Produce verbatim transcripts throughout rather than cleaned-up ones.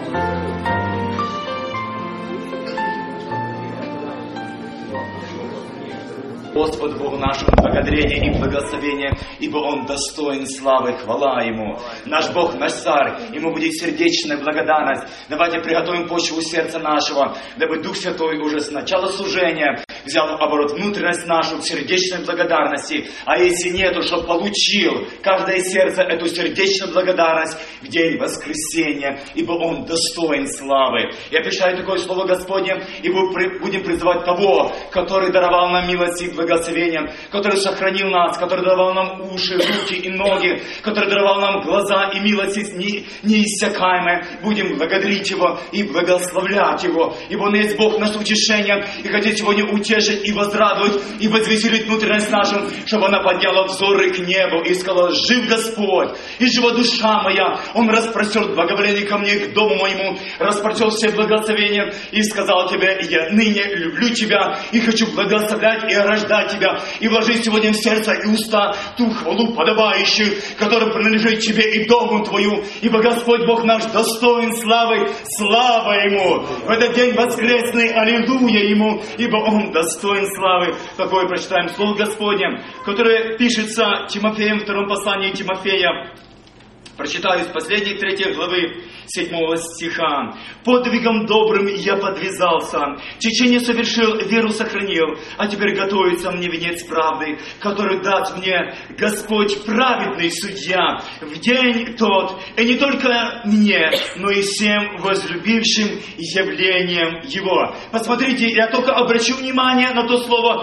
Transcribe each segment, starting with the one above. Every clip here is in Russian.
Господу Богу нашему благодарение и благословение, ибо Он достоин славы, хвала Ему. Наш Бог, наш Царь, Ему будет сердечная благодарность. Давайте приготовим почву сердца нашего, дабы Дух Святой уже с начала служения взял оборот внутренность нашу к сердечной благодарности. А если нету, чтобы получил каждое сердце эту сердечную благодарность в день воскресения, ибо Он достоин славы. Я пишу такое слово Господне, и будем призывать того, который даровал нам милость и благословение, который сохранил нас, который даровал нам уши, руки и ноги, который даровал нам глаза и милости неиссякаемые. Будем благодарить Его и благословлять Его, ибо Он есть Бог нас утешения, и хотит сегодня утешить и возрадовать, и возвеселить внутренность нашу, чтобы она подняла взоры к небу и сказала: жив Господь, и жива душа моя. Он распростер благоволение ко мне, к дому моему, распростер все благословения, и сказал тебе: я ныне люблю тебя, и хочу благословлять и рождать тебя, и вложить сегодня в сердце и уста ту хвалу подобающую, которая принадлежит тебе и дому твою, ибо Господь Бог наш достоин славы, слава Ему. В этот день воскресный, аллилуйя Ему, ибо Он достоин славы. Такое прочитаем Слово Господне, которое пишется Тимофеем, в втором послании Тимофея. Прочитаю из последней третьей главы седьмого стиха. «Подвигом добрым я подвязался, течение совершил, веру сохранил, а теперь готовится мне венец правды, который даст мне Господь праведный судья в день тот, и не только мне, но и всем возлюбившим явлением Его». Посмотрите, я только обращу внимание на то слово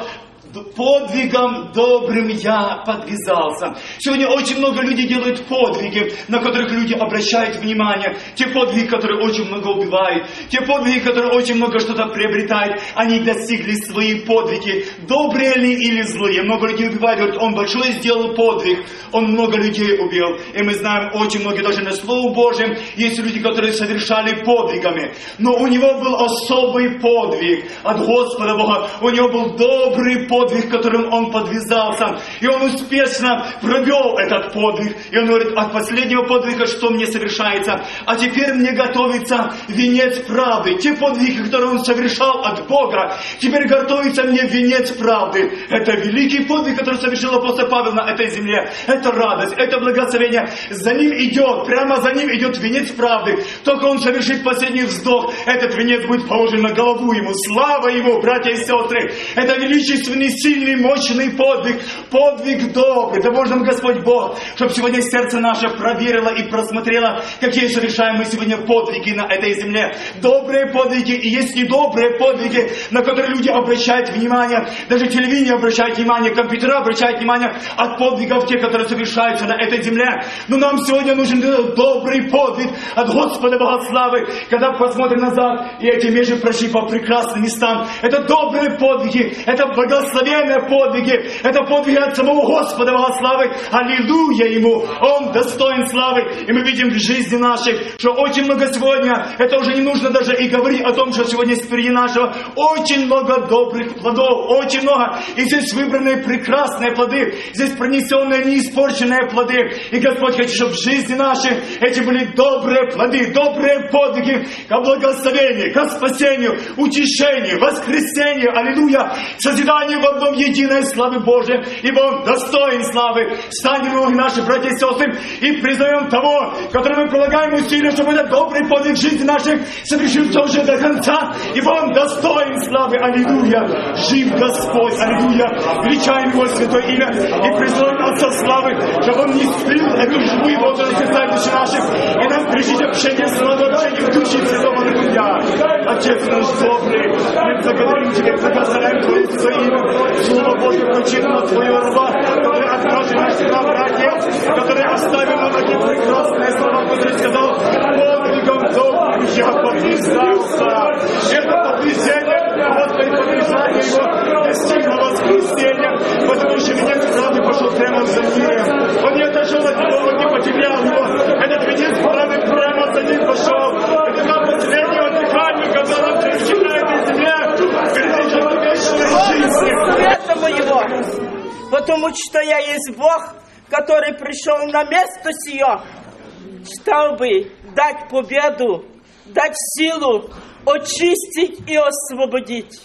«подвигом добрым я подвязался». Сегодня очень много людей делают подвиги, на которых люди обращают внимание. Те подвиги, которые очень много убивают, те подвиги, которые очень много что-то приобретают, они достигли свои подвиги. Добрые ли или злые? Много людей убивают, говорят: он большой сделал подвиг, он много людей убил. И мы знаем, очень многие, даже на Слово Божьем, есть люди, которые совершали подвигами. Но у него был особый подвиг от Господа Бога. У него был добрый подвиг, подвиг, которым он подвязался. И он успешно провел этот подвиг. И он говорит: от последнего подвига что мне совершается? А теперь мне готовится венец правды. Те подвиги, которые он совершал от Бога, теперь готовится мне венец правды. Это великий подвиг, который совершил апостол Павел на этой земле. Это радость, это благословение. За ним идет, прямо за ним идет венец правды. Только он совершит последний вздох, этот венец будет положен на голову ему. Слава ему, братья и сестры! Это величественный, сильный, мощный подвиг. Подвиг добрый. Да может нам Господь Бог, чтобы сегодня сердце наше проверило и просмотрело, какие совершаем мы сегодня подвиги на этой земле. Добрые подвиги и есть недобрые подвиги, на которые люди обращают внимание. Даже телевидение обращает внимание, компьютера обращают внимание от подвигов тех, которые совершаются на этой земле. Но нам сегодня нужен добрый подвиг от Господа Бога славы. Когда посмотрим назад, и эти межи прошли по прекрасным местам. Это добрые подвиги, это благословенные подвиги, это подвиги от самого Господа Бога славы. Аллилуйя Ему! Он достоин славы. И мы видим в жизни нашей, что очень много сегодня, это уже не нужно даже и говорить о том, что сегодня впереди нашего, очень много добрых плодов, очень много. И здесь выбранные прекрасные плоды, здесь пронесенные неиспорченные плоды. И Господь хочет, чтобы в жизни нашей эти были добрые плоды, добрые подвиги ко благословению, ко спасению, утешению, воскресению, аллилуйя, созиданию в одном единой славы Божией, ибо Он достоин славы. Станем, наши братья и сестры, и признаем того, которому мы прилагаем усилия, чтобы этот добрый подвиг жизни нашей совершился уже до конца, ибо Он достоин славы, аллилуйя. Жив Господь, аллилуйя. Величаем Его святое имя и признаем Отца славы, чтобы Он не сплил эту живую воду на сердца души наших, и нам пришить общение, славу, общение в души святого, аллилуйя. Отец наш добрый, мы благодарим Тебя, благословляем Твое святое имя. Слово Божье включит на Твою раба, который отражен на себя, братья, который оставил нам эти прекрасные слова, которые сказал: подвигом добрым я подвязался. Это подвязение, Господи, подвязание Его достигло воскресения, потому что венец правды пошел прямо за ним. Он не отошел от Него, он не потерял его. Этот венец правды прямо за ним пошел. Это как последнего дыхания, когда он пришел на этой земле, перед вечной жизнью. Этому Его, потому что я есть Бог, который пришел на место сие, чтобы дать победу дать силу, очистить и освободить.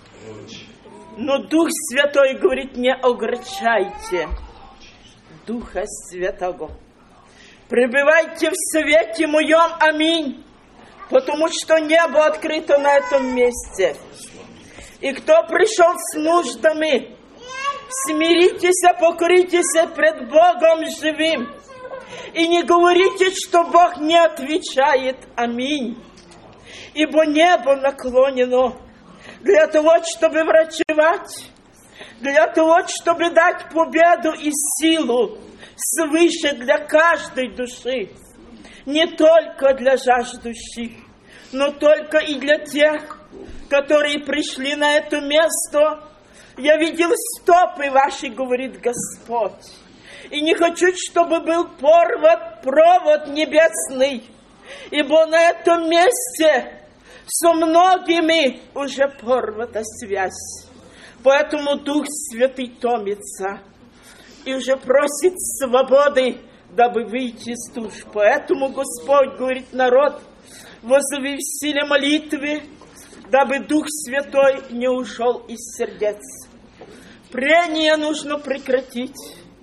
Но Дух Святой говорит, не огорчайте Духа Святого. Пребывайте в совете моем, аминь, потому что небо открыто на этом месте. И кто пришел с нуждами, смиритесь, покоритесь пред Богом живым. И не говорите, что Бог не отвечает, аминь. Ибо небо наклонено для того, чтобы врачевать, для того, чтобы дать победу и силу свыше для каждой души. Не только для жаждущих, но только и для тех, которые пришли на это место. Я видел стопы ваши, говорит Господь. И не хочу, чтобы был порван провод небесный, ибо на этом месте со многими уже порвата связь. Поэтому Дух Святый томится и уже просит свободы, дабы выйти из душ. Поэтому Господь говорит, народ, возови в силе молитвы, дабы Дух Святой не ушел из сердец. Прения нужно прекратить,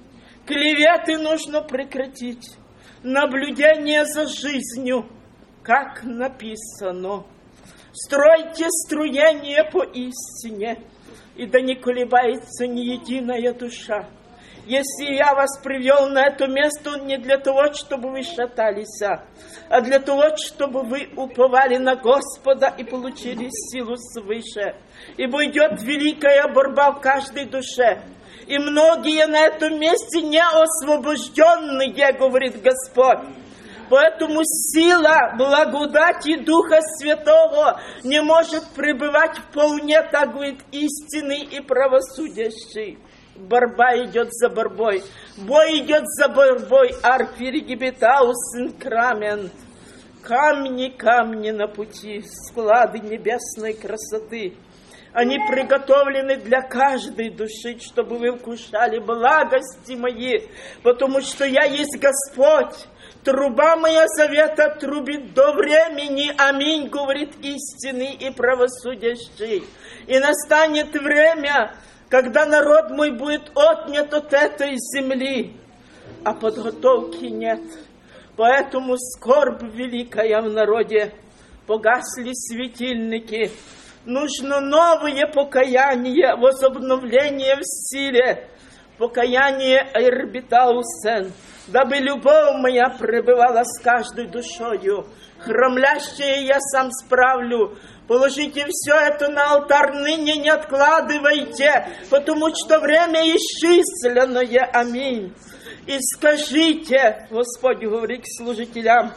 клеветы нужно прекратить, наблюдение за жизнью, как написано. Стройте строение по истине, и да не колебается ни единая душа. Если я вас привел на это место не для того, чтобы вы шатались, а для того, чтобы вы уповали на Господа и получили силу свыше. Ибо идет великая борьба в каждой душе. И многие на этом месте не освобожденные, говорит Господь. Поэтому сила благодати Духа Святого не может пребывать вполне, так говорит, истинный и правосудящий. Борьба идет за борьбой. Бой идет за борьбой. Арфиригибетаус инкрамен. Камни, камни на пути, склады небесной красоты. Они приготовлены для каждой души, чтобы вы вкушали благости мои, потому что я есть Господь. Труба моя завета трубит до времени. Аминь, говорит истинный и правосудящий. И настанет время, когда народ мой будет отнят от этой земли, а подготовки нет. Поэтому скорбь великая в народе, погасли светильники. Нужно новое покаяние, возобновление в силе, покаяние Эрбитаусен, дабы любовь моя пребывала с каждой душою. Хромлящее я сам справлю. Положите все это на алтарь ныне, не откладывайте, потому что время исчисленное. Аминь. И скажите, Господь говорит к служителям,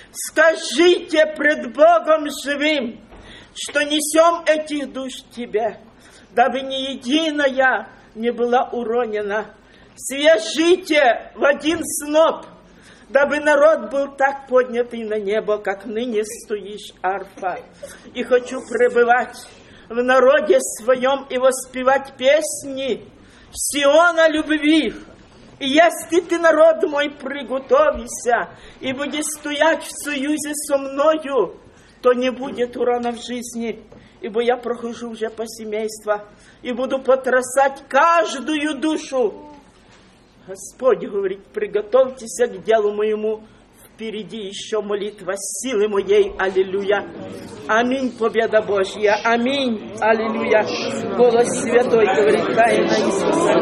скажите пред Богом живым, что несем этих душ Тебе, дабы ни единая не была уронена. Свяжите в один сноп, дабы народ был так поднятый на небо, как ныне стоишь, арфа. И хочу пребывать в народе своем и воспевать песни Сиона любви. И если ты, народ мой, приготовишься и будешь стоять в союзе со мною, то не будет урона в жизни, ибо я прохожу уже по семейству и буду потрясать каждую душу. Господь говорит, приготовьтесь к делу моему, впереди еще молитва силы моей, аллилуйя. Аминь, победа Божья, аминь, аллилуйя. Голос святой говорит, тайна Иисуса.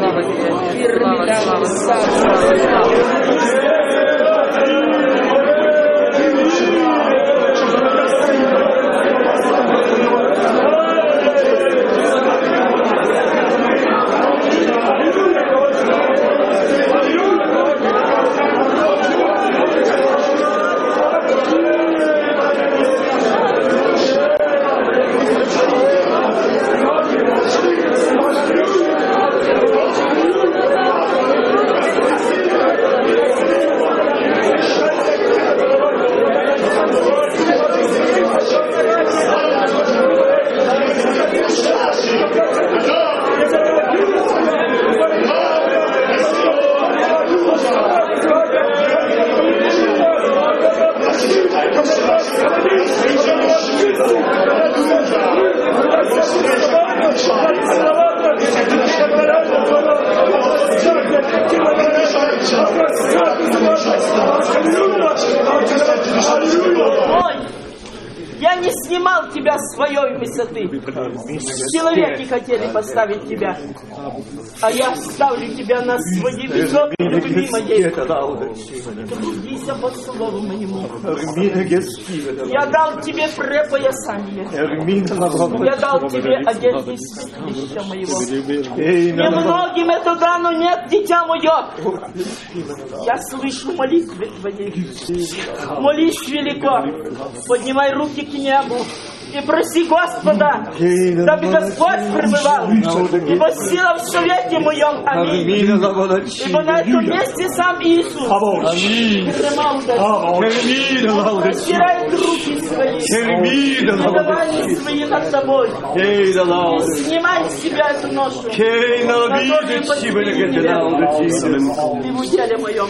не снимал тебя с своей высоты. Человеки хотели поставить тебя, а я ставлю тебя на свои высоты любви моей. Трудися по слову моему. Я дал тебе препоясание. Я дал тебе одежду из святилища моего. Немногим это дано, нет, дитя мое. Я слышу молитвы твоей. Молись велико. Поднимай руки к небу и проси Господа, дабы Господь пребывал, ибо сила в совете моем. Аминь. Ибо на этом месте сам Иисус простирает руки свои, пребывания свои над тобой, и снимай с себя эту ношу, которую подвели и в уделе моем.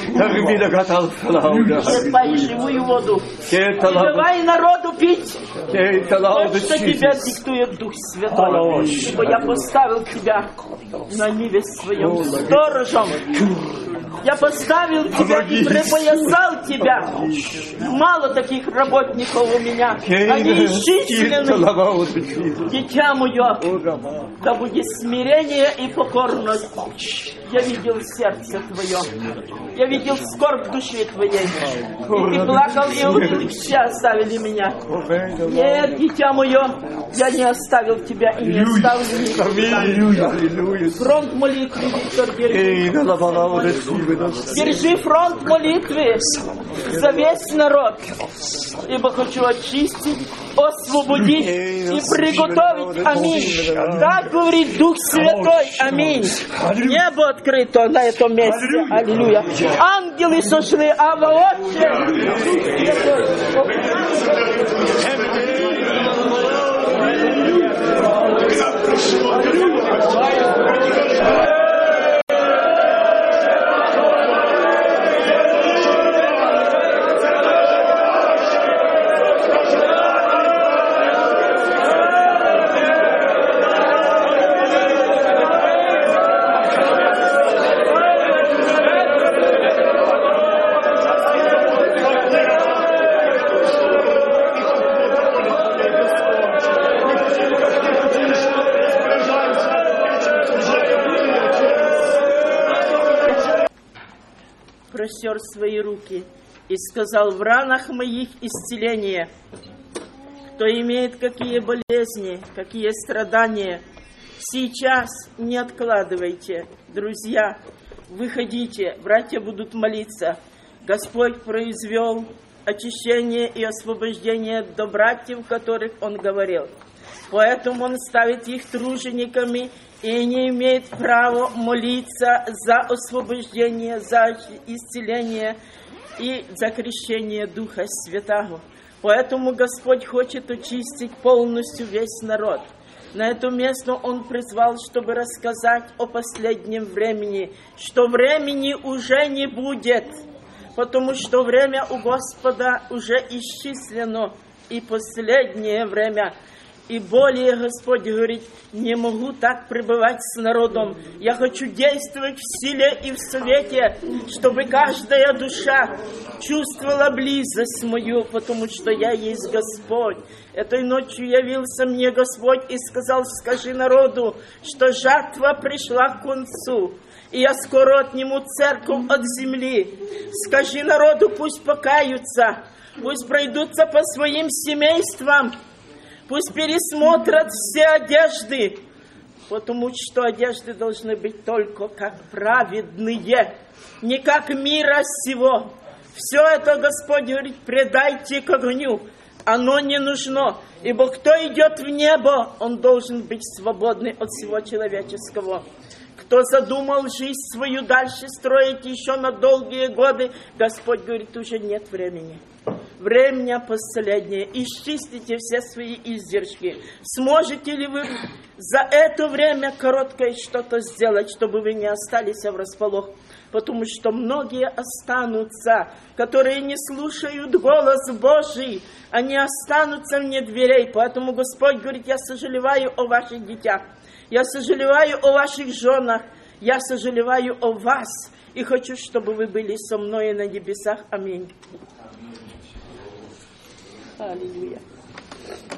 Черпай живую воду и давай народу пить. Вот что тебя диктует Дух Святой, ибо я поставил тебя на ниве своем сторожем. Я поставил тебя и припоясал тебя. Мало таких работников у меня. Они исчислены. Дитя мое, да будет смирение и покорность. Я видел сердце твое. Я видел скорбь души твоей. И ты плакал и увидел, и все оставили меня. Нет, дитя мое, я не оставил тебя и не оставлю никогда. Фронт молитвы, Виктор, держи. Держи фронт молитвы за весь народ. Ибо хочу очистить, освободить и приготовить. Аминь. Так говорит Дух Святой. Аминь. Небо открыто на этом месте. Аллилуйя. Ангелы сошли, а вообще простер свои руки и сказал: в ранах моих исцеление. Кто имеет какие болезни, какие страдания, сейчас не откладывайте, друзья, выходите, братья будут молиться. Господь произвел очищение и освобождение до братьев, которых Он говорил. Поэтому Он ставит их тружениками и не имеет права молиться за освобождение, за исцеление и за крещение Духа Святого. Поэтому Господь хочет очистить полностью весь народ. На это место Он призвал, чтобы рассказать о последнем времени, что времени уже не будет, потому что время у Господа уже исчислено, и последнее время. И более Господь говорит: не могу так пребывать с народом. Я хочу действовать в силе и в совете, чтобы каждая душа чувствовала близость мою, потому что я есть Господь. Этой ночью явился мне Господь и сказал: скажи народу, что жатва пришла к концу, и я скоро отниму церковь от земли. Скажи народу, пусть покаются, пусть пройдутся по своим семействам, пусть пересмотрят все одежды, потому что одежды должны быть только как праведные, не как мира сего. Все это, Господь говорит, предайте к огню. Оно не нужно, ибо кто идет в небо, он должен быть свободный от всего человеческого. Кто задумал жизнь свою дальше строить еще на долгие годы, Господь говорит, уже нет времени. Время последнее. Исчистите все свои издержки. Сможете ли вы за это время короткое что-то сделать, чтобы вы не остались врасполох? Потому что многие останутся, которые не слушают голос Божий. Они останутся вне дверей. Поэтому Господь говорит: я сожалеваю о ваших детях. Я сожалеваю о ваших женах. Я сожалеваю о вас. И хочу, чтобы вы были со мной на небесах. Аминь. Аллилуйя.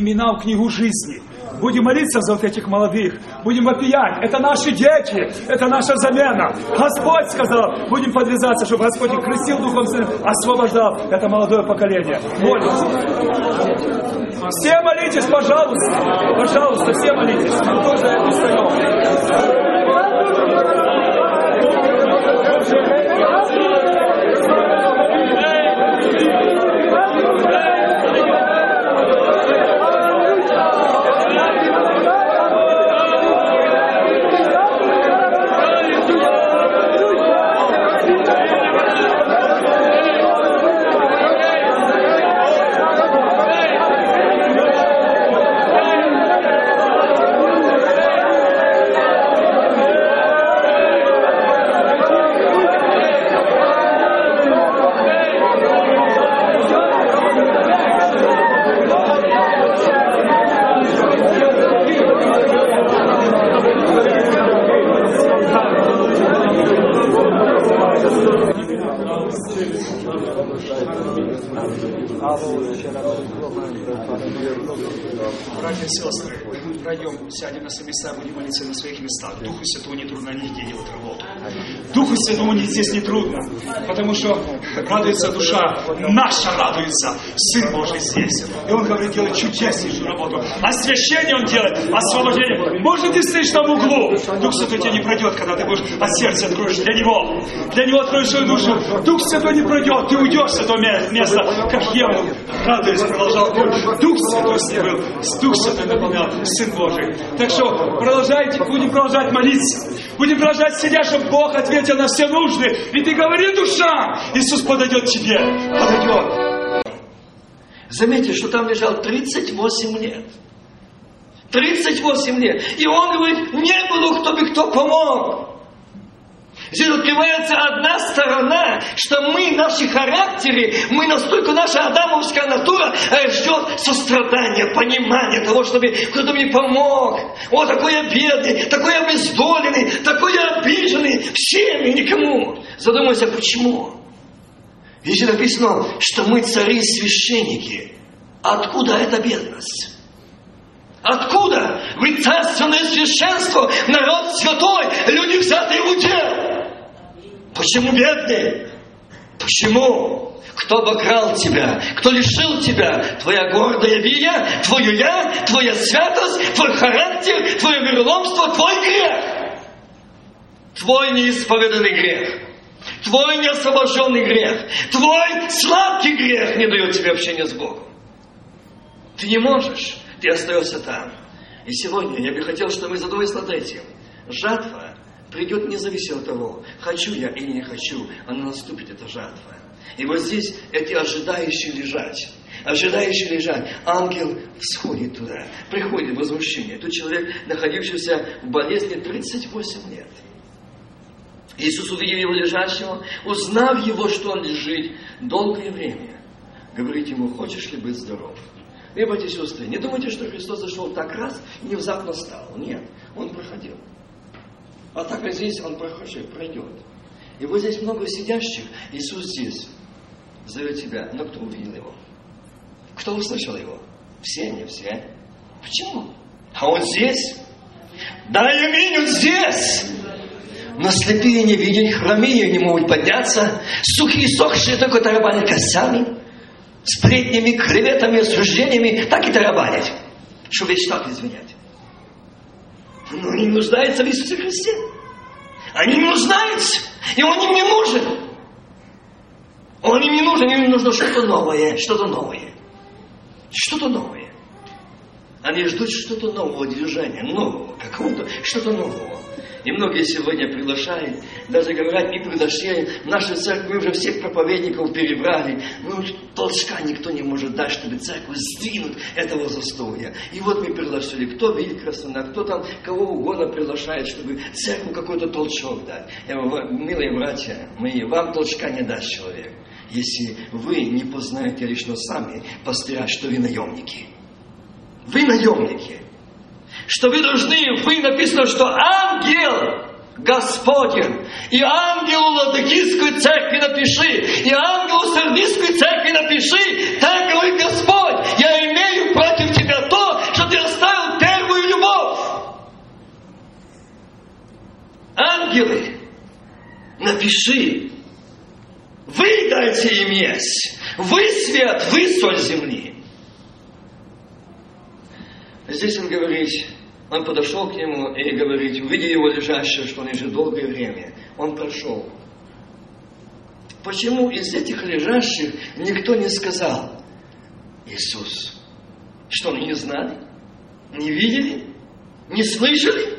имена в книгу жизни. Будем молиться за вот этих молодых. Будем вопиять. Это наши дети. Это наша замена. Господь сказал, будем подвязаться, чтобы Господь их крестил Духом Святым, освобождал это молодое поколение. Молимся. Все молитесь, пожалуйста. Пожалуйста, все молитесь. Мы тоже это встаем. Братья и сестры, мы втроем сядем на свои места, будем молиться на своих местах. Духу Святому не трудно нигде делать работу. Духу Святому здесь не трудно, потому что радуется душа, наша радуется, Сын Божий здесь. И Он говорит, делать чудеснейшую работу. Освящение Он делает, освобождение. Может, ты стоишь там в углу, Дух Святой тебя не пройдет, когда ты будешь от сердца откроешь для Него. Для Него откроешь свою душу. Дух Святой не пройдет, ты уйдешь с этого места, как Ева, радуясь, продолжал путь. Дух Святой с ней был, Дух Святой наполнял, Сын Божий. Так что продолжайте, будем продолжать молиться. Будем продолжать сидеть, чтобы Бог ответил на все нужды. И ты говори, душа, Иисус подойдет к тебе. Подойдет. Заметьте, что там лежал тридцать восемь лет. тридцать восемь лет. И он говорит, не было, кто бы кто помог. Здесь открывается одна сторона, что мы, наши характеры, мы настолько, наша адамовская натура ждет сострадания, понимания того, чтобы кто-то мне помог. О, такой я бедный, такой я обездоленный, такой я обиженный, всем и никому. Задумайся, почему? Здесь написано, что мы цари и священники. Откуда эта бедность? Откуда? Вы царственное священство, народ святой, люди взятые в удел. Почему бедный? Почему? Кто обокрал тебя? Кто лишил тебя? Твоя гордая вия, твое я, твоя святость, твой характер, твое вероломство, твой грех. Твой неисповеданный грех. Твой неосвобожденный грех. Твой сладкий грех не дает тебе общения с Богом. Ты не можешь. Ты остаешься там. И сегодня я бы хотел, чтобы мы задумались над этим. Жатва придет независимо от того, хочу я или не хочу, она наступит, эта жатва. И вот здесь эти ожидающие лежать. Ожидающие лежать. Ангел всходит туда. Приходит возмущение. Тут человек, находившийся в болезни тридцать восемь лет. Иисус, увидев его лежащего, узнав его, что он лежит долгое время, говорит ему, хочешь ли быть здоров? Вы, братья и сестры, не думайте, что Христос зашел так раз и внезапно стал. Нет, Он проходил. А так как здесь Он прохожий, пройдет. И вот здесь много сидящих, Иисус здесь зовет тебя. Но кто увидел Его? Кто услышал Его? Все, не все. Почему? А Он здесь. Да, аминь, Он здесь. Но слепые не видят, хромые не могут подняться, сухие сохшие только тарабанят костями, сплетнями, клеветами, осуждениями, так и тарабанить, чтобы весь штат извинять. Но они нуждаются в Иисусе Христе. Они не нуждаются, и Он им не нужен. Он им не нужен, им нужно что-то новое, что-то новое. Что-то новое. Они ждут что-то нового движения, нового, какого-то, что-то нового. И многие сегодня приглашают, даже говорят, не приглашали, в нашу церковь мы уже всех проповедников перебрали, ну толчка никто не может дать, чтобы церковь сдвинуть этого застоя. И вот мы пригласили, кто видит красота, кто там кого угодно приглашает, чтобы церковь какой-то толчок дать. Я говорю, милые братья мои, вам толчка не даст человек, если вы не познаете лично сами пастыря, что вы наемники. Вы наемники. Что вы должны, вы написано, что ангел Господень, и ангелу Ладыкийской церкви напиши, и ангелу Сардийской церкви напиши, так говорит Господь, я имею против тебя то, пиши. Вы дайте им есть. Вы свет, вы соль земли. Здесь он говорит, он подошел к нему и говорит, увидя его лежащего, что он лежит долгое время, он прошел. Почему из этих лежащих никто не сказал: Иисус? Что, они не знали? Не видели? Не слышали?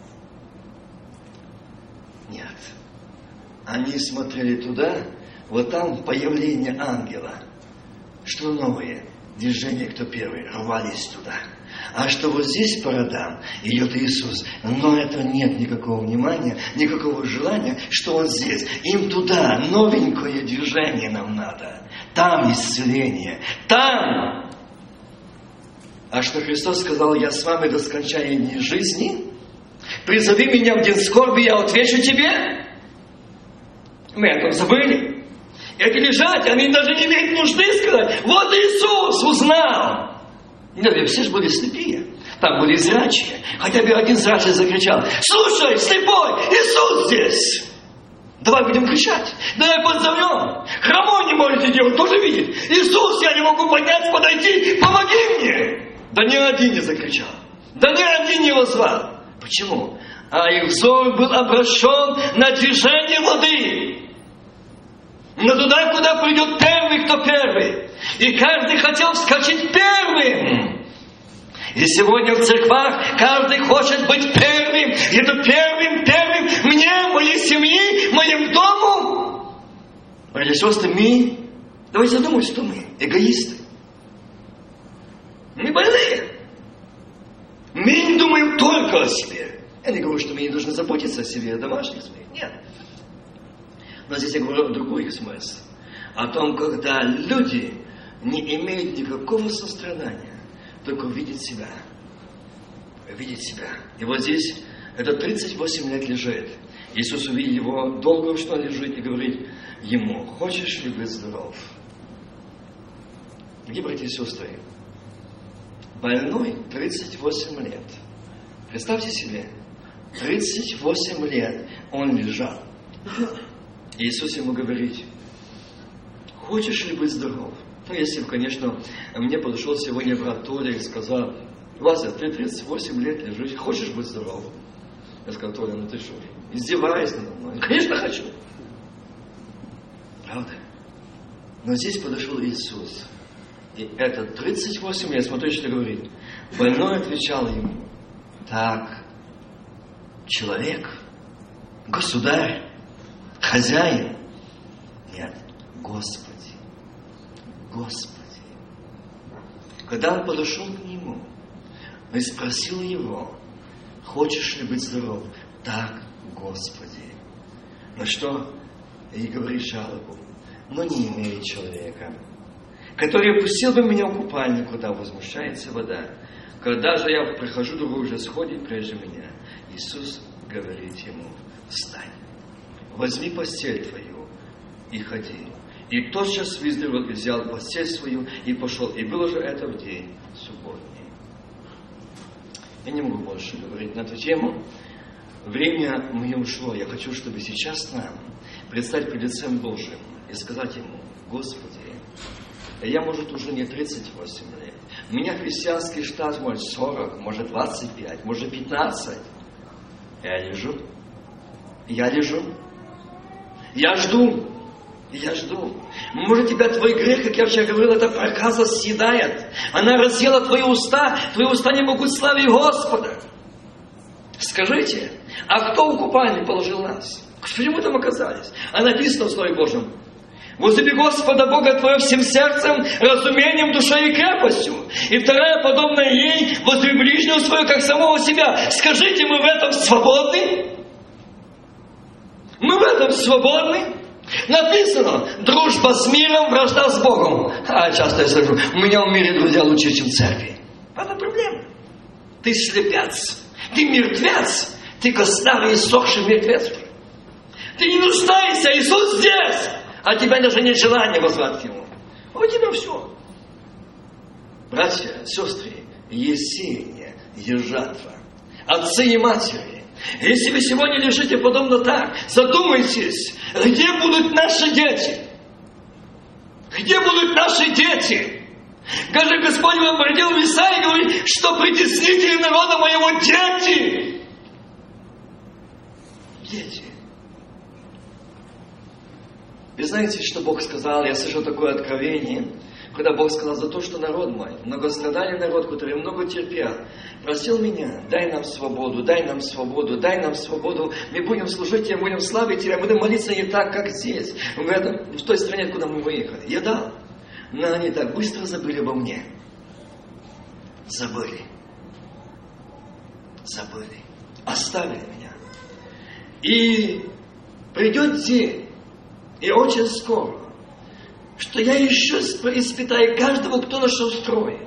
Нет. Они смотрели туда, вот там появление ангела. Что новое? Движение, кто первый, рвались туда. А что вот здесь по родам идет Иисус, но это нет никакого внимания, никакого желания, что Он здесь. Им туда новенькое движение нам надо. Там исцеление. Там. А что Христос сказал: я с вами до скончания дней жизни. Призови меня в день скорби, я отвечу тебе. Мы о том забыли. Эти лежат, они даже не имеют нужды сказать: вот Иисус узнал. Нет, все же были слепые. Там были зрячие. Хотя бы один зрячий закричал: слушай, слепой, Иисус здесь. Давай будем кричать. Давай позовем. Хромой не можете делать, тоже видит. Иисус, я не могу подняться, подойти, помоги мне. Да ни один не закричал. Да ни один не возвал. Почему? А их взор был обращен на движение воды. Но туда, куда придет первый, кто первый. И каждый хотел вскочить первым. И сегодня в церквах каждый хочет быть первым. И это первым, первым мне, моей семье, моему дому. Братья и сестры, мы, давайте задумаемся, что мы эгоисты. Мы больные. Мы не думаем только о себе. Я не говорю, что мы не должны заботиться о себе, о домашних своих. Нет. Но здесь я говорю о другой смысле. О том, когда люди не имеют никакого сострадания, только видят себя. Видят себя. И вот здесь это тридцать восемь лет лежит. Иисус увидел его долго, что он лежит, и говорит ему: хочешь ли быть здоров? Где, братья и сестры? Больной тридцать восемь лет. Представьте себе, тридцать восемь лет он лежал. Иисус ему говорит: хочешь ли быть здоров? Ну, если бы, конечно, мне подошел сегодня брат Толя и сказал: Вася, ты тридцать восемь лет лежишь, хочешь быть здоров? Я сказал: Толя, ну ты что, издеваешься надо мной? Конечно, хочу. Правда? Но здесь подошел Иисус. И это тридцать восемь лет, смотри, что говорит. Больной отвечал ему: так, человек, государь, хозяин. Нет, Господи. Господи. Когда он подошел к нему и спросил его: хочешь ли быть здоров? Так, Господи. На что и говорит жалобу: но не имеет человека, который опустил бы меня в купальню, куда возмущается вода. Когда же я прихожу, другой уже сходит прежде меня. Иисус говорит ему: встань, возьми постель твою и ходи. И тотчас выздоровел и взял постель свою и пошел. И было же это в день субботний. Я не могу больше говорить на эту тему. Время мне ушло. Я хочу, чтобы сейчас нам предстать пред лицем Божьим и сказать Ему: Господи, я, может, уже не тридцать восемь лет. У меня христианский штат, может, сорок, может, двадцать пять, может, пятнадцать. Я лежу. Я лежу. Я жду. Я жду. Может, тебя твой грех, как я вчера говорил, эта проказа съедает. Она разъела твои уста. Твои уста не могут славить Господа. Скажите, а кто в купальне положил нас? Почему мы там оказались? А написано в Слове Божьем: возлюби Господа Бога твоего всем сердцем, разумением, душой и крепостью. И вторая, подобная ей: возлюби ближнего своего, как самого себя. Скажите, мы в этом свободны? Мы в этом свободны? Написано: дружба с миром, вражда с Богом. А часто я скажу: у меня в мире друзья лучше, чем в церкви. Это проблема. Ты слепец, ты мертвец, ты костлявый и сохший мертвец. Ты не нуждаешься, Иисус здесь, а тебя даже нет желания возвать к Нему. А у тебя все. Братья, сестры, есть сеяние, есть жатва. Отцы и матери, если вы сегодня лежите подобно так, задумайтесь, Где будут наши дети? Где будут наши дети? Даже Господь вам обратил в Исаии и говорит, что притеснители народа моего дети. Дети. Вы знаете, что Бог сказал? Я слышал такое откровение, когда Бог сказал: за то, что народ мой, многострадальный народ, который много терпел, просил меня: дай нам свободу, дай нам свободу, дай нам свободу. Мы будем служить тебе, будем славить тебя, будем молиться не так, как здесь, в, этом, в той стране, куда мы выехали. Я дал. Но они так быстро забыли обо мне. Забыли. Забыли. Оставили меня. И придет день, и очень скоро, что я еще испытаю каждого, кто нас устроит.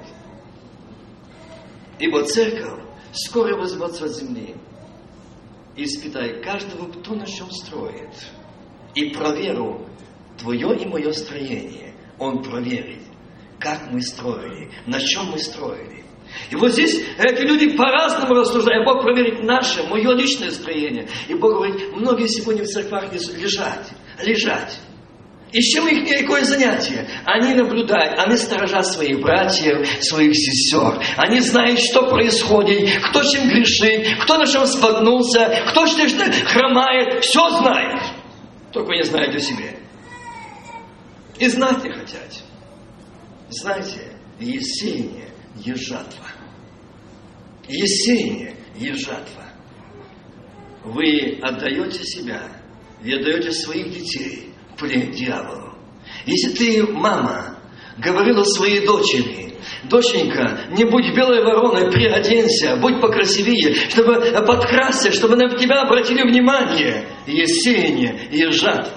Ибо церковь скоро возьмется от земли. И испытай каждого, кто на чем строит. И проверю твое и мое строение. Он проверит, как мы строили, на чем мы строили. И вот здесь эти люди по-разному рассуждают. Бог проверит наше, мое личное строение. И Бог говорит: многие сегодня в церквах лежат, лежать. И с чем их никакое занятие? Они наблюдают, они сторожат своих братьев, своих сестер. Они знают, что происходит, кто чем грешит, кто на чем споткнулся, кто что хромает. Все знает. Только не знают о себе. И знать не хотят. Знаете, есть сеяние, есть жатва. Есть сеяние, есть жатва. Вы отдаете себя, вы отдаете своих детей в плен дьяволу. Если ты, мама, говорила своей дочери: доченька, не будь белой вороной, приоденься, будь покрасивее, чтобы подкрасться, чтобы на тебя обратили внимание. Есть сеяние, есть жатва.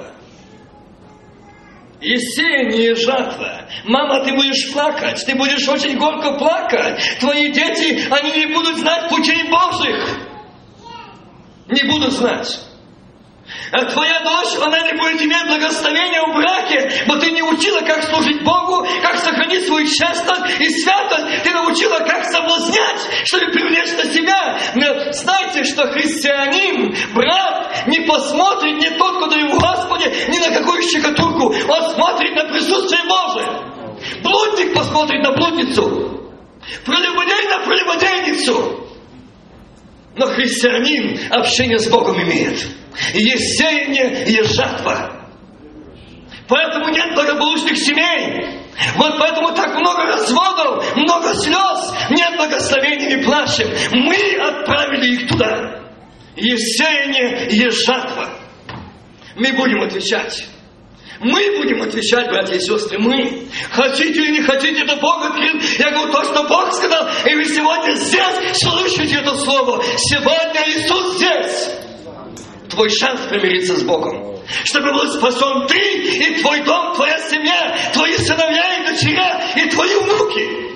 Есть сеяние и жатва. Мама, ты будешь плакать, ты будешь очень горько плакать. Твои дети, они не будут знать путей Божьих. Не будут знать. А твоя дочь, она не будет иметь благословения в браке, но ты не учила, как служить Богу, как сохранить свою честность и святость. Ты научила, как соблазнять, чтобы привлечь на себя. Но знаете, что христианин, брат, не посмотрит не тот, который в Господе, ни на какую щекотурку. Он смотрит на присутствие Божие. Блудник посмотрит на блудницу. Прелюбодей на прелюбодейницу. Но христианин общение с Богом имеет. Есть сеяние, есть жатва. Поэтому нет благополучных семей. Вот поэтому так много разводов, много слез, нет благословений и плачем. Мы отправили их туда. Есть сеяние, есть жатва. Мы будем отвечать. Мы будем отвечать, братья и сестры, мы. Хотите или не хотите, это Бог открыл. Я говорю то, что Бог сказал. И вы сегодня здесь слышите это слово. Сегодня Иисус здесь. Твой шанс примириться с Богом. Чтобы был спасен ты и твой дом, твоя семья, твои сыновья и дочеря, и твои внуки.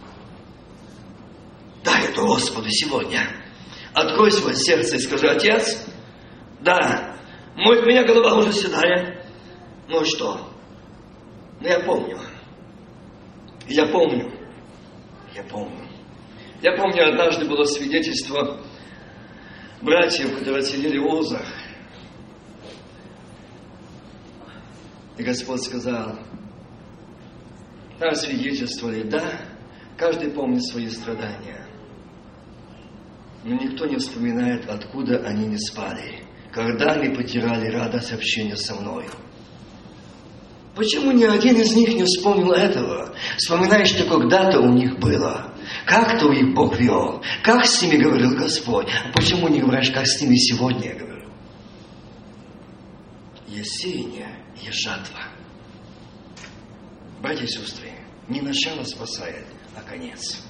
Дай это Господу сегодня. Открой свое сердце и скажи: Отец, да, может, у меня голова уже седая. Ну что? Ну я помню. Я помню. Я помню. Я помню, однажды было свидетельство братьев, которые сидели в узах. И Господь сказал: там свидетельствовали, да, каждый помнит свои страдания. Но никто не вспоминает, откуда они не спали, когда они потеряли радость общения со мною. Почему ни один из них не вспомнил этого? Вспоминаешь, что когда-то у них было. Как-то у них Бог вел. Как с ними говорил Господь. А почему не говоришь, как с ними сегодня я говорю? Есть сеяние, есть жатва. Братья и сестры, не начало спасает, а конец.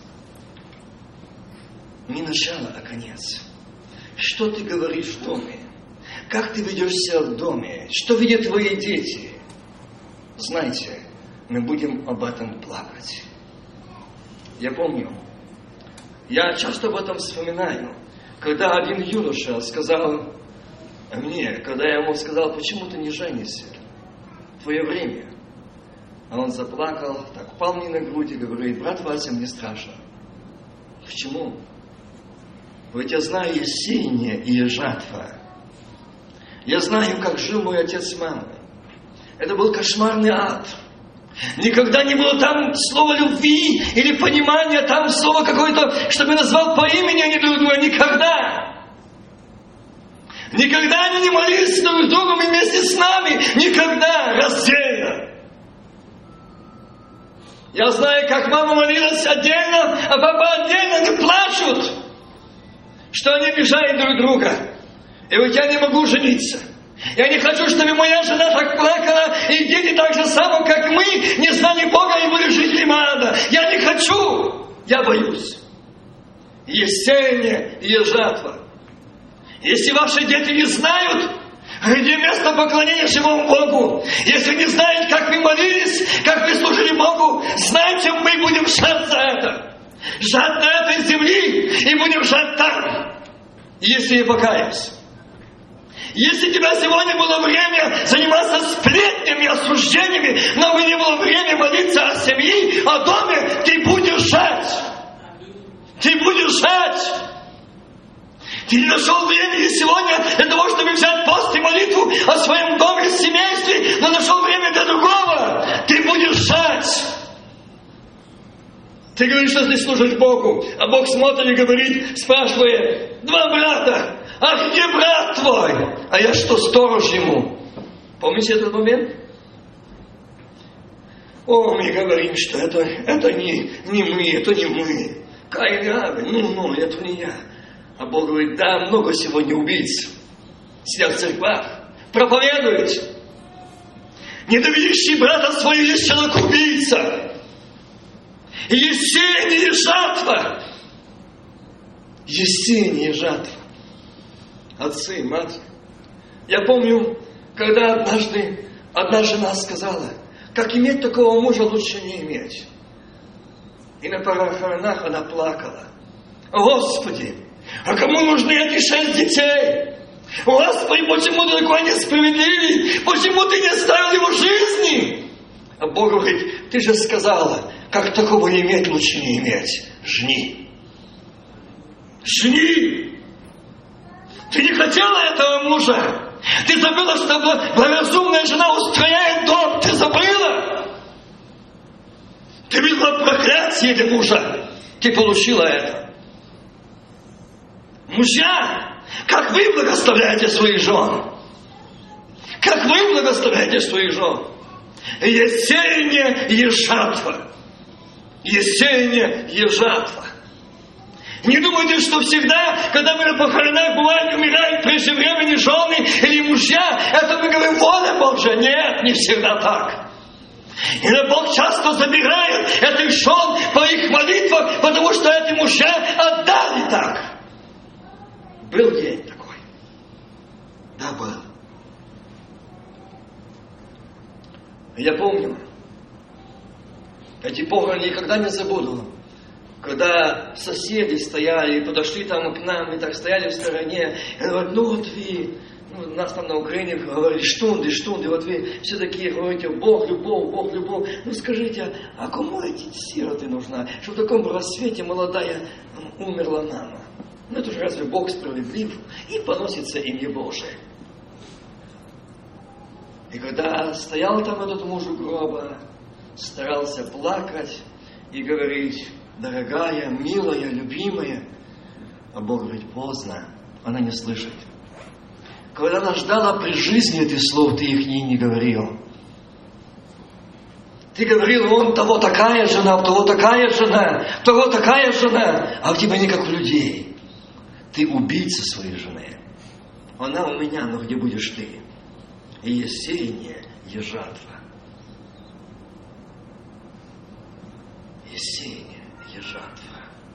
Не начало, а конец. Что ты говоришь в доме? Как ты ведешь себя в доме? Что видят твои дети? Знаете, мы будем об этом плакать. Я помню, я часто об этом вспоминаю, когда один юноша сказал мне, когда я ему сказал: почему ты не женишься? Твое время. А он заплакал, так упал мне на грудь и говорит: брат Вася, мне страшно. Почему? Ведь я знаю, есть сеяние и есть жатва. Я знаю, как жил мой отец с мамой. Это был кошмарный ад. Никогда не было там слова любви или понимания, там слова какое-то, чтобы назвал по имени они друг друга. Никогда. Никогда они не молились друг с другом вместе с нами. Никогда. Раздельно. Я знаю, как мама молилась отдельно, а папа отдельно. Они плачут, что они обижают друг друга. И вот я не могу жениться. Я не хочу, чтобы моя жена так плакала, и дети так же само, как мы, не знали Бога и были жителями ада. Я не хочу. Я боюсь. Есть сеяние и есть жатва. Если ваши дети не знают, где место поклонения живому Богу, если не знают, как мы молились, как мы служили Богу, знайте, мы будем жать за это. Жать на этой земли и будем жать там, если не покаемся. Если у тебя сегодня было время заниматься сплетнями, осуждениями, но бы не было времени молиться о семье, о доме, ты будешь жать. Ты будешь жать. Ты не нашел времени сегодня для того, чтобы взять пост и молитву о своем доме, семействе, но нашел время для другого. Ты будешь жать. Ты говоришь, что ты служишь Богу, а Бог смотрит и говорит, спрашивает, два брата, а где брат твой? А я что, сторож ему? Помните этот момент? О, мы говорим, что это, это не, не мы, это не мы. Каин и Авель, ну, ну, это не я. А Бог говорит, да, много сегодня убийц сидят в церквах, проповедуют. Ненавидящий брата своего есть человек-убийца. И есть сеяние и жатва. Есть сеяние и жатва. Отцы и матери. Я помню, когда однажды одна жена сказала, как иметь такого мужа лучше не иметь. И на похоронах она плакала. Господи, а кому нужны эти шесть детей? Господи, почему ты такой несправедливый? Почему ты не оставил его жизни? А Бог говорит, ты же сказала, как такого иметь лучше не иметь. Жни. Жни. Ты не хотела этого мужа. Ты забыла, что благоразумная жена устрояет дом. Ты забыла. Ты видела проклятие для мужа. Ты получила это. Мужья, как вы благословляете своих жен? Как вы благословляете своих жен? Есть сеяние, есть жатва. Есть сеяние, есть жатва. Не думайте, что всегда, когда мы на похоронах бывает, умирают прежде времени жены или мужья, это мы говорим, воля Божья. Нет, не всегда так. И Бог часто забирает этих жен по их молитвах, потому что эти мужья отдали так. Был день такой. Да, был. Я помню, эти похороны никогда не забуду. Когда соседи стояли, подошли там к нам, и так стояли в стороне, и говорят, ну вот вы, ну, нас там на Украине говорили, штунды, штунды, вот вы все такие говорите, Бог, любовь, Бог, любовь. Ну скажите, а кому эти сироты нужна? Что в таком рассвете молодая умерла мама? Ну это же разве Бог справедлив? И поносится имя Божие. И когда стоял там этот муж у гроба, старался плакать и говорить, дорогая, милая, любимая, а Бог говорит, поздно, она не слышит. Когда она ждала при жизни этих слов, ты их ей не говорил. Ты говорил, он того такая жена, того такая жена, того такая жена, а в тебя не как у людей. Ты убийца своей жены. Она у меня, но где будешь ты? И есть сеяние, есть жатва. Есть сеяние, есть жатва.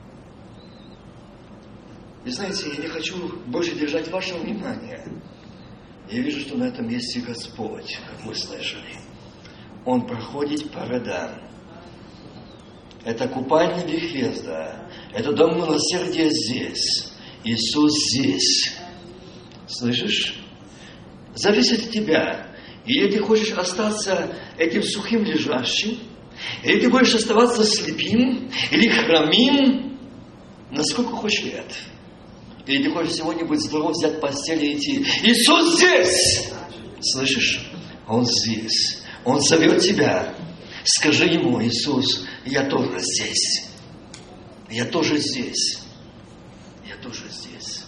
И знаете, я не хочу больше держать ваше внимание. Я вижу, что на этом месте Господь, как мы слышали. Он проходит по родам. Это купальня Вифезда. Это дом милосердия здесь. Иисус здесь. Слышишь? Зависит от тебя. Или ты хочешь остаться этим сухим лежащим, или ты будешь оставаться слепым, или хромим, насколько хочешь лет. Или ты хочешь сегодня быть здоров, взять постель и идти. Иисус здесь! Слышишь? Он здесь. Он зовет тебя. Скажи Ему: Иисус, я тоже здесь. Я тоже здесь. Я тоже здесь.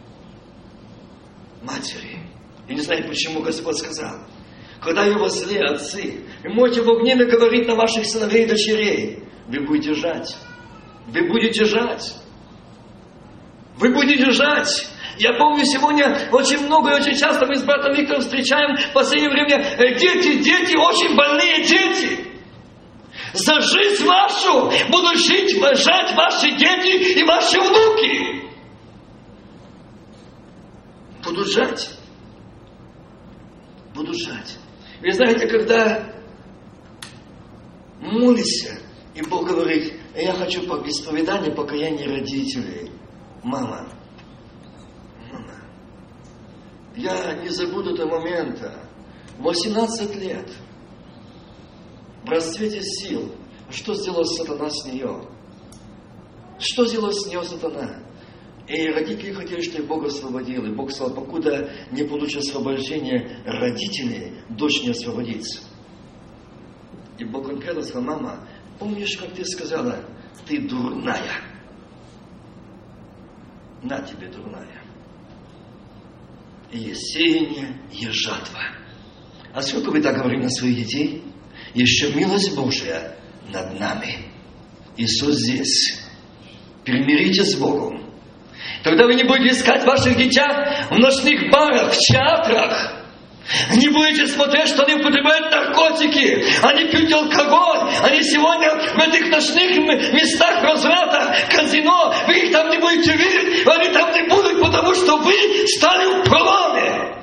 Матери, я не знаю, почему Господь сказал, когда вы возле отцы, вы можете в огне наговорить на ваших сыновей и дочерей, вы будете жать. Вы будете жать. Вы будете жать. Я помню, сегодня очень много и очень часто мы с братом Виктором встречаем в последнее время дети, дети, очень больные дети. За жизнь вашу будут жить, жать ваши дети и ваши внуки. Будут жать. Будут жать. Вы знаете, когда молишься, и Бог говорит: я хочу по исповеданию покаяния родителей. Мама, мама, я не забуду этого момента. восемнадцать лет. В расцвете сил. Что сделал сатана с нее? Что сделал с нее сатана? И родители хотели, чтобы Бог освободил. И Бог сказал: покуда не получит освобождение родителей, дочь не освободится. И Бог конкретно сказал: мама, помнишь, как ты сказала, ты дурная? На тебе, дурная. И есть сеяние, и есть жатва. А сколько вы так говорите на своих детей? Еще милость Божия над нами. Иисус здесь. Примиритесь с Богом. Тогда вы не будете искать ваших детей в ночных барах, в театрах. Не будете смотреть, что они употребляют наркотики, они пьют алкоголь, они сегодня в этих ночных местах разврата, казино, вы их там не будете видеть, они там не будут, потому что вы стали в проломе.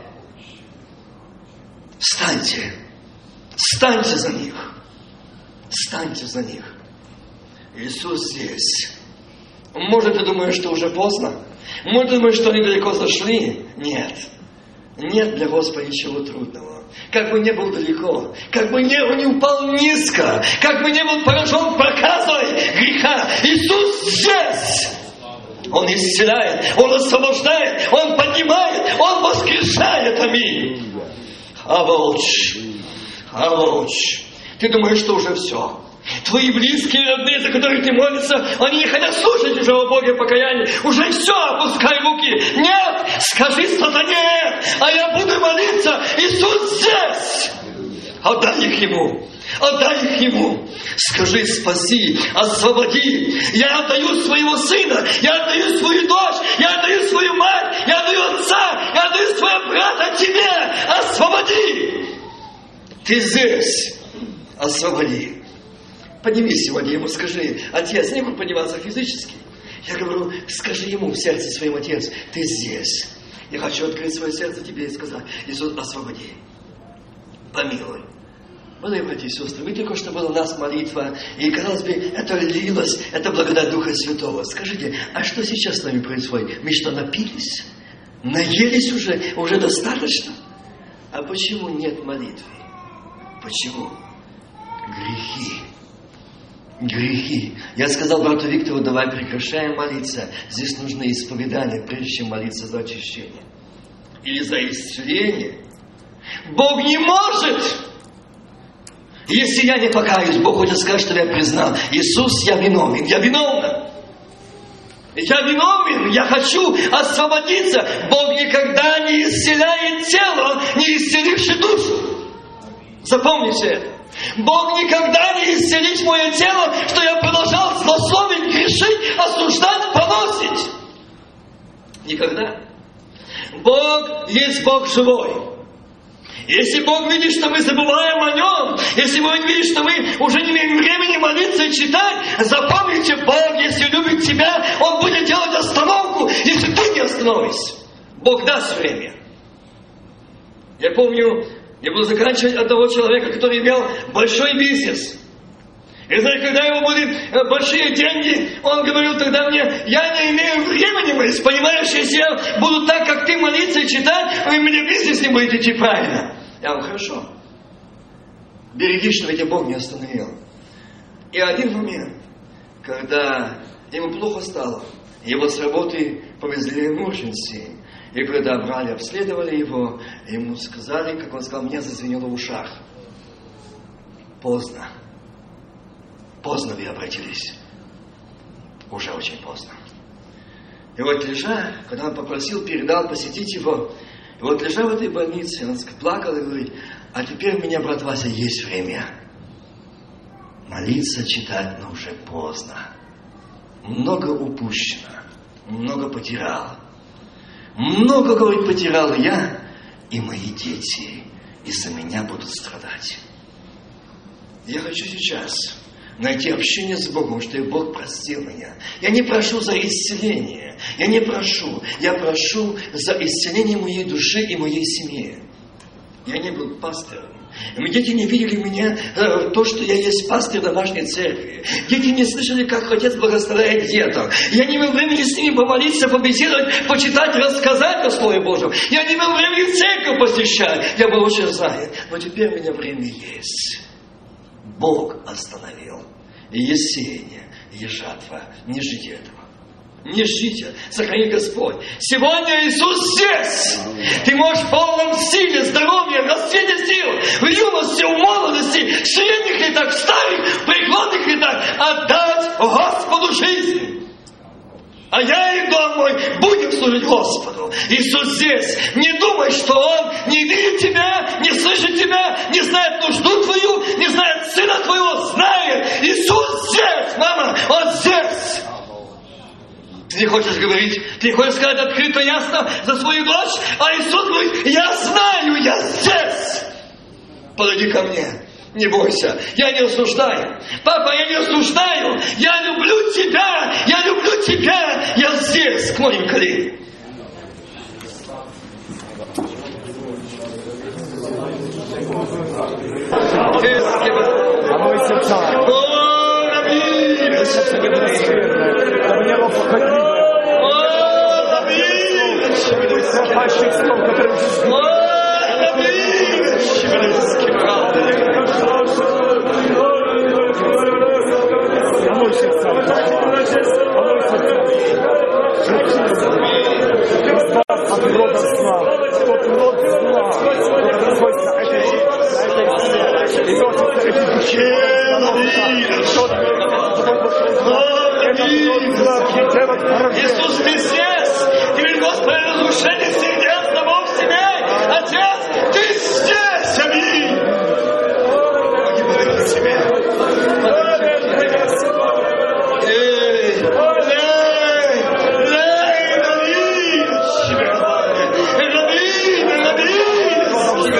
Встаньте, встаньте за них, встаньте за них. Иисус здесь. Может, ты думаешь, что уже поздно? Может, ты думаешь, что они далеко зашли? Нет. Нет для Господа ничего трудного. Как бы не был далеко, как бы не, не упал низко, как бы не был поражен проказой греха, Иисус здесь. Он исцеляет, Он освобождает, Он поднимает, Он воскрешает. Аминь. Авоч, авоч. Ты думаешь, что уже все? Твои близкие, родные, за которых ты молишься, они не хотят слушать уже о Боге покаяния. Уже все, опускай руки. Нет, скажи сатане, а я буду молиться. Иисус здесь. Отдай их Ему. Отдай их Ему. Скажи: спаси, освободи. Я отдаю своего сына, я отдаю свою дочь, я отдаю свою мать, я отдаю отца, я отдаю своего брата тебе. Освободи. Ты здесь. Освободи. Поднимись сегодня ему, скажи: отец, не буду подниматься физически. Я говорю: скажи ему в сердце своему: отец, ты здесь. Я хочу открыть свое сердце тебе и сказать: Иисус, освободи. Помилуй. Были, братья и сестры, вы только что была у нас молитва, и, казалось бы, это лилось, это благодать Духа Святого. Скажите, а что сейчас с нами происходит? Мы что, напились? Наелись уже? Уже достаточно? А почему нет молитвы? Почему? Грехи. Грехи. Я сказал брату Виктору: давай прекращаем молиться. Здесь нужно исповедание, прежде чем молиться за очищение. Или за исцеление. Бог не может. Если я не покаюсь, Бог хочет сказать, что я признал: Иисус, я виновен, я виновна. Я виновен, я хочу освободиться. Бог никогда не исцеляет тело, не исцеливши душу. Запомните это. Бог никогда не исцелит мое тело, что я продолжал злословить, грешить, осуждать, поносить. Никогда. Бог есть Бог живой. Если Бог видит, что мы забываем о Нем, если Бог видит, что мы уже не имеем времени молиться и читать, запомните, Бог, если любит тебя, Он будет делать остановку, если ты не остановишься. Бог даст время. Я помню, я буду заканчивать одного человека, который имел большой бизнес. И знаете, когда его будут большие деньги, он говорил тогда мне: я не имею времени молиться, понимаешь, если я буду так, как ты, молиться и читать, у меня бизнес не будет идти правильно. Я говорю: хорошо. Берегись, что тебя Бог не остановил. И один момент, когда ему плохо стало, его с работы повезли в Муршинск. И когда брали, обследовали его, ему сказали, как он сказал, мне зазвенело в ушах. Поздно. Поздно вы обратились. Уже очень поздно. И вот лежа, когда он попросил, передал посетить его, и вот лежа в этой больнице, он плакал и говорит, а теперь у меня, брат Вася, есть время. Молиться, читать, но уже поздно. Много упущено, много потерял. Много, говорит, потерял я, и мои дети из-за меня будут страдать. Я хочу сейчас найти общение с Богом, что и Бог простил меня. Я не прошу за исцеление, я не прошу, я прошу за исцеление моей души и моей семьи. Я не был пастором. И дети не видели меня, э, то, что я есть пастырь домашней церкви. Дети не слышали, как Отец благословляет деток. Я не имел времени с ними помолиться, побеседовать, почитать, рассказать о Слове Божьем. Я не имел времени церковь посещать. Я был очень занят. Но теперь у меня время есть. Бог остановил. И есть сеяние, и есть жатва. Не ждите этого. Не ждите, сохрани Господь. Сегодня Иисус здесь. Ты можешь в полном силе, здоровье, расцвете сил, в юности, в молодости, в средних летах, в старых, в преклонных летах отдать Господу жизнь. А я и дом мой будем служить Господу. Иисус здесь. Не думай, что Он не видит тебя, не слышит тебя, не знает нужду твою, не знает сына твоего, знает. Иисус здесь, мама, Он здесь. Ты не хочешь говорить, ты не хочешь сказать открыто, ясно за свою дочь, а Иисус говорит, я знаю, я здесь. Подойди ко мне, не бойся, я не осуждаю. Папа, я не осуждаю, я люблю тебя, я люблю тебя, я здесь, к моим коленям. Иисус, ты здесь! Теперь, Господи, разрушение сердец, домов, семей! Отец, ты здесь! Аминь! Погибай в себе! Эй! Эй! Эй! Аминь! Аминь! Аминь!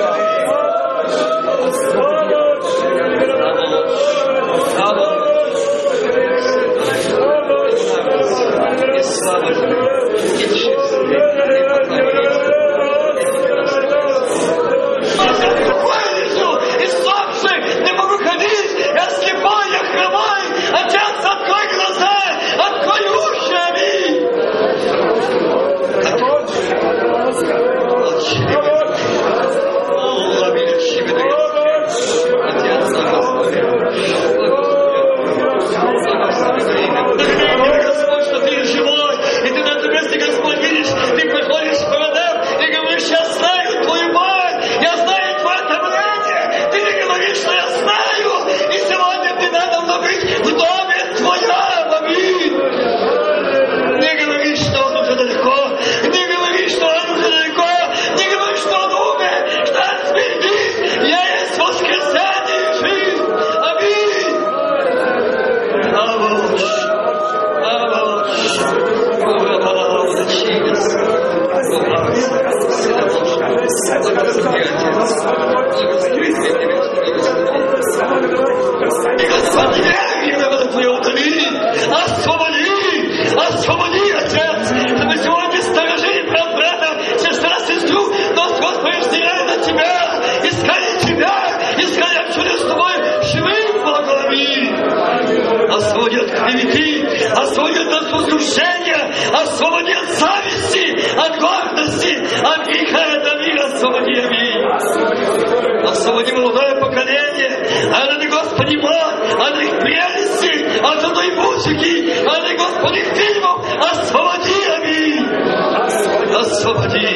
Освободит от послушания, освободи от зависти, от гордости, от греха этого мира, освободи, аминь. Освободи молодое поколение, от этой, Господи, Бог, от их прелести, от этой музыки, от этой, Господи, фильмов, освободи, аминь.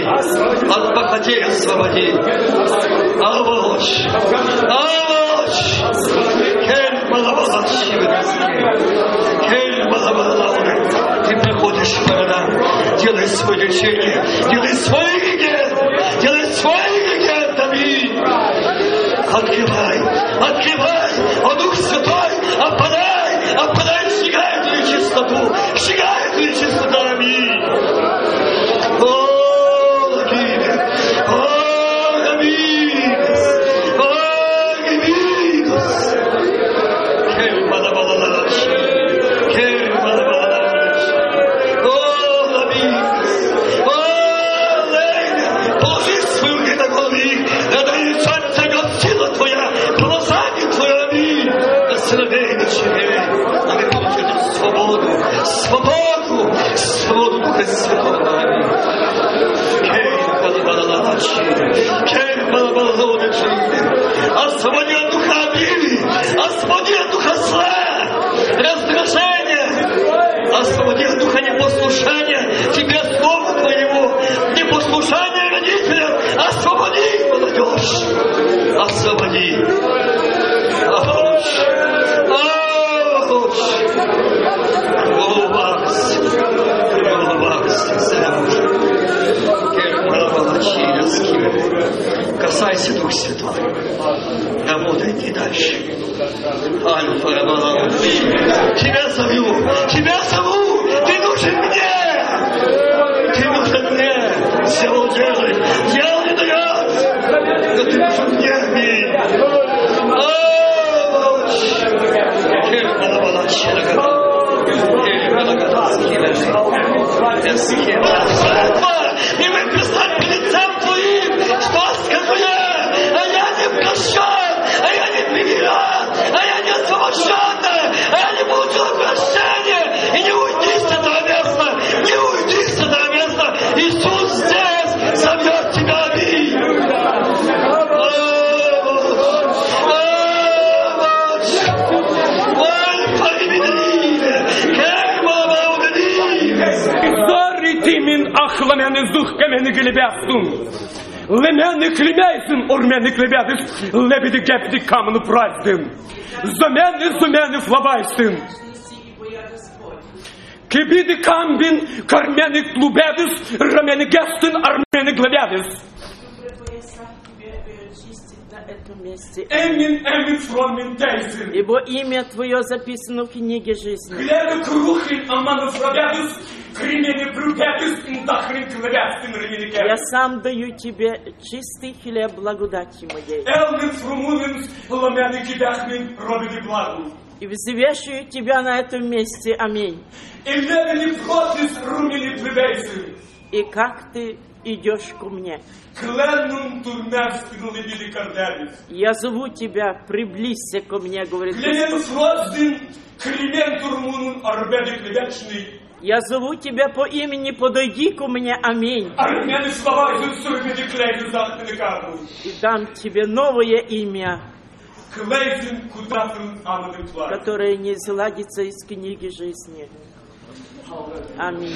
От похотей освободи. Аволочь. Аволочь. Кель малабалачи. Кель малабалачи. Ты приходишь в города, делай свое лечение, делай свой реген, делай свой реген, аминь. Открывай, открывай, о Дух Святой, опадай, опадай, сжигай эту нечистоту, сжигай эту нечистоту, аминь. О, аминь, о, аминь, о, аминь. Кель малабалачи, кель малабалачи. О, аминь, о, аминь. Положи свою руку на голову, надо инициать церковь, сила твоя, помазание твое, аминь. Сыновей, дочерей, а мы получили свободу, свободу, свободу Духа Святого, аминь. Кей, балабалалачи, кей, балабалалачи. Освободи от духа обиды, освободи от духа зла, раздражения, освободи от духа непослушания тебе, слову твоему, непослушания родителям, освободи, молодежь, освободи. Аволочь, аволочь, улыбайся, улыбайся, касайся, Дух Святой, работай и дальше. Альфа, Романа, тебя зову, тебя зову, ты нужен мне, ты нужен мне, все делай, дьявол не дает, но ты нужен мне, аминь. И мы предстать перед лицем Твоим, что скажу я, а я не прощен, а я не примирен, а я не освобожден, а я не получил прощения, и не уйди с этого места, не уйди с этого места, Иисус здесь зовет тебя, аминь. Тимин ахламяны зух камяны глебястун. Лемяны клемяйсын ормяны клебядыс. Лебеди гепди камну праздын. Замяны зумяны флабайсын. Кебиди камбин кармяны клубядыс. Рамяны гестын армяны глебядыс. Эмин, эмин, фромин, тейзин. Ибо имя Твое записано в книге жизни. Глебы крухин, аману флабядыс. Кремени брюбядыс, мдахрин клебядсын ремени кебядыс. Я сам даю Тебе чистый хлеб благодати моей. Элмин, фрумунин, ламяны кидахмин, робиди благу. И взвешиваю Тебя на этом месте. Аминь. И левели протис, румени плебейсын. И как Ты идешь ко мне. Я зову Тебя, приблизься ко мне, говорит Господь. Я зову Тебя по имени, подойди ко мне, аминь. И дам Тебе новое имя, которое не изладится из книги жизни. Аминь.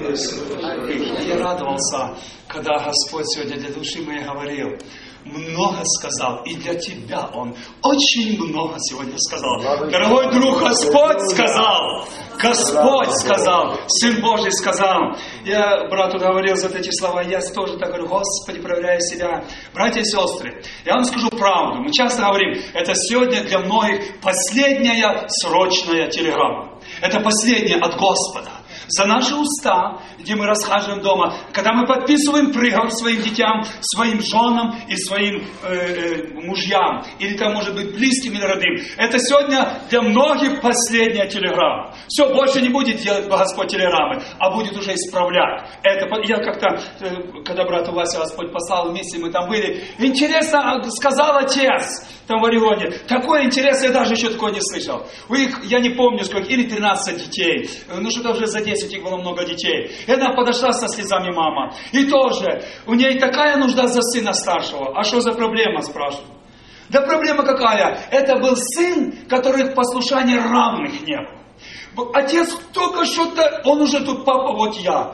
Я радовался, когда Господь сегодня для души моей говорил. Много сказал, и для тебя Он очень много сегодня сказал. Дорогой друг, Господь сказал, Господь сказал, Сын Божий сказал. Я брату говорил за эти слова, я тоже так говорю, Господи, проверяю себя. Братья и сестры, я вам скажу правду. Мы часто говорим, это сегодня для многих последняя срочная телеграмма. Это последняя от Господа. За наши уста, где мы расхаживаем дома, когда мы подписываем приговор своим детям, своим женам и своим э, э, мужьям, или там, может быть, близким или родным. Это сегодня для многих последняя телеграмма. Все, больше не будет делать Господь телеграммы, а будет уже исправлять. Это, я как-то, э, когда брат Вася Господь послал, вместе мы там были, интересно сказал отец, там в Орегоне, такое интересное, я даже еще такое не слышал. У них, я не помню сколько, или тринадцать детей, ну что-то уже за десять их было много детей. И она подошла со слезами, мама. И тоже, у ней такая нужда за сына старшего. А что за проблема, спрашиваю? Да проблема какая? Это был сын, который в послушании равных не было. Отец только что-то, он уже тут, папа, вот я.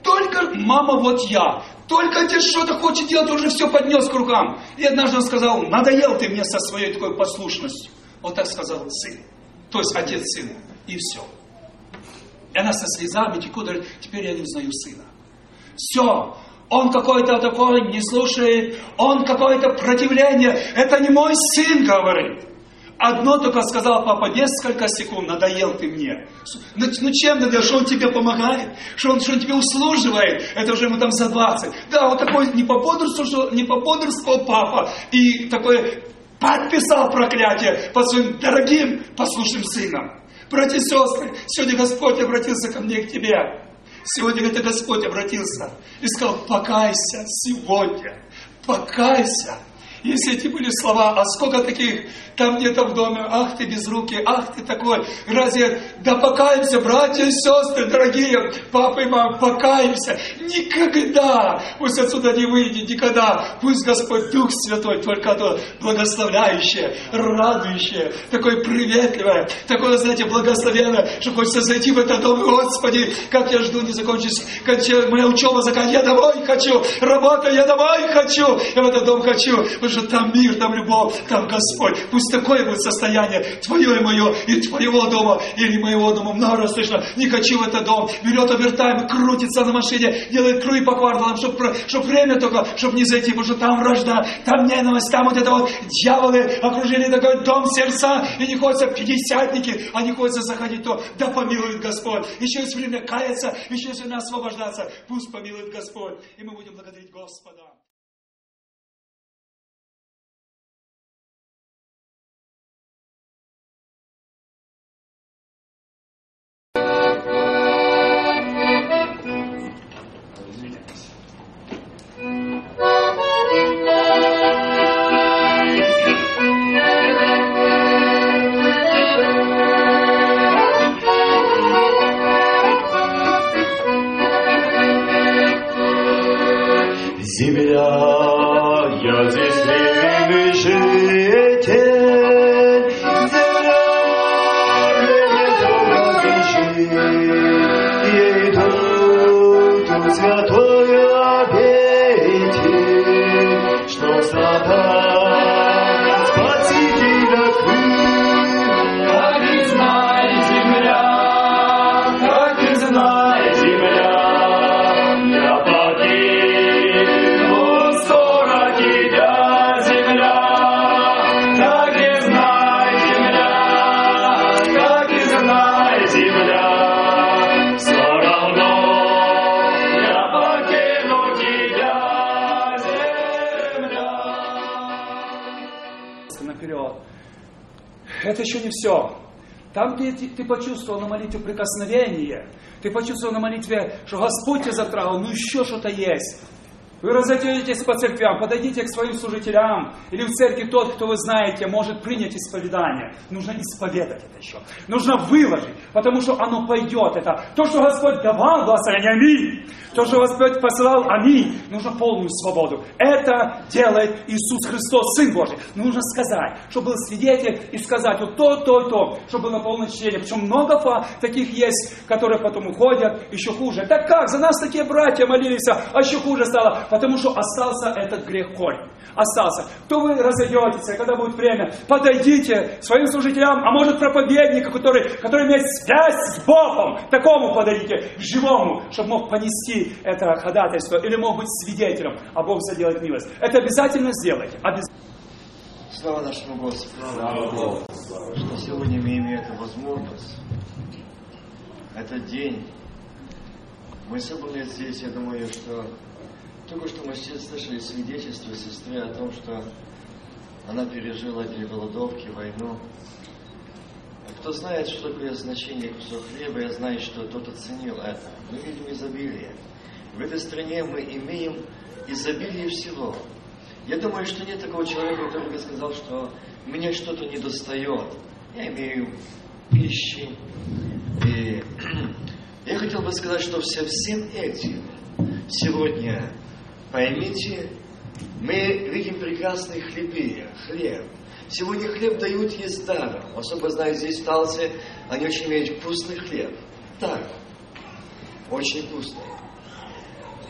Только, мама, вот я. Только отец что-то хочет делать, уже все поднес к рукам. И однажды он сказал, надоел ты мне со своей такой послушностью. Вот так сказал сын. То есть отец сына. И все. И она со слезами текут, говорит, теперь я не узнаю сына. Все. Он какой-то такой, не слушает. Он какое-то противление. Это не мой сын, говорит. Одно только сказал папа, несколько секунд, надоел ты мне. Ну, ну чем надоел? Что он тебе помогает? Что он, что он тебе услуживает? Это уже ему там за двадцать. Да, вот такой не поподрствовал, не поподрствовал папа. И такой подписал проклятие под своим дорогим послушным сыном. Братья и сестры, сегодня Господь обратился ко мне, к тебе. Сегодня это Господь обратился и сказал, покайся сегодня. Покайся. Если эти были слова, а сколько таких там где-то в доме, ах ты безрукий, ах ты такой, разве, да покаемся, братья и сестры, дорогие, папа и мама, покаемся, никогда, пусть отсюда не выйдет, никогда, пусть Господь Дух Святой, только то благословляющее, радующее, такое приветливое, такое, знаете, благословенное, что хочется зайти в этот дом, Господи, как я жду, не закончится, моя учеба заканчивается, я домой хочу, работа, я домой хочу, я в этот дом хочу, потому что там мир, там любовь, там Господь. Пусть такое будет состояние твое и мое, и твоего дома, или моего дома. Много раз слышно, не хочу в этот дом. Берет овертайм, крутится на машине, делает круги по кварталам, чтобы чтоб время только, чтобы не зайти, потому что там вражда, там ненависть, там вот это вот дьяволы окружили такой дом сердца, и не хочется пятидесятники, а не хочется заходить то, да помилует Господь. Еще есть время каяться, еще есть время освобождаться. Пусть помилует Господь, и мы будем благодарить Господа. Земля, я здесь временный житель, земля, временный житель, я иду тут святой обитель, что страдает Спасителя крылья. Как и знай, земля, как и знай, земля, я погиб. Наперед. Это еще не все. Там, где ты, ты почувствовал на молитве прикосновение, ты почувствовал на молитве, что Господь тебя затрагивал, ну еще что-то есть. Вы разойдетесь по церквям, подойдите к своим служителям, или в церкви тот, кто вы знаете, может принять исповедание. Нужно исповедать это еще. Нужно выложить, потому что оно пойдет. Это то, что Господь давал, благословение, аминь. То, что Господь посылал, аминь. Нужно полную свободу. Это делает Иисус Христос, Сын Божий. Нужно сказать, чтобы был свидетель, и сказать вот то, то, то, чтобы было полное чтение. Причем много таких есть, которые потом уходят, еще хуже. Так как? За нас такие братья молились, а еще хуже стало. Потому что остался этот грех корень. Остался. Кто вы разойдетесь, когда будет время, подойдите своим служителям, а может проповеднику, который, который имеет связь с Богом, такому подойдите, живому, чтобы мог понести это ходатайство, или мог быть свидетелем, а Бог заделает милость. Это обязательно сделайте. Обязательно. Слава нашему Господу, слава Богу, что сегодня мы имеем эту возможность, этот день. Мы собрались здесь, я думаю, что только что мы все слышали свидетельство сестры о том, что она пережила две голодовки, войну. Кто знает, что такое значение кусок хлеба, я знаю, что тот оценил это. Мы видим изобилие. В этой стране мы имеем изобилие всего. Я думаю, что нет такого человека, который бы сказал, что мне что-то недостает. Я имею пищи. И я хотел бы сказать, что со всем этим сегодня, поймите, мы видим прекрасные хлебы, хлеб. Сегодня хлеб дают есть даром. Особо знаю, здесь в Талсе, они очень имеют вкусный хлеб. Так, очень вкусный.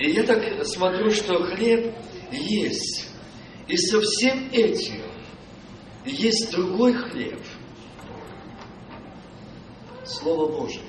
И я так смотрю, что хлеб есть. И со всем этим есть другой хлеб. Слово Божие.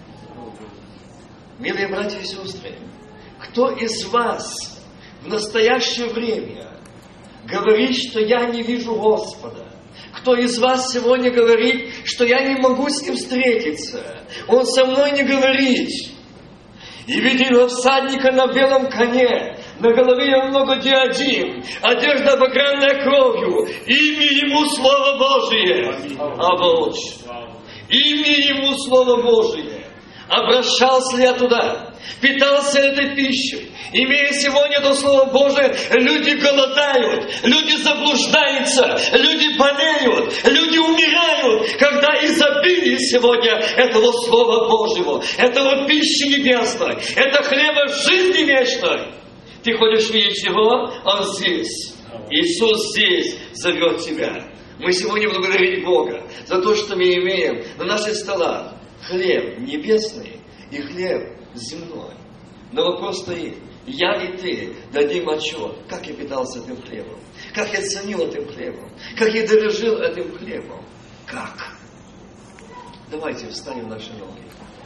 Милые братья и сестры, кто из вас в настоящее время говорит, что я не вижу Господа? Кто из вас сегодня говорит, что я не могу с Ним встретиться? Он со мной не говорит. И видел всадника на белом коне, на голове много диадим, одежда обогранная кровью, имя ему Слово Божие. Авоч. Имя ему Слово Божие. Обращался ли я туда? Питался этой пищей? Имея сегодня это Слово Божие, люди голодают, люди заблуждаются, люди болеют, люди умирают, когда изобилие сегодня этого Слова Божьего, этого пищи небесной, это хлеба жизни вечной. Ты хочешь видеть Его? Он здесь. Иисус здесь зовет тебя. Мы сегодня благодарим Бога за то, что мы имеем на наших столах хлеб небесный и хлеб земной. Но вопрос стоит. Я и ты дадим отчет, как я питался этим хлебом, как я ценил этим хлебом, как я дорожил этим хлебом. Как? Давайте встанем на наши ноги.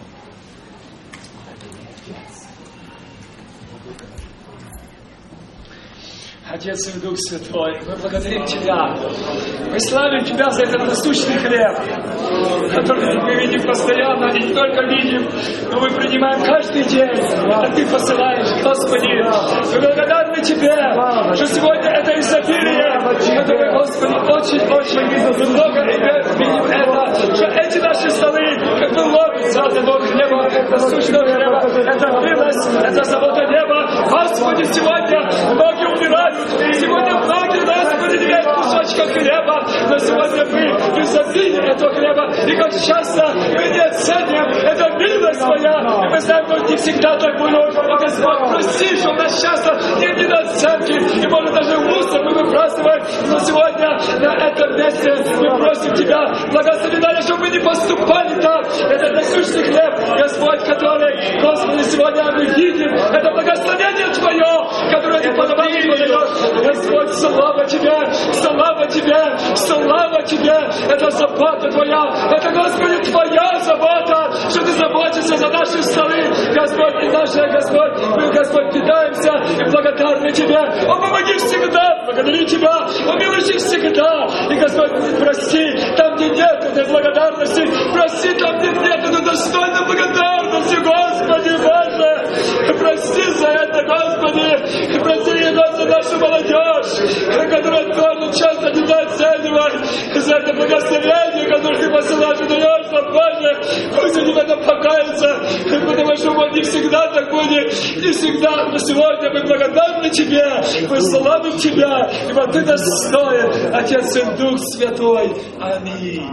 Отец и Дух Святой, мы благодарим Тебя. Мы славим Тебя за этот насущный хлеб, который мы видим постоянно, и не только видим, но мы принимаем каждый день, а Ты посылаешь, Господи. Мы благодарны Тебе, что сегодня это изобилие, которое, Господи, очень-очень много видим это, что эти наши столы, как бы ловятся от этого хлеба, насущного хлеба, это милость, это забота неба. Господи, сегодня многие умирают. Сегодня многие, Господи, не имеют кусочка хлеба, но сегодня мы в изобилии этого хлеба. И как часто мы не оценим, это милость Твоя. И мы знаем, что не всегда так было. Но, Господь, прости, что у нас часто нет недооценки. И, может, даже мусор мы выбрасываем. Но сегодня на этом месте мы просим Тебя, благослови нас, чтобы мы не поступали так. Это насущный хлеб, Господь, который, Господи, сегодня мы видим. Это благословение Твое, которое Ты подаваешь, подаешь. Господь, слава Тебе, слава Тебе, слава Тебе. Это забота Твоя, это, Господи, Твоя забота, что Ты заботишься за наши столы, Господь, и наши, Господь, мы, Господь, питаемся и благодарны Тебе. О, помоги всегда, благодари Тебя, о, милуйся всегда. И, Господь, прости, там, где нет этой благодарности, прости, там, где нет этой достойной благодарности, Господи, Боже, прости за это, Господи, прости, Господи, за нашу молодежь, которая тоже часто недооценивает за это благословение, которое Ты посылаешь и даешь нам, Боже. Пусть они в этом покаются, потому что вот не всегда так будет, не всегда. Но сегодня мы благодарны Тебе, мы славим Тебя, ибо Ты достоин, Отец и Дух Святой. Аминь.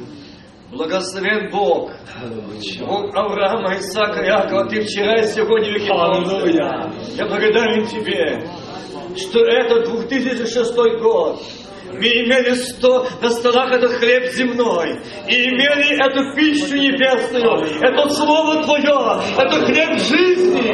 Благословен Бог, Бог Авраама, Исаака, Иакова, Ты вчера и сегодня веки помни. Я благодарен Тебе, что это две тысячи шестой год. Мы имели сто, на столах этот хлеб земной. И имели эту пищу небесную. Это Слово Твое. Это хлеб жизни.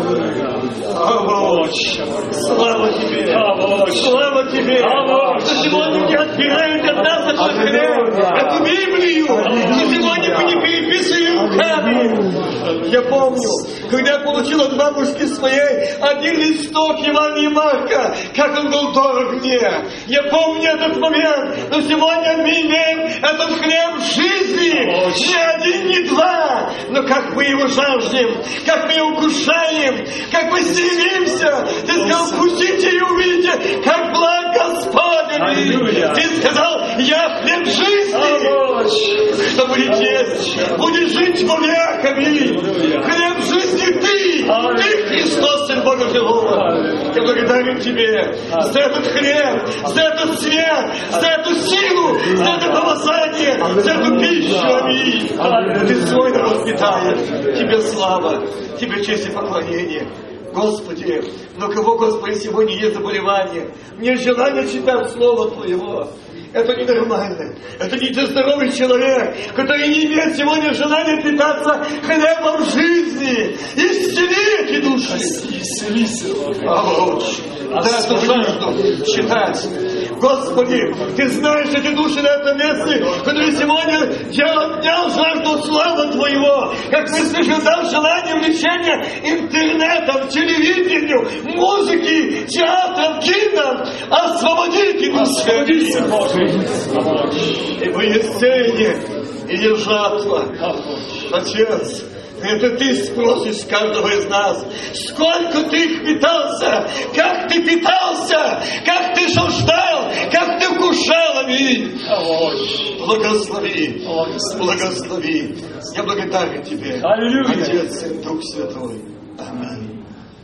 Авоч. Слава Тебе. Авоч. Слава Тебе. Авоч. Что сегодня не отбирают от нас этот хлеб. Эту Библию. Что сегодня мы не переписываем руками. Я помню, когда я получил от бабушки своей один листок Евангелия Марка, как он был дорог мне. Я помню этот момент, но сегодня мы имеем этот хлеб жизни, не один, не два, но как мы его жаждем, как мы его кушаем, как мы стремимся. Ты сказал, вкусите и увидите, как благ Господень. Ты сказал, я хлеб жизни. Кто будет есть, будет жить вовек. Аминь. Хлеб жизни Ты, Ты Христос, Сын Бога Живого. Я благодарен Тебе за этот хлеб, за этот свет, за эту силу, за это помазание, за эту пищу. Аминь. Ты свой народ питаешь. Тебе слава, Тебе честь и поклонение. Господи, но кого, Господи, сегодня есть заболевание? Мне желание читать Слово Твоего. Это ненормально. Это нездоровый человек, который не имеет сегодня желания питаться хлебом жизни. Исцели эти души. Да, эту жажду читать. Господи, Ты знаешь эти души на этом месте, которые сегодня я отнял жажду славы Твоего. Как мы слышим, дал желание влечения интернетом, телевидению, музыки, театром, кино. Освободите души. Ибо есть сеяние и есть жатва. Отец, это Ты спросишь с каждого из нас, сколько Ты их питался, как Ты питался, как Ты жаждал, как Ты вкушал. Аминь. Благослови, благослови. Я благодарен Тебе, Отец и Дух Святой. Аминь.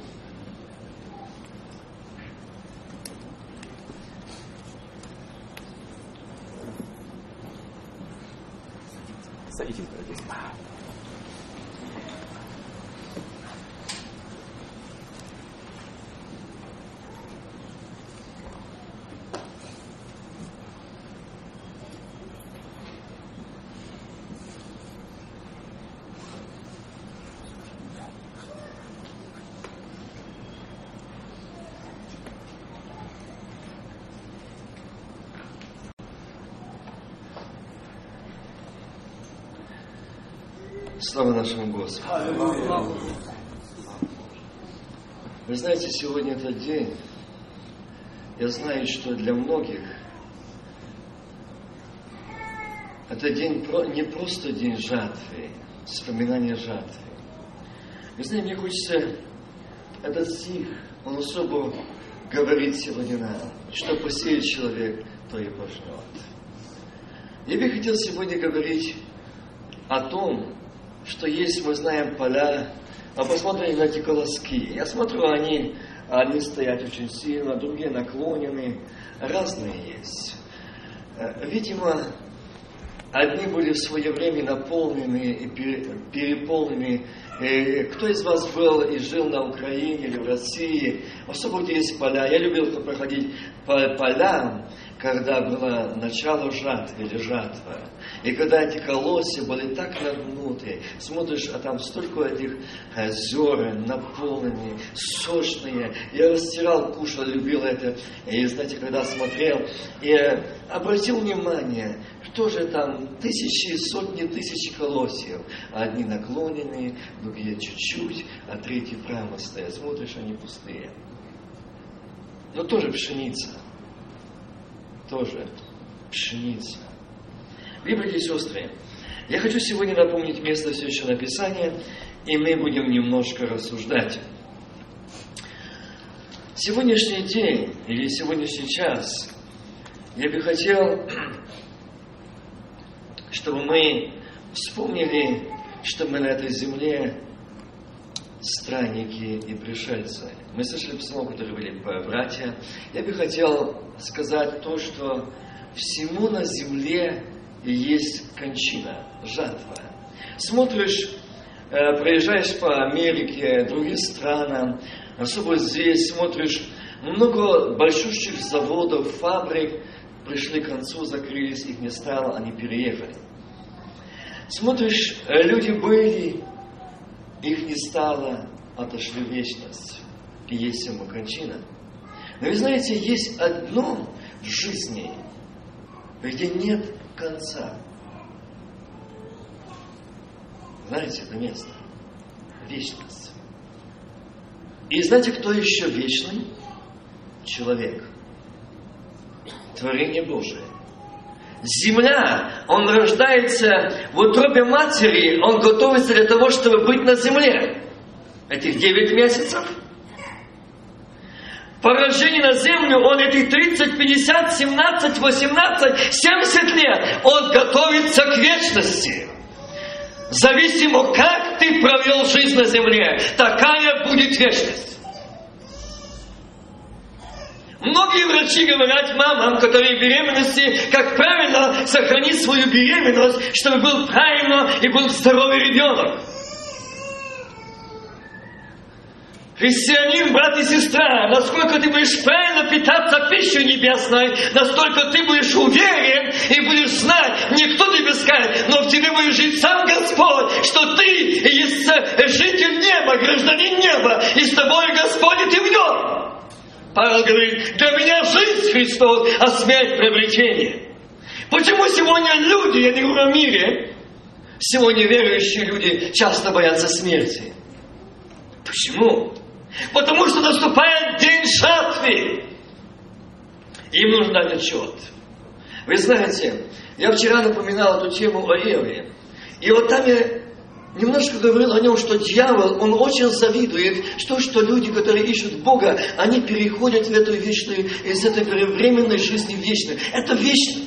Садитесь, братья. Слава нашему Господу. Вы знаете, сегодня этот день, я знаю, что для многих это день не просто день жатвы, вспоминания жатвы. Вы знаете, мне хочется этот стих, он особо говорит сегодня нам, что посеет человек, то и пожнет. Я бы хотел сегодня говорить о том, что есть, мы знаем, поля, а посмотрим на эти колоски. Я смотрю, они, они стоят очень сильно, другие наклонены, разные есть. Видимо, одни были в свое время наполнены и переполнены. Кто из вас был и жил на Украине или в России, особо где есть поля. Я любил проходить по полям, когда было начало жатвы или жатва. И когда эти колосья были так нагнуты, смотришь, а там столько этих зерен наполненные, сочные. Я растирал, кушал, любил это. И знаете, когда смотрел, и обратил внимание, что же там тысячи, сотни тысяч колосьев. Одни наклоненные, другие чуть-чуть, а третьи прямо стоят. Смотришь, они пустые. Но тоже пшеница. Тоже пшеница. Братья и сестры, я хочу сегодня напомнить место Священного Писания, и мы будем немножко рассуждать. Сегодняшний день, или сегодняшний час, я бы хотел, чтобы мы вспомнили, что мы на этой земле странники и пришельцы. Мы слышали псалом, которые были братья. Я бы хотел сказать то, что всему на земле есть кончина, жатва. Смотришь, проезжаешь по Америке, другим странам, особо здесь смотришь, много большущих заводов, фабрик пришли к концу, закрылись, их не стало, они переехали. Смотришь, люди были, их не стало, отошли в вечность. И есть ему кончина. Но вы знаете, есть одно в жизни, где нет конца. Знаете, это место. Вечность. И знаете, кто еще вечный? Человек. Творение Божие. Земля, он рождается в утробе матери, он готовится для того, чтобы быть на земле. Этих девять месяцев. Поражение на землю, он этих тридцать, пятьдесят, семнадцать, восемнадцать, семьдесят лет, он готовится к вечности. Зависимо, как ты провел жизнь на земле, такая будет вечность. Многие врачи говорят мамам, которые в беременности, как правильно сохранить свою беременность, чтобы был правильно и был здоровый ребенок. Христианин, брат и сестра, насколько ты будешь правильно питаться пищей небесной, настолько ты будешь уверен и будешь знать, никто тебе скажет, но в тебе будет жить сам Господь, что ты есть житель неба, гражданин неба, и с тобой Господь, и ты в нем. Павел говорит, для меня жизнь Христос, а смерть приобретение. Почему сегодня люди, я не говорю о мире, сегодня верующие люди часто боятся смерти? Почему? Потому что наступает день жатвы. Им нужно дать отчет. Вы знаете, я вчера напоминал эту тему о Еве. И вот там я немножко говорил о нем, что дьявол, он очень завидует, что, что люди, которые ищут Бога, они переходят в эту вечную, из этой временной жизни в вечную. Это вечно.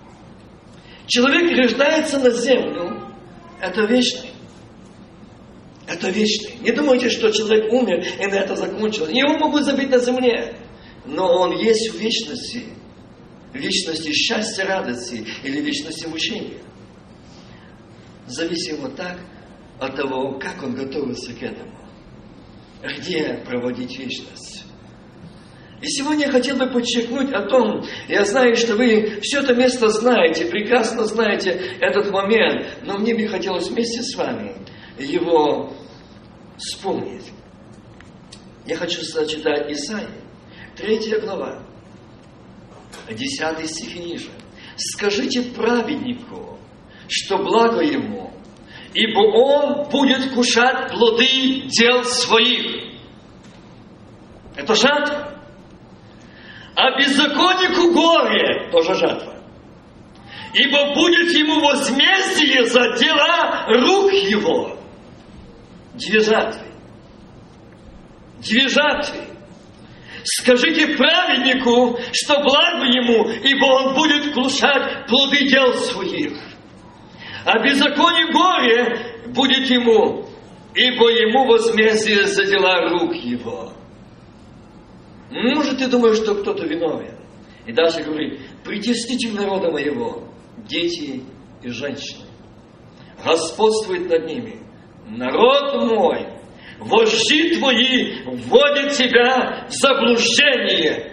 Человек рождается на землю. Это вечный. Это вечный. Не думайте, что человек умер и на это закончилось. Его могут забить на земле. Но он есть в вечности. В вечности счастья, радости или вечности мучения. Зависимо так от того, как он готовится к этому. Где проводить вечность. И сегодня я хотел бы подчеркнуть о том, я знаю, что вы все это место знаете, прекрасно знаете этот момент, но мне бы хотелось вместе с вами его вспомнить. Я хочу зачитать Исаии, третья глава, десятый стих и ниже. «Скажите праведнику, что благо ему, ибо он будет кушать плоды дел своих». Это жатва. А беззаконнику горе, тоже жатва. Ибо будет ему возмездие за дела рук его. Две жатвы. Две жатвы. Скажите праведнику, что благо ему, ибо он будет кушать плоды дел своих. А беззаконие горе будет ему, ибо ему возмездие за дела рук его. Может, ты думаешь, что кто-то виновен. И дальше говорит, притесните народа моего, дети и женщины. Господствует над ними. Народ мой, вожди твои вводят тебя в заблуждение,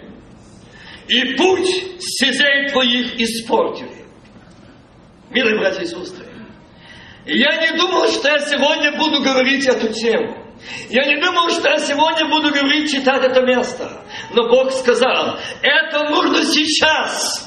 и путь стезей твоих испортили. Милые братья и сестры, я не думал, что я сегодня буду говорить эту тему. Я не думал, что я сегодня буду говорить, читать это место. Но Бог сказал, это нужно сейчас.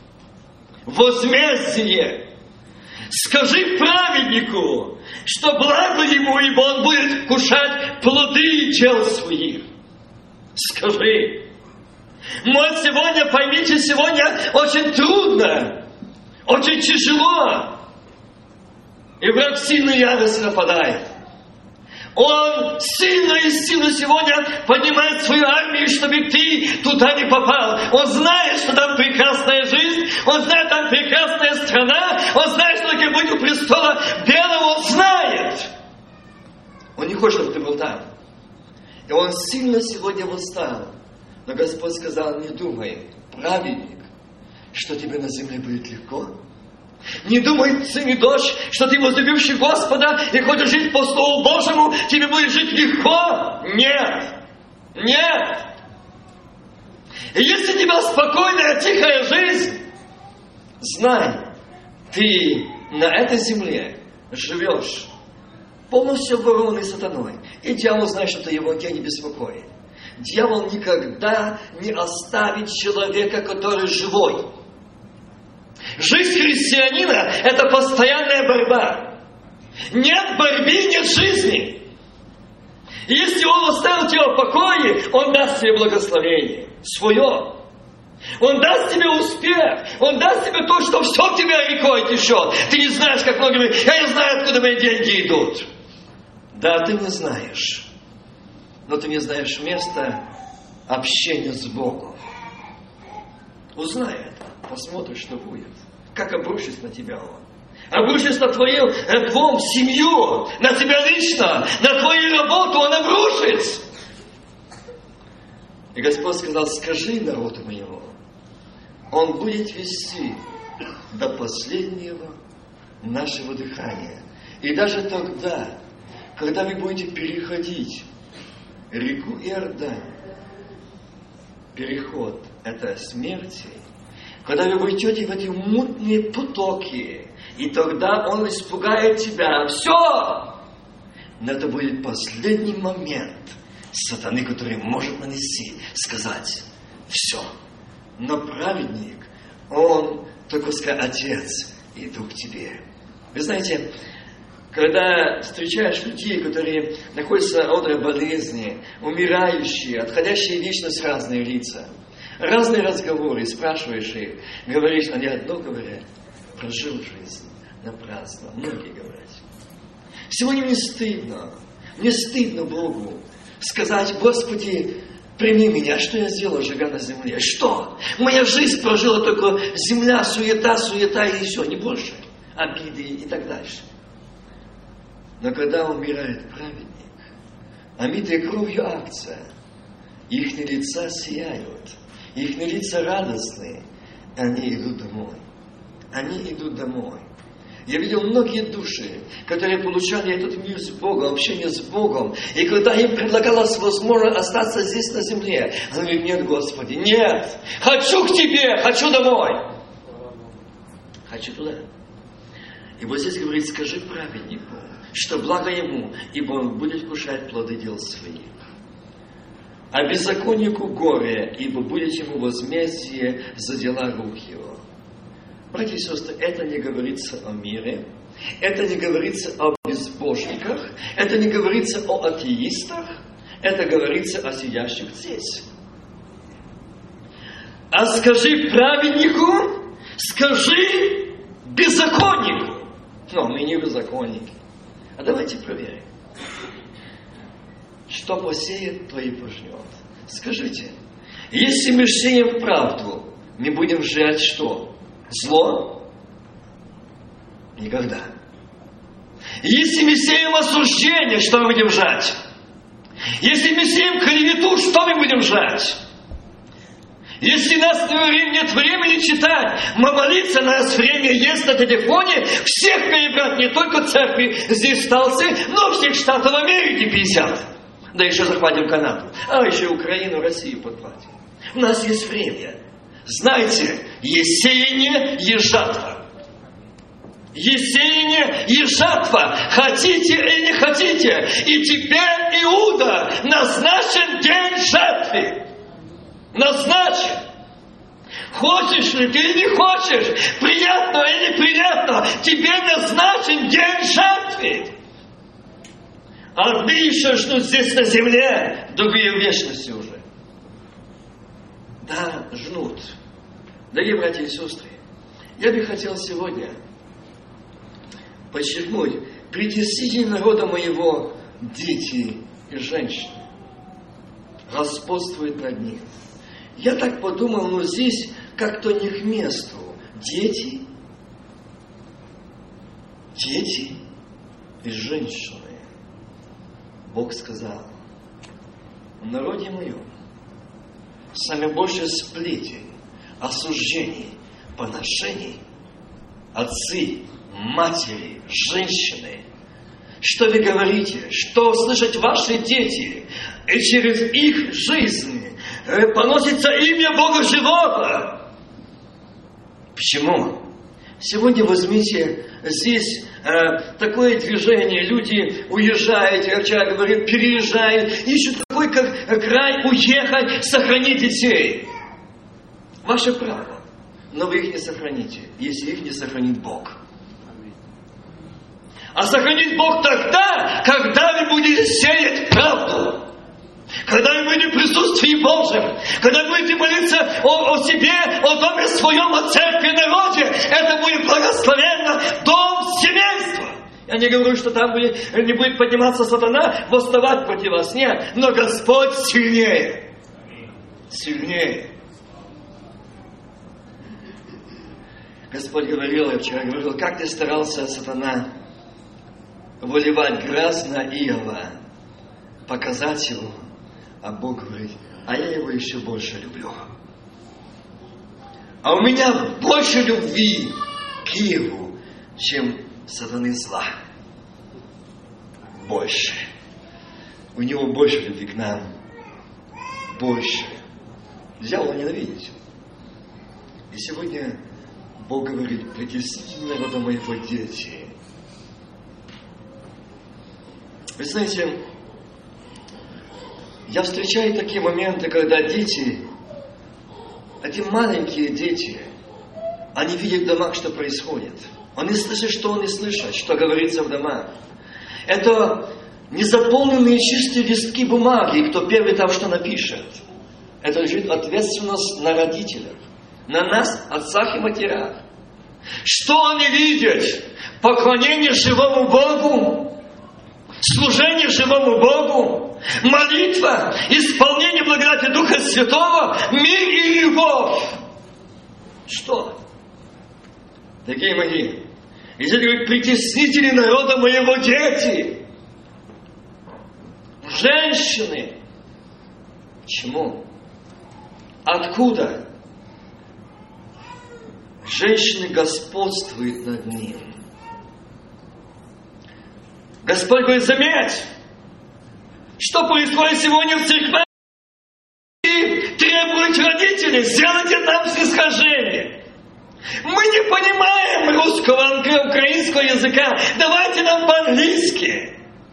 Возмездие. Скажи праведнику, что благо ему, ибо он будет кушать плоды дел своих. Скажи. Может, сегодня, поймите, сегодня очень трудно, очень тяжело. И враг сильно ярость нападает. Он сильно и сильно сегодня поднимает свою армию, чтобы ты туда не попал. Он знает, что там прекрасная жизнь, он знает, там прекрасная страна, он знает, что такое быть у престола белого, он знает. Он не хочет, чтобы ты был там. И он сильно сегодня восстал. Но Господь сказал, не думай, праведник, что тебе на земле будет легко. Не думай, сын и дочь, что ты возлюбивший Господа и хочешь жить по Слову Божьему, тебе будет жить легко. Нет. Нет. И если у тебя спокойная, тихая жизнь, знай, ты на этой земле живешь полностью оборванный сатаной. И дьявол знает, что его тебя не беспокоит. Дьявол никогда не оставит человека, который живой. Жизнь христианина – это постоянная борьба. Нет борьбы, нет жизни. И если Он оставил тебя в покое, Он даст тебе благословение свое. Он даст тебе успех. Он даст тебе то, что все в тебя рекой течет. Ты не знаешь, как много... Я не знаю, откуда мои деньги идут. Да, ты не знаешь. Но ты не знаешь места общения с Богом. Узнай это. Посмотришь, что будет. Как обрушится на тебя Он. Обрушится на твою дом, семью, на тебя лично, на твою работу Он обрушится. И Господь сказал, скажи народу моего, Он будет вести до последнего нашего дыхания. И даже тогда, когда вы будете переходить реку Иордань, переход это смерти, когда вы войдете в эти мутные потоки, и тогда он испугает тебя. Все! Но это будет последний момент сатаны, который может нанести, сказать все. Но праведник, он только скажет: Отец, иду к тебе. Вы знаете, когда встречаешь людей, которые находятся в одной болезни, умирающие, отходящие в вечность разные лица, разные разговоры, спрашиваешь их, говоришь, они одно говорят: прожил жизнь напрасно. Многие говорят. Сегодня мне стыдно, мне стыдно Богу сказать: Господи, прими меня, что я сделал, живя на земле? Что? Моя жизнь прожила только земля, суета, суета и все, не больше. Обиды и так дальше. Но когда умирает праведник, омитые кровью акция, их лица сияют, их лица радостные, и они идут домой. Они идут домой. Я видел многие души, которые получали этот мир с Богом, общение с Богом. И когда им предлагалась возможность остаться здесь на земле, они говорят: нет, Господи, нет, хочу к Тебе, хочу домой. Хочу туда. И вот здесь говорит: скажи праведнику, что благо ему, ибо он будет кушать плоды дел своих. А беззаконнику горе, ибо будет ему возмездие за дела рук его. Братья и сестры, это не говорится о мире, это не говорится о безбожниках, это не говорится о атеистах, это говорится о сидящих здесь. А скажи праведнику, скажи беззаконнику. Но мы не беззаконники. А давайте проверим. Что посеет, то и пожнет. Скажите, если мы сеем правду, мы будем жать что? Зло? Никогда. Если мы сеем осуждение, что мы будем жать? Если мы сеем клевету, что мы будем жать? Если у нас нет времени читать, мы молиться, у нас время есть на телефоне, всех перебрать, не только церкви здесь остался, но всех штатов Америки пятьдесят. Да еще захватим Канаду, а еще Украину, Россию подхватим. У нас есть время. Знаете, есть сеяние, есть жатва. Есть сеяние и жатва. Хотите или не хотите. И теперь, Иуда, назначен день жатвы. Назначен. Хочешь ли ты или не хочешь, приятно или неприятно, тебе назначен день жатвы. Одни еще ждут здесь на земле, другие в вечности уже. Да, ждут. Дорогие братья и сестры, я бы хотел сегодня подчеркнуть: притесните народа моего дети и женщины. Господствует над ним. Я так подумал, но здесь как-то не к месту. Дети, дети и женщины. Бог сказал: в народе моем самое большее сплетень, осуждений, поношений, отцы, матери, женщины. Что вы говорите? Что слышат ваши дети? И через их жизнь поносится имя Бога живого. Почему? Сегодня возьмите здесь э, такое движение, люди уезжают, я вчера говорил, переезжают, ищут такой как край уехать, сохранить детей. Ваше право, но вы их не сохраните, если их не сохранит Бог. А сохранит Бог тогда, когда вы будете сеять правду. Когда вы будете в присутствии Божьем, когда вы будете молиться о, о себе, о доме своем, о церкви, народе, это будет благословенно дом семейства. Я не говорю, что там будет, не будет подниматься сатана, восставать против вас. Нет, но Господь сильнее. Сильнее. Господь говорил, я вчера говорил, как ты старался, сатана, выливать грязь на Иова, показать его. А Бог говорит: а я его еще больше люблю. А у меня больше любви к Иову, чем сатаны зла. Больше. У него больше любви к нам. Больше. Нельзя его ненавидеть. И сегодня Бог говорит: притесните народа моего, дети. Вы знаете, я встречаю такие моменты, когда дети, эти маленькие дети, они видят в домах, что происходит. Они слышат, что они слышат, что говорится в домах. Это незаполненные чистые листки бумаги, кто первый там что напишет. Это лежит ответственность на родителях, на нас, отцах и матерях. Что они видят? Поклонение живому Богу, служение живому Богу, молитва, исполнение благодати Духа Святого, мир и любовь. Что? Дорогие мои, и здесь говорит: притеснители народа моего, дети. Женщины. Почему? Откуда? Женщины господствуют над ним. Господь говорит: заметь, что происходит сегодня в церквах, и требуют родители: сделайте нам снисхождение. Мы не понимаем русского, украинского языка, давайте нам по-английски.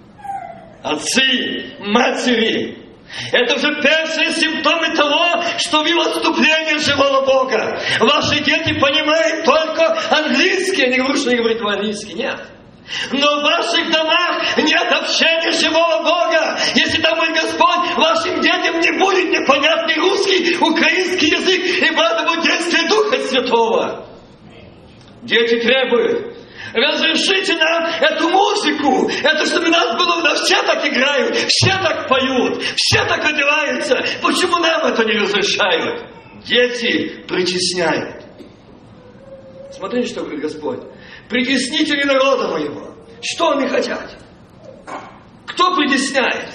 Отцы, матери, это уже первые симптомы того, что вы в отступлении живого Бога. Ваши дети понимают только английский. Я не говорю, что они говорят по-английски, нет. Но в ваших домах нет общения живого Бога. Если там будет Господь, вашим детям не будет непонятный русский, украинский язык, и надо будет действие Духа Святого. Дети требуют: разрешите нам эту музыку, это чтобы нас было, да, все так играют, все так поют, все так одеваются. Почему нам это не разрешают? Дети притесняют. Смотрите, что говорит Господь: притеснители народа моего. Что они хотят? Кто притесняет?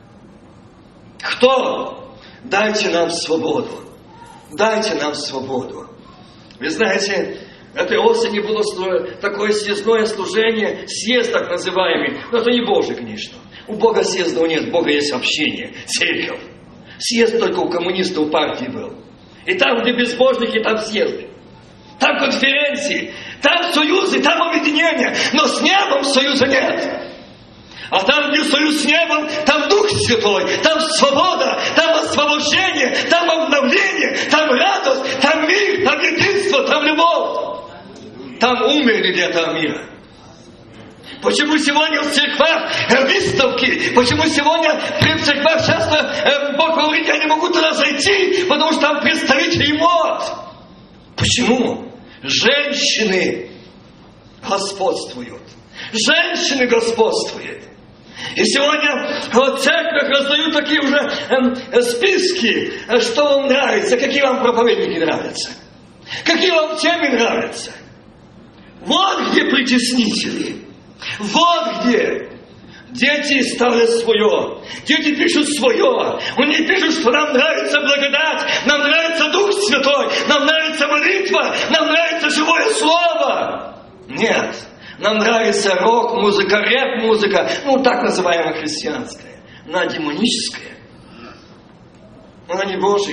Кто? Дайте нам свободу. Дайте нам свободу. Вы знаете, этой осенью было такое съездное служение, съезд так называемый. Но это не Божий, конечно. У Бога съездов нет, у Бога есть общение, церковь. Съезд только у коммунистов, у партии был. И там, где безбожники, там съезды. Там конференции, там союзы, там объединения. Но с небом союза нет. А там, где союз с небом, там Дух Святой, там свобода, там освобождение, там обновление, там радость, там мир, там единство, там любовь. Там умерли для этого мира. Почему сегодня в церквах выставки? Почему сегодня в церквах часто э, Бог говорит: я не могу туда зайти, потому что там представители мод. Почему? Женщины господствуют. Женщины господствуют. И сегодня в церквях раздают такие уже э, списки, что вам нравится, какие вам проповедники нравятся, какие вам темы нравятся. Вот где притеснители. Вот где. Дети ставят свое. Дети пишут свое. Они пишут, что нам нравится благодать, нам нравится Дух Святой, нам нравится молитва, нам нравится живое слово. Нет. Нам нравится рок-музыка, рэп-музыка, ну так называемая христианская. Она демоническая. Она не Божья.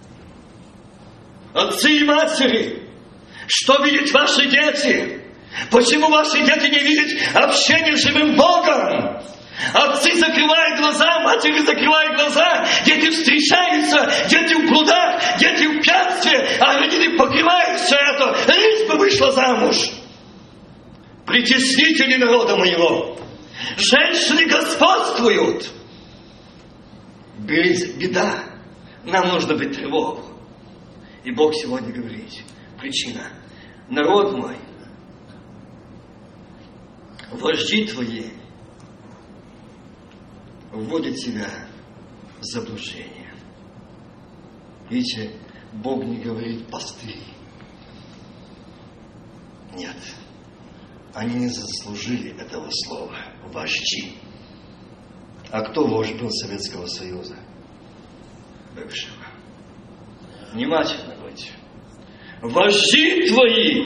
Отцы и матери, что видят ваши дети? Почему ваши дети не видят общения с живым Богом? Отцы закрывают глаза, матери закрывают глаза, дети встречаются, дети в блудах, дети в пьянстве, а родители покрывают все это, лишь бы вышла замуж. Притеснители народа моего. Женщины господствуют. Беда. Нам нужно быть тревогу. И Бог сегодня говорит: причина. Народ мой, вожди твои вводят тебя в заблуждение. Видите, Бог не говорит пастыри. Нет. Они не заслужили этого слова. Вожди. А кто вождь был Советского Союза? Бывшего. Внимательно будьте. Вожди твои,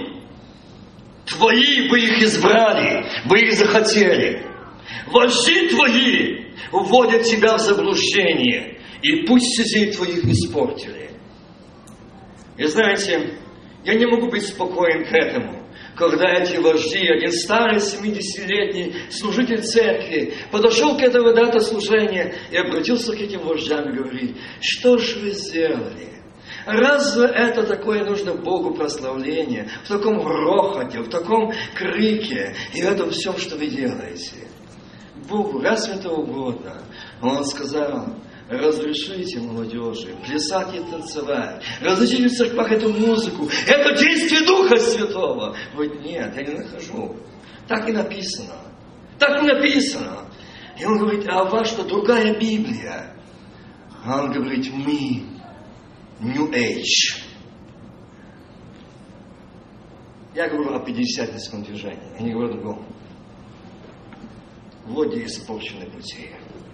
твои вы их избрали, вы их захотели. Вожди твои, уводят тебя в заблуждение, и путь стезей твоих испортили. И знаете, я не могу быть спокоен к этому, когда эти вожди, один старый семидесятилетний служитель церкви, подошел к этому дата служения и обратился к этим вождям и говорит: что же вы сделали? Разве это такое нужно Богу прославление, в таком грохоте, в таком крике и в этом всем, что вы делаете? Богу разве это угодно? Он сказал: разрешите молодежи плясать и танцевать, разрешите в церквах эту музыку, это действие Духа Святого. Вот нет, я не нахожу. Так и написано. Так и написано. И он говорит: а у вас что, другая Библия? А он говорит: мы New Age. Я говорю о пятидесятническом движении, я не говорю о другом. Вот где испорчены пути.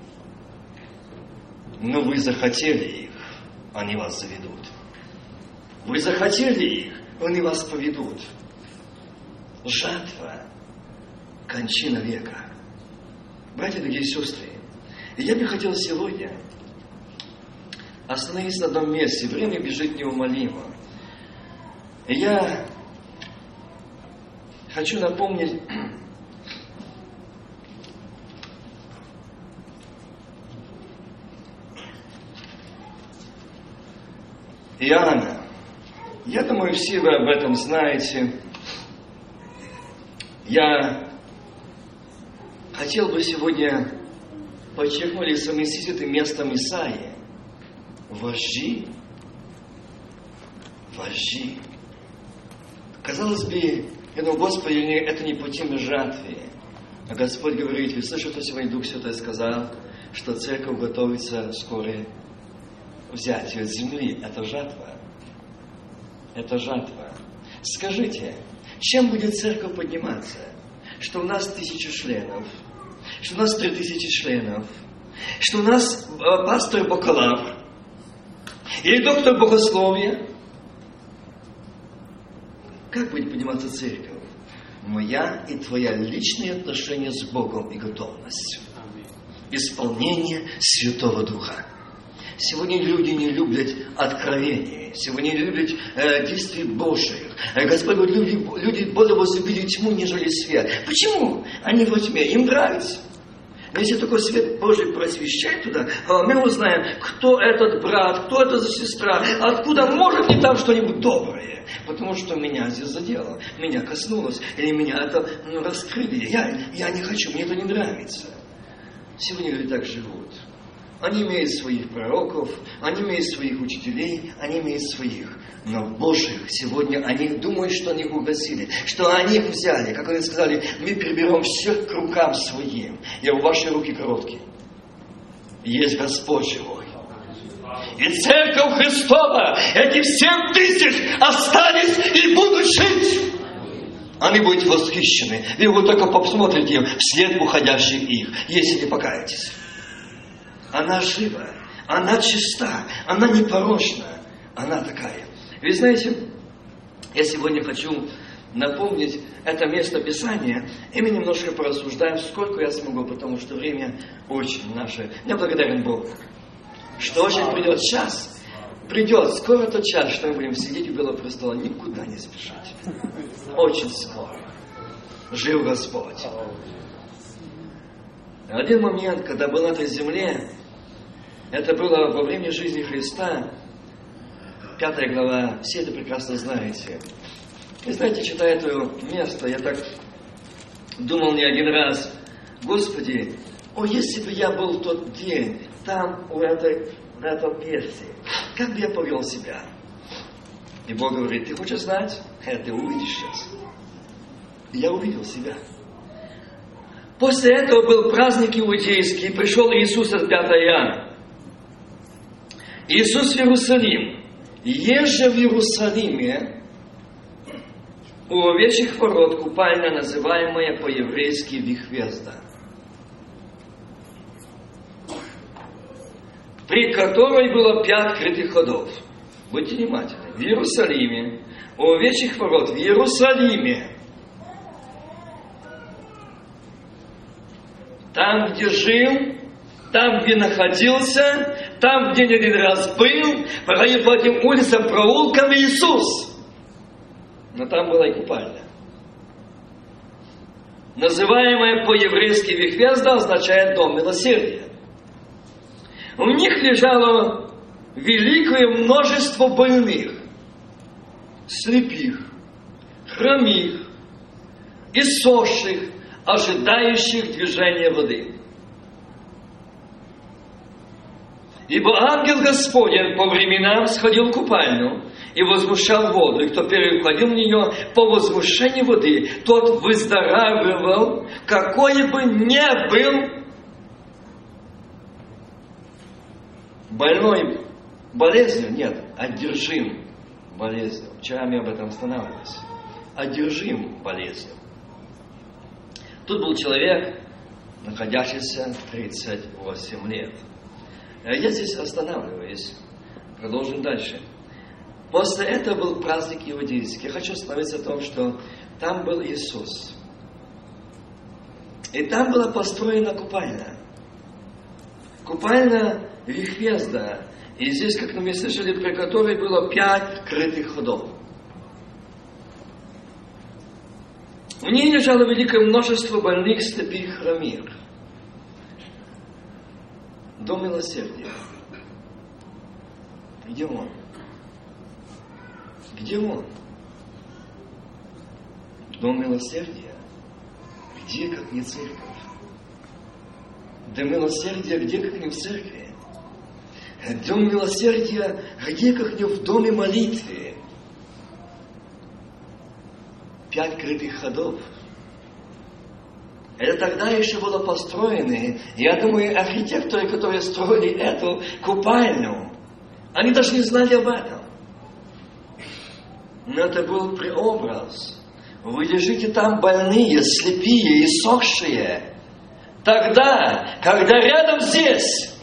Но вы захотели их, они вас заведут. Вы захотели их, они вас поведут. Жатва, кончина века. Братья, дорогие сестры, я бы хотел сегодня остановиться на одном месте. Время бежит неумолимо. И я хочу напомнить Иоанна. Я думаю, все вы об этом знаете. Я хотел бы сегодня подчеркнуть и совместить это место Исаии. Вожди, вожди. Казалось бы, я думаю: Господи, это не пути мы жатве. А Господь говорит: вы слышите, что сегодня Дух Святой сказал, что церковь готовится вскоре взять ее от земли. Это жатва. Это жатва. Скажите, чем будет церковь подниматься? Что у нас тысяча членов, что у нас три тысячи членов, что у нас э, пастор-бакалавр, или доктор богословия. Как будет подниматься церковь? Моя и твоя личные отношения с Богом и готовность. Исполнение Святого Духа. Сегодня люди не любят откровения. Сегодня не любят э, действий Божьих. Э, Господь говорит: люди, люди более возлюбили тьму, нежели свет. Почему? Они во тьме. Им нравится. Но если такой свет Божий просвещает туда, мы узнаем, кто этот брат, кто это за сестра, откуда может ли там что-нибудь доброе. Потому что меня здесь задело, меня коснулось, или меня это ну, раскрыли. Я, я не хочу, мне это не нравится. Сегодня люди так живут. Они имеют своих пророков, они имеют своих учителей, они имеют своих. Но Божьих сегодня они думают, что они их угасили, что они их взяли. Как они сказали: мы приберем всех к рукам своим. И ваши руки короткие. Есть Господь живой. И Церковь Христова, эти семь тысяч остались и будут жить. Они будут восхищены. И вы только посмотрите вслед уходящих их, если не покаетесь. Она жива, она чиста, она непорочна, она такая. Вы знаете, я сегодня хочу напомнить это место Писания, и мы немножко порассуждаем, сколько я смогу, потому что время очень наше. Я благодарен Богу, что очень придет час, придет скоро тот час, что мы будем сидеть у Белого престола, никуда не спешить. Очень скоро. Жив Господь. Один момент, когда был на этой земле, это было во время жизни Христа, пятая глава, все это прекрасно знаете. И знаете, читая это место, я так думал не один раз: Господи, о, если бы я был в тот день там, у этой, на этом месте, как бы я повел себя? И Бог говорит: ты хочешь знать? Это ты увидишь сейчас. И я увидел себя. После этого был праздник иудейский, пришел Иисус от пятого Иоанна. Иисус в Иерусалим. Еже в Иерусалиме у овечьих ворот купальня, называемая по-еврейски Вихвезда, при которой было пять крытых ходов. Будьте внимательны. В Иерусалиме, у овечьих ворот, в Иерусалиме, там, где жил там, где находился, там, где не один раз был, проходил по этим улицам, проулкам Иисус. Но там была и купальня. Называемая по-еврейски Вихвезда означает «дом милосердия». У них лежало великое множество больных, слепых, хромих, иссохших, ожидающих движения воды. Ибо ангел Господень по временам сходил в купальню и возмущал воду, и кто первый входил в нее по возмущению воды, тот выздоравливал, какой бы ни был больной болезнью, нет, одержим болезнью. Вчера мы об этом останавливались. Одержим болезнью. Тут был человек, находящийся тридцать восемь лет. Я здесь останавливаюсь. Продолжим дальше. После этого был праздник иудейский. Я хочу остановиться на том, что там был Иисус. И там была построена купальня. Купальня Вихвезда. И здесь, как мы слышали, при которой было пять крытых ходов. В ней лежало великое множество больных, слепых, хромих. Дом милосердия. Где он? Где он? Дом милосердия. Где, как не церковь? Дом милосердия, где, как не в церкви? Дом милосердия, где, как не в доме молитвы? Пять крытых ходов. Это тогда еще было построено. Я думаю, архитекторы, которые строили эту купальню, они даже не знали об этом. Но это был преобраз. Вы лежите там больные, слепые, иссохшие. Тогда, когда рядом здесь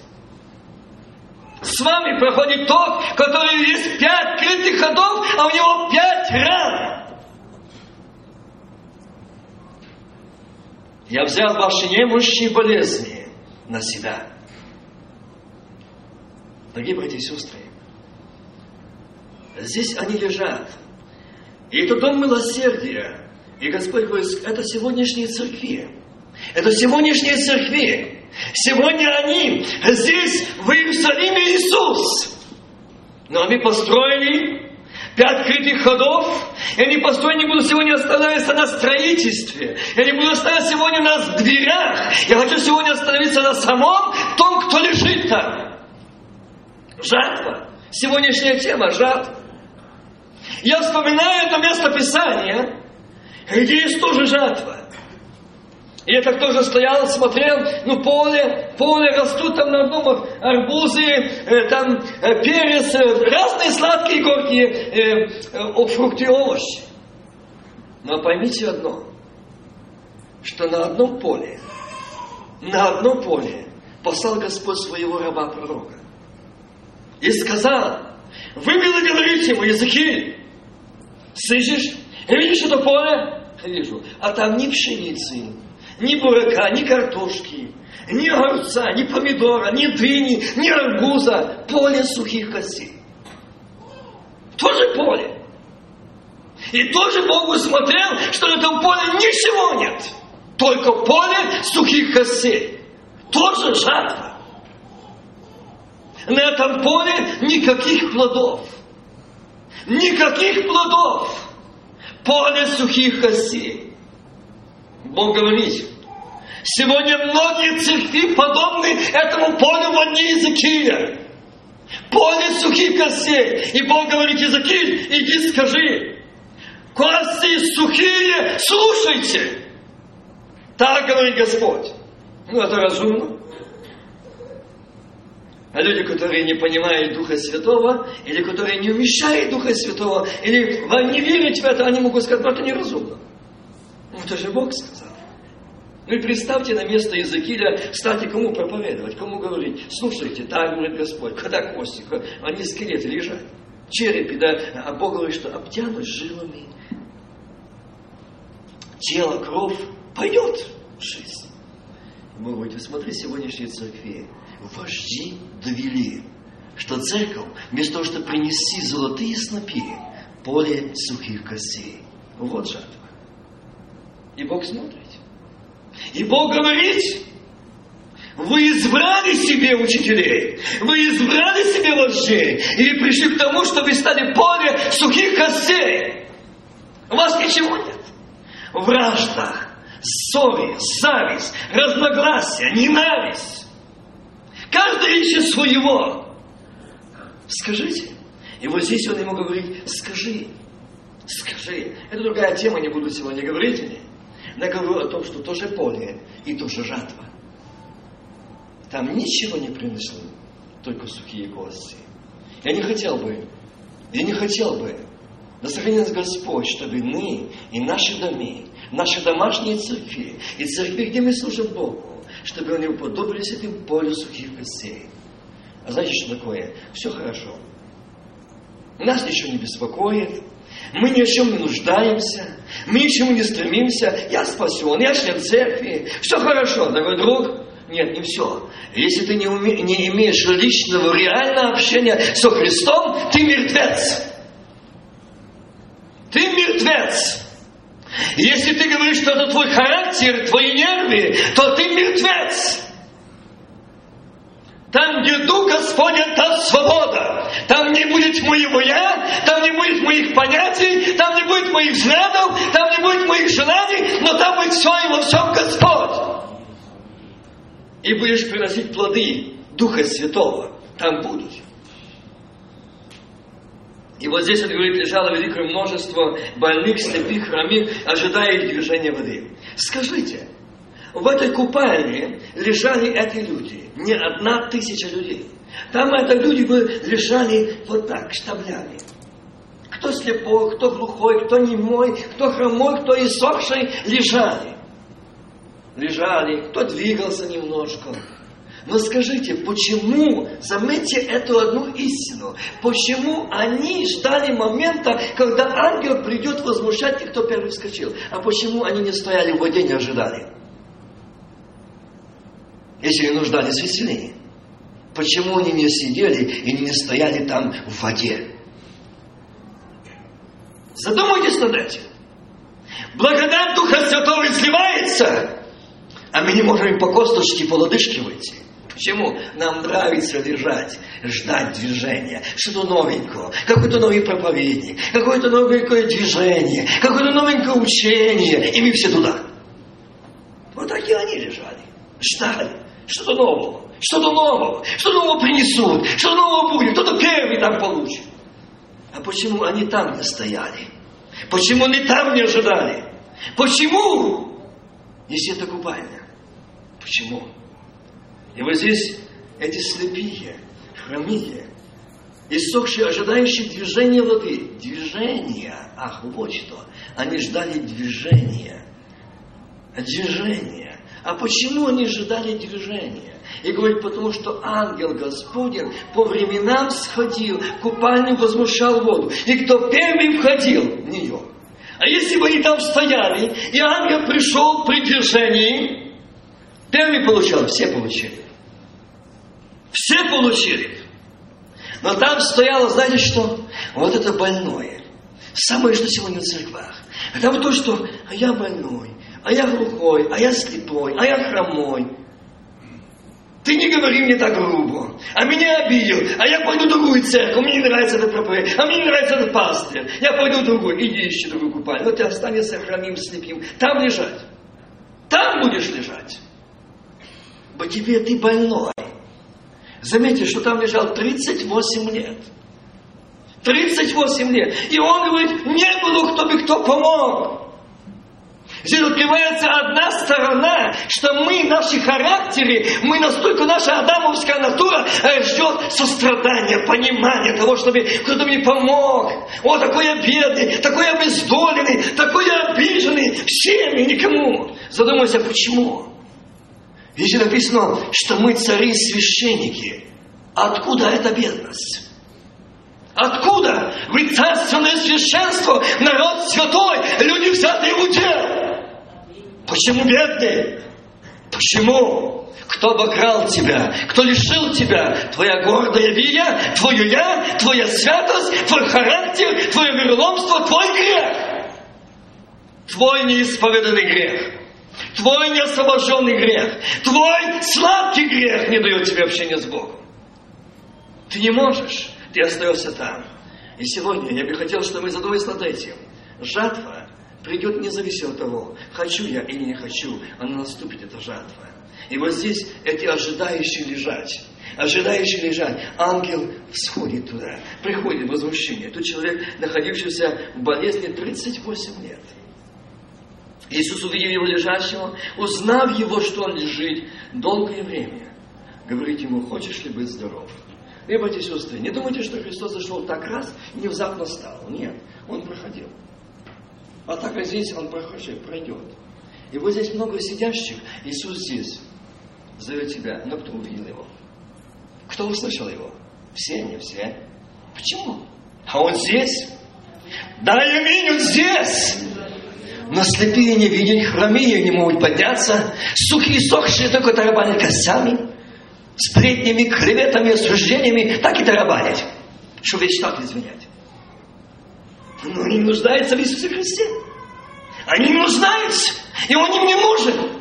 с вами проходит тот, который есть пять крытых ходов, а у него пять ран. Я взял ваши немощные болезни на себя. Дорогие братья и сестры, здесь они лежат. И это дом милосердия. И Господь говорит, это сегодняшние церкви. Это сегодняшние церкви. Сегодня они здесь, в Иерусалиме, Иисус. Но они построили пять крытых ходов, и они построены будут сегодня останавливаться на строительстве. И они будут остановиться сегодня на дверях. Я хочу сегодня остановиться на самом том, кто лежит там. Жатва. Сегодняшняя тема – жатва. Я вспоминаю это место Писания, где есть тоже жатва. И я так тоже стоял, смотрел, ну, поле, поле растут там на одном арбузы, э, там э, перец, э, разные сладкие горькие э, э, фрукты и овощи. Но поймите одно, что на одном поле, на одном поле послал Господь своего раба-пророка и сказал, вы было говорите ему, Иезекииль, слышишь? Видишь это поле? Вижу. А там ни пшеницы, ни бурака, ни картошки, ни огурца, ни помидора, ни дыни, ни арбуза. Поле сухих костей. Тоже поле. И тоже Бог усмотрел, что на этом поле ничего нет. Только поле сухих костей. Тоже жатва. На этом поле никаких плодов. Никаких плодов. Поле сухих костей. Бог говорит, сегодня многие церкви подобны этому полю в дни Иезекииля. Поле сухих костей. И Бог говорит, Иезекииль, иди скажи, кости сухие, слушайте. Так говорит Господь. Ну, это разумно. А люди, которые не понимают Духа Святого, или которые не умещают Духа Святого, или не верят в это, они могут сказать, ну это неразумно. Ну это же Бог сказал. Ну и представьте на место Иезекииля, кстати, кому проповедовать, кому говорить, слушайте, так говорит Господь, когда кости, они скелеты лежат, черепи, да, а Бог говорит, что обтянут жилами, тело, кровь, пойдет в жизнь. Бог говорит, смотри сегодняшние церкви, вожди довели, что церковь, вместо того, чтобы принести золотые снопи, поле сухих костей. Вот жатва. И Бог смотрит. И Бог говорит: вы избрали себе учителей, вы избрали себе вождей, и вы пришли к тому, чтобы стали поле сухих костей. У вас ничего нет. Вражда, ссоры, зависть, разногласия, ненависть. Каждый ищет своего. Скажите. И вот здесь он ему говорит: скажи, скажи. Это другая тема, не буду сегодня говорить о ней. Но я говорю о том, что тоже поле и тоже жатва. Там ничего не принесло, только сухие кости. Я не хотел бы, я не хотел бы, да сохрани нас Господь, чтобы мы и наши дома, наши домашние церкви и церкви, где мы служим Богу, чтобы они уподобились этим полю сухих костей. А знаете, что такое? Все хорошо. Нас ничего не беспокоит. Мы ни о чем не нуждаемся. Мы ни к чему не стремимся. Я спасен, я член церкви. Все хорошо, дорогой друг. Нет, не все. Если ты не, уме... не имеешь личного, реального общения со Христом, ты мертвец. Ты мертвец. Если ты говоришь, что это твой характер, твои нервы, то ты мертвец. Там, где Дух Господень, там свобода. Там не будет моего «я», там не будет моих понятий, там не будет моих взглядов, там не будет моих желаний, но там будет все и во всем Господь. И будешь приносить плоды Духа Святого. Там будут. И вот здесь, он говорит, лежало великое множество больных, слепых, хромых, ожидая их движения воды. Скажите, в этой купальне лежали эти люди. Не одна тысяча людей. Там это люди лежали вот так, штаблями. Кто слепой, кто глухой, кто немой, кто хромой, кто иссохший, лежали. Лежали, кто двигался немножко. Но скажите, почему, заметьте эту одну истину, почему они ждали момента, когда ангел придет возмущать их, кто первый вскочил? А почему они не стояли в воде, не ожидали? Если не нуждались в исцелении. Почему они не сидели и не стояли там в воде? Задумайтесь над этим. Благодать Духа Святого изливается, а мы не можем по косточке, по лодыжке выйти. Почему? Нам нравится лежать, ждать движения. Что-то новенькое. Какой-то новый проповедник. Какое-то новенькое движение. Какое-то новенькое учение. И мы все туда. Вот так и они лежали. Ждали. Что-то нового. Что-то нового. Что нового принесут. Что нового будет. Кто-то первый там получит. А почему они там не стояли? Почему они там не ожидали? Почему? Если это купальня. Почему? И вот здесь эти слепые, хромые, иссохшие, ожидающие движения воды. Движения. Ах, вот что. Они ждали движения. Движения. А почему они ожидали движения? И говорит, потому что ангел Господень по временам сходил, в купальню возмущал воду. И кто первый входил в нее. А если бы они там стояли, и ангел пришел при движении, первый получал, все получили. Все получили. Но там стояло, знаете что? Вот это больное. Самое, что сегодня в церквах. А там то, что а я больной, а я глухой, а я слепой, а я хромой. Ты не говори мне так грубо. А меня обидел. А я пойду в другую церковь. Мне не нравится этот проповедь. А мне не нравится этот пастырь. Я пойду в другую. Иди ищи другую купальню. Но ты останешься хромим, слепим. Там лежать. Там будешь лежать. По тебе ты больной. Заметьте, что там лежал тридцать восемь лет. тридцать восемь лет. И он говорит, не было, кто бы кто помог. Здесь открывается одна сторона, что мы, наши характеры, мы настолько, наша адамовская натура ждет сострадания, понимания того, чтобы кто-то мне помог. О, такой я бедный, такой я обездоленный, такой я обиженный, всем и никому. Задумайся, почему? Здесь написано, что мы цари и священники. Откуда эта бедность? Откуда? Вы царственное священство, народ святой, люди взятые в удел. Почему бедные? Почему? Кто обокрал тебя? Кто лишил тебя? Твоя гордая вия, твое я, твоя святость, твой характер, твое вероломство, твой грех. Твой неисповеданный грех. Твой неосвобожденный грех. Твой сладкий грех не дает тебе общения с Богом. Ты не можешь. Ты остаешься там. И сегодня я бы хотел, чтобы мы задумались над этим. Жатва придет независимо от того, хочу я или не хочу, она наступит, эта жатва. И вот здесь эти ожидающие лежать, ожидающие лежать, ангел всходит туда, приходит в возмущение. Тут человек, находившийся в болезни тридцать восемь лет. Иисус, увидев его лежащего, узнав его, что он лежит долгое время, говорит ему: хочешь ли быть здоров? И, братья и сестры, не думайте, что Христос зашел так раз и внезапно стал. Нет, он проходил. А так как здесь он проходит, пройдет. И вот здесь много сидящих, Иисус здесь зовет тебя. Но кто увидел его? Кто услышал его? Все, не все. Почему? А он здесь. Дай аминь, он здесь. Но слепые не видят, хромые не могут подняться, сухие и сохшие только тарабанят костями, сплетнями, клеветами, осуждениями, так и тарабанят, чтобы весь штат извинять. Но они нуждаются в Иисусе Христе. Они нуждаются, и Он им не нужен.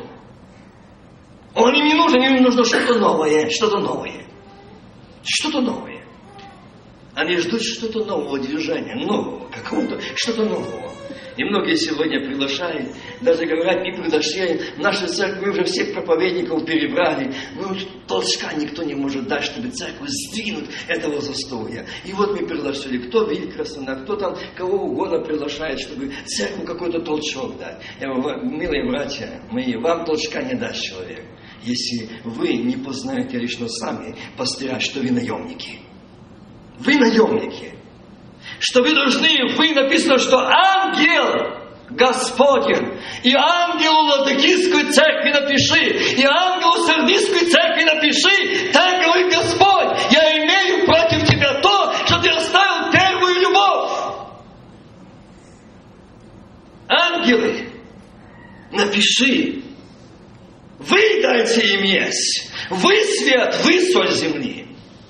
Он им не нужен, им нужно что-то новое, что-то новое. Что-то новое. Они ждут что-то нового движения, нового, какого-то, что-то нового. И многие сегодня приглашают, даже говорят, мы приглашаем, в нашу церковь мы уже всех проповедников перебрали, но толчка никто не может дать, чтобы церковь сдвинуть этого застоя. И вот мы приглашали, кто Вилькрасона, кто там, кого угодно приглашает, чтобы церковь какой-то толчок дать. Я говорю: милые братья мои, вам толчка не даст человек, если вы не познаете лично сами пастыря, что вы наемники. Вы наемники. Что вы должны, вы написано, что ангел Господень, и ангелу Ладыкийской церкви напиши, и ангелу Сардийской церкви напиши, так говорит Господь: я имею против тебя то, что ты оставил первую любовь. Ангелы, напиши, вы дайте им есть, вы свет, вы соль земли.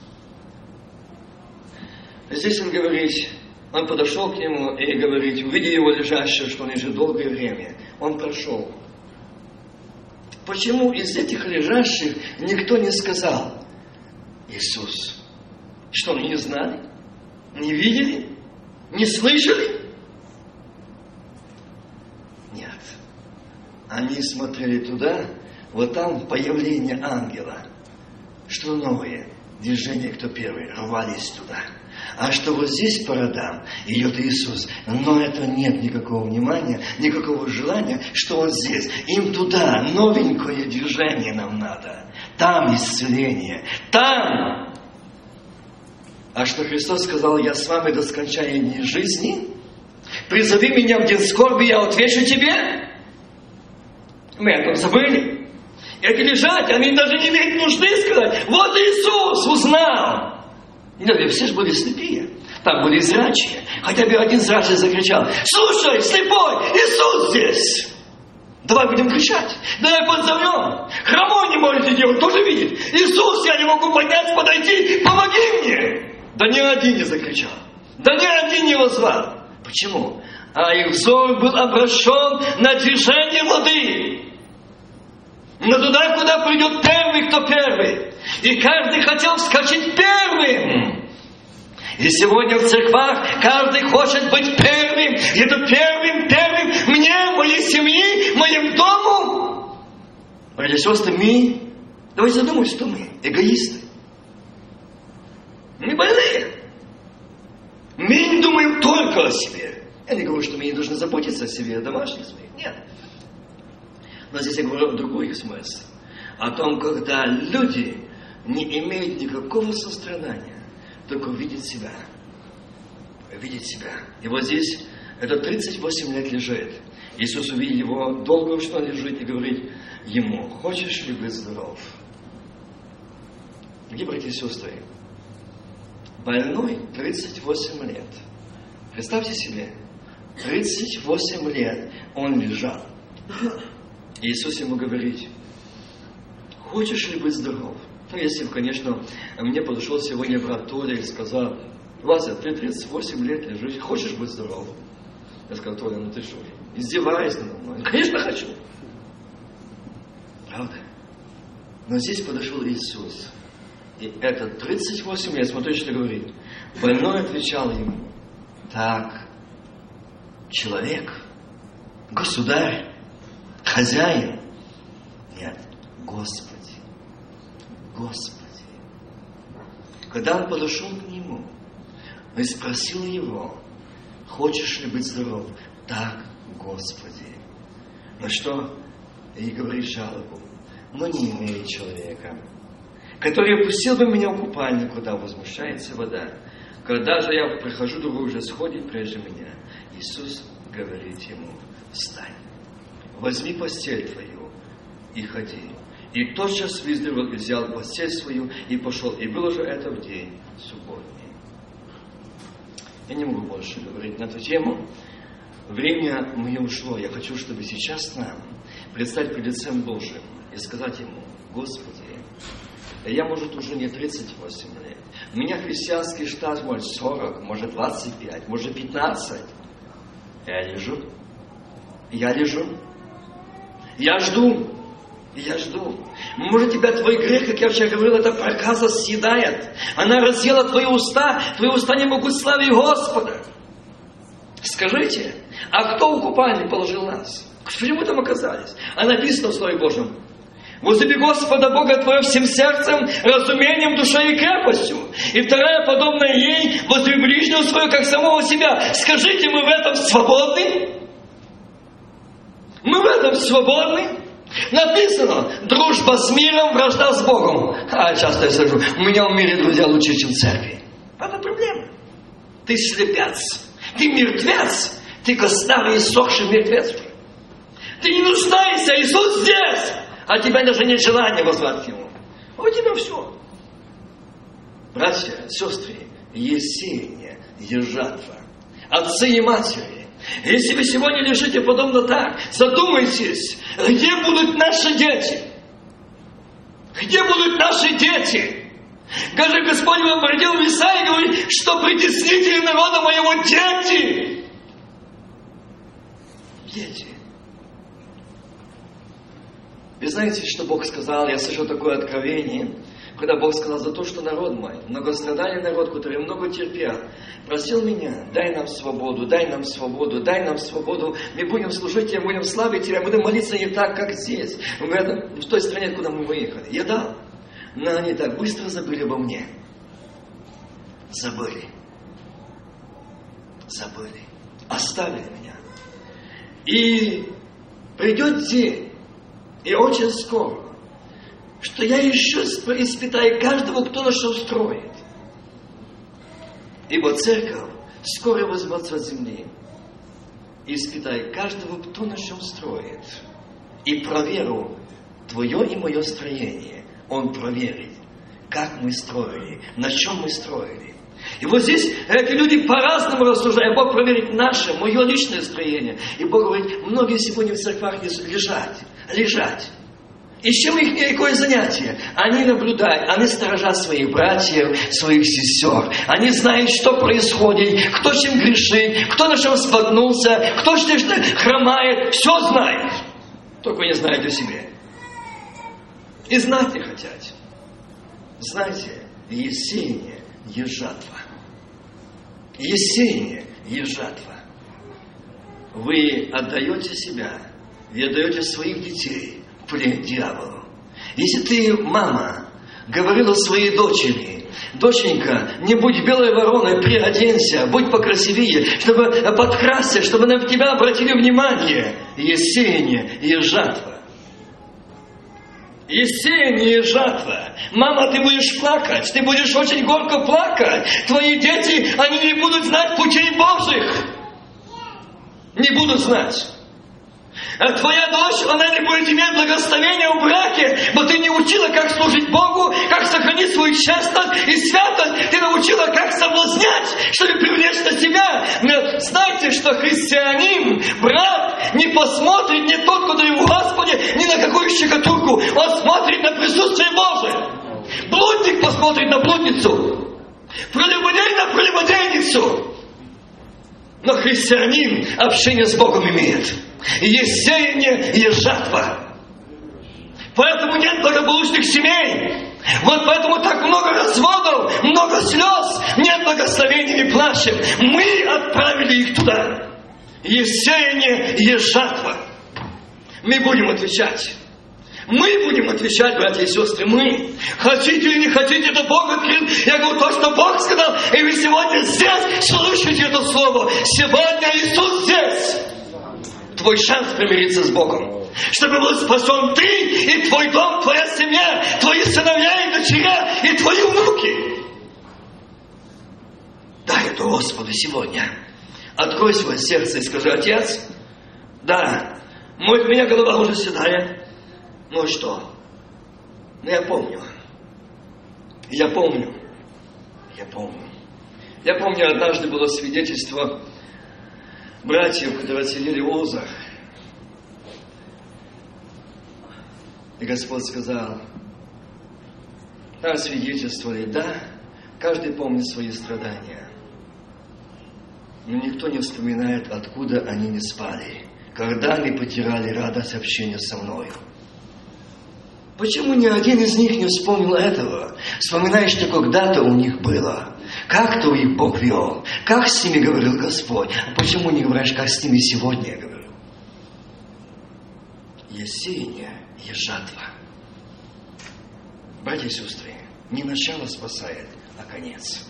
Здесь он говорит, он подошел к нему и говорит, увидев его лежащего, что он лежит долгое время, он прошел. Почему из этих лежащих никто не сказал: Иисус? Что, они не знали? Не видели? Не слышали? Нет. Они смотрели туда, вот там появление ангела. Что новое? Движение, кто первый, рвались туда. А что вот здесь по родам идет Иисус, но это нет никакого внимания, никакого желания, что Он здесь. Им туда новенькое движение нам надо. Там исцеление. Там. А что Христос сказал: я с вами до скончания дней жизни. Призови меня в день скорби, я отвечу тебе. Мы это забыли. Эти лежать, они даже не имеют нужды сказать: вот Иисус узнал. Нет, все же были слепые. Там были зрячие. Хотя бы один зрячий закричал: слушай, слепой, Иисус здесь. Давай будем кричать. Давай подзовем. Хромой не можете делать, тоже видит. Иисус, я не могу подняться, подойти, помоги мне. Да ни один не закричал. Да ни один не возвал. Почему? А их взор был обращен на движение воды. Но туда, куда придет первый, кто первый. И каждый хотел вскочить первым. И сегодня в церквах каждый хочет быть первым. И это первым, первым мне, моей семье, моему дому. Братья и сестры, мы, давайте задумаемся, что мы эгоисты. Мы больные. Мы не думаем только о себе. Я не говорю, что мы не должны заботиться о себе, о домашних своих. Нет. Но здесь я говорю о другой смысле. О том, когда люди не имеют никакого сострадания, только видят себя. Видят себя. И вот здесь это тридцать восемь лет лежит. Иисус увидел его долго, что он лежит, и говорит ему: хочешь ли быть здоров? Дорогие братья и сестры, больной тридцать восемь лет. Представьте себе, тридцать восемь лет он лежал. Иисус ему говорит: хочешь ли быть здоров? Ну, если бы, конечно, мне подошел сегодня брат Толя и сказал: Вася, ты тридцать восемь лет лежишь, хочешь быть здоров? Я сказал: Толя, ну ты что же, издеваешься надо мной? Конечно, хочу. Правда? Но здесь подошел Иисус. И это тридцать восемь лет, смотри, что говорит. Больной отвечал ему: так, человек, государь, хозяин. Нет, Господи, Господи. Когда он подошел к нему и спросил его: хочешь ли быть здоров? Так, Господи. На что и говорит жалобу: но не имеет человека, который опустил бы меня в купальник, куда возмущается вода. Когда же я прихожу, другой уже сходит прежде меня. Иисус говорит ему: встань, возьми постель твою и ходи. И тотчас выздоровел, взял постель свою и пошел. И было же это в день субботний. Я не могу больше говорить на эту тему. Время мое ушло. Я хочу, чтобы сейчас нам предстать пред лицем Божьим и сказать Ему: Господи, я, может, уже не тридцать восемь лет. У меня христианский штат, может, сорок, может, двадцать пять, может, пятнадцать. Я лежу. Я лежу. Я жду. Я жду. Может, тебя твой грех, как я вчера говорил, эта проказа съедает. Она разъела твои уста. Твои уста не могут славить Господа. Скажите, а кто в купальник положил нас? Почему там оказались? А написано в Слове Божьем: возлюби Господа Бога твоего всем сердцем, разумением, душой и крепостью. И вторая, подобная ей: возлюби ближнего своего, как самого себя. Скажите, мы в этом свободны? Мы в этом свободны? Написано: дружба с миром, вражда с Богом. А часто я скажу: у меня в мире друзья лучше, чем в церкви. Это проблема. Ты слепец, ты мертвец, ты старый иссохший мертвец. Ты не нуждаешься, Иисус здесь, а у тебя даже нет желания возвать к Нему. А у тебя все. Братья, сестры, есть сеяние, есть жатва. Отцы и матери, если вы сегодня лежите подобно так, задумайтесь, где будут наши дети? Где будут наши дети? Даже Господь вам обратил в Исаии и говорит, что притеснители народа моего дети. Дети. Вы знаете, что Бог сказал? Я слышал такое откровение, когда Бог сказал: за то, что народ мой, многострадальный народ, который много терпел, просил меня: дай нам свободу, дай нам свободу, дай нам свободу. Мы будем служить Тебе, будем славить Тебя, будем молиться не так, как здесь, в, этом, в той стране, куда мы выехали. Я дал. Но они так быстро забыли обо мне. Забыли. Забыли. Оставили меня. И придет день, и очень скоро, что я еще испытаю каждого, кто на что устроит. Ибо церковь скоро возьмется от земли. И испытай каждого, кто на чем строит. И проверю твое и мое строение. Он проверит, как мы строили, на чем мы строили. И вот здесь эти люди по-разному рассуждают. Бог проверит наше, мое личное строение. И Бог говорит: многие сегодня в церквах лежать, лежать. И с чем их никакое занятие? Они наблюдают, они сторожат своих братьев, своих сестер. Они знают, что происходит, кто чем грешит, кто на чем споткнулся, кто что хромает. Все знают. Только не знают о себе. И знать не хотят. Знаете, есть сеяние, есть жатва. Есть сеяние, есть жатва. Вы отдаете себя, вы отдаете своих детей в плен дьяволу. Если ты, мама, говорила своей дочери: доченька, не будь белой вороной, приоденься, будь покрасивее, чтобы подкрасться, чтобы на тебя обратили внимание. Есть сеяние, есть жатва. Есть сеяние и жатва. Мама, ты будешь плакать, ты будешь очень горько плакать. Твои дети, они не будут знать путей Божьих. Не будут знать. А твоя дочь, она не будет иметь благословения в браке, но ты не учила, как служить Богу, как сохранить свою честность и святость. Ты научила, как соблазнять, чтобы привлечь на себя. Но знайте, что христианин, брат, не посмотрит не тот, который в Господе, ни на какую щекотурку. Он смотрит на присутствие посмотрит на блудницу, прелюбодей на прелюбодейницу. Но христианин общение с Богом имеет. Есть сеяние, есть жатва. Поэтому нет благополучных семей. Вот поэтому так много разводов, много слез, нет благословений и плачем. Мы отправили их туда. Есть сеяние, есть жатва. Мы будем отвечать. Мы будем отвечать, братья и сестры, мы. Хотите или не хотите, это Бог открыл. Я говорю то, что Бог сказал, и вы сегодня здесь слушаете это слово. Сегодня Иисус здесь. Твой шанс примириться с Богом. Чтобы был спасен ты и твой дом, твоя семья, твои сыновья и дочеря, и твои внуки. Дай это Господу сегодня. Открой свое сердце и скажи: Отец, да, может, меня голова уже седая. Ну и что? Ну я помню. Я помню. Я помню. Я помню, однажды было свидетельство братьев, которые сидели в узах. И Господь сказал, там свидетельствовали, да, каждый помнит свои страдания. Но никто не вспоминает, откуда они не спали, когда они потеряли радость общения со мною. Почему ни один из них не вспомнил этого? Вспоминаешь, что когда-то у них было. Как-то у них Бог вел. Как с ними говорил Господь. А почему не говоришь, как с ними сегодня я говорю? Есть сеяние, есть жатва. Братья и сестры, не начало спасает, а конец.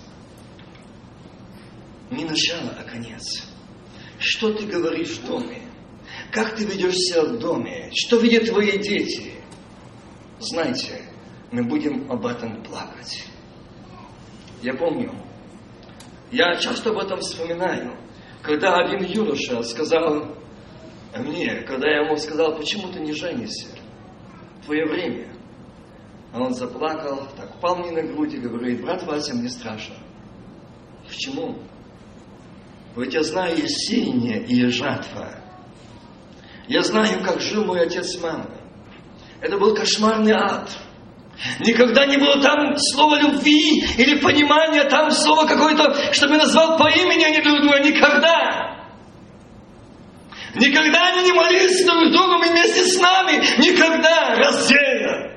Не начало, а конец. Что ты говоришь в доме? Как ты ведешь себя в доме? Что видят твои дети? Знаете, мы будем об этом плакать. Я помню, я часто об этом вспоминаю, когда один юноша сказал мне, когда я ему сказал, почему ты не женишься? Твое время. А он заплакал, так пал мне на грудь и говорит: брат Вася, мне страшно. Почему? Ведь я знаю, есть сеяние и есть жатва. Я знаю, как жил мой отец с мамой. Это был кошмарный ад. Никогда не было там слова любви или понимания, там слово какое-то, чтобы назвал по имени, а не друг друга. Никогда. Никогда они не молились друг с другом вместе с нами. Никогда. Раздельно.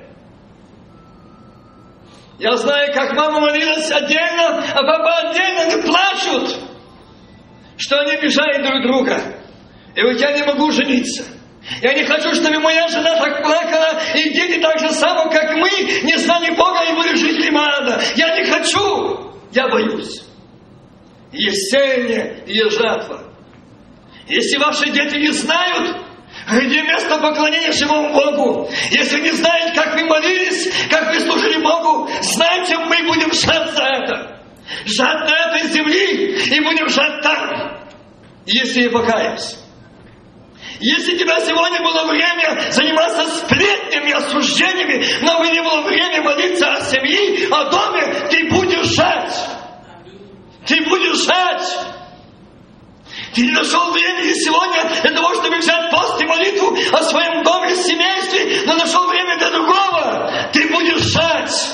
Я знаю, как мама молилась отдельно, а папа отдельно. Они плачут, что они обижают друг друга. И вот я не могу жениться. Я не хочу, чтобы моя жена так плакала, и дети так же само, как мы, не знали Бога и были жителями ада. Я не хочу. Я боюсь. Есть сеяние, есть жатва. Если ваши дети не знают, где место поклонения живому Богу, если не знают, как мы молились, как мы служили Богу, знайте, мы будем жать за это. Жать на этой земли, и будем жать там, если не покаемся. Если у тебя сегодня было время заниматься сплетнями, осуждениями, но не было времени молиться о семье, о доме, ты будешь жать. Ты будешь жать. Ты не нашел времени сегодня для того, чтобы взять пост и молитву о своем доме, семействе, но нашел время для другого. Ты будешь жать.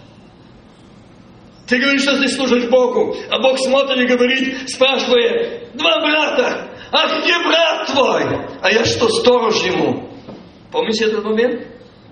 Ты говоришь, что ты служишь Богу, а Бог смотрит и говорит, спрашивает: два брата, а где брат твой? А я что, сторож ему? Помните этот момент?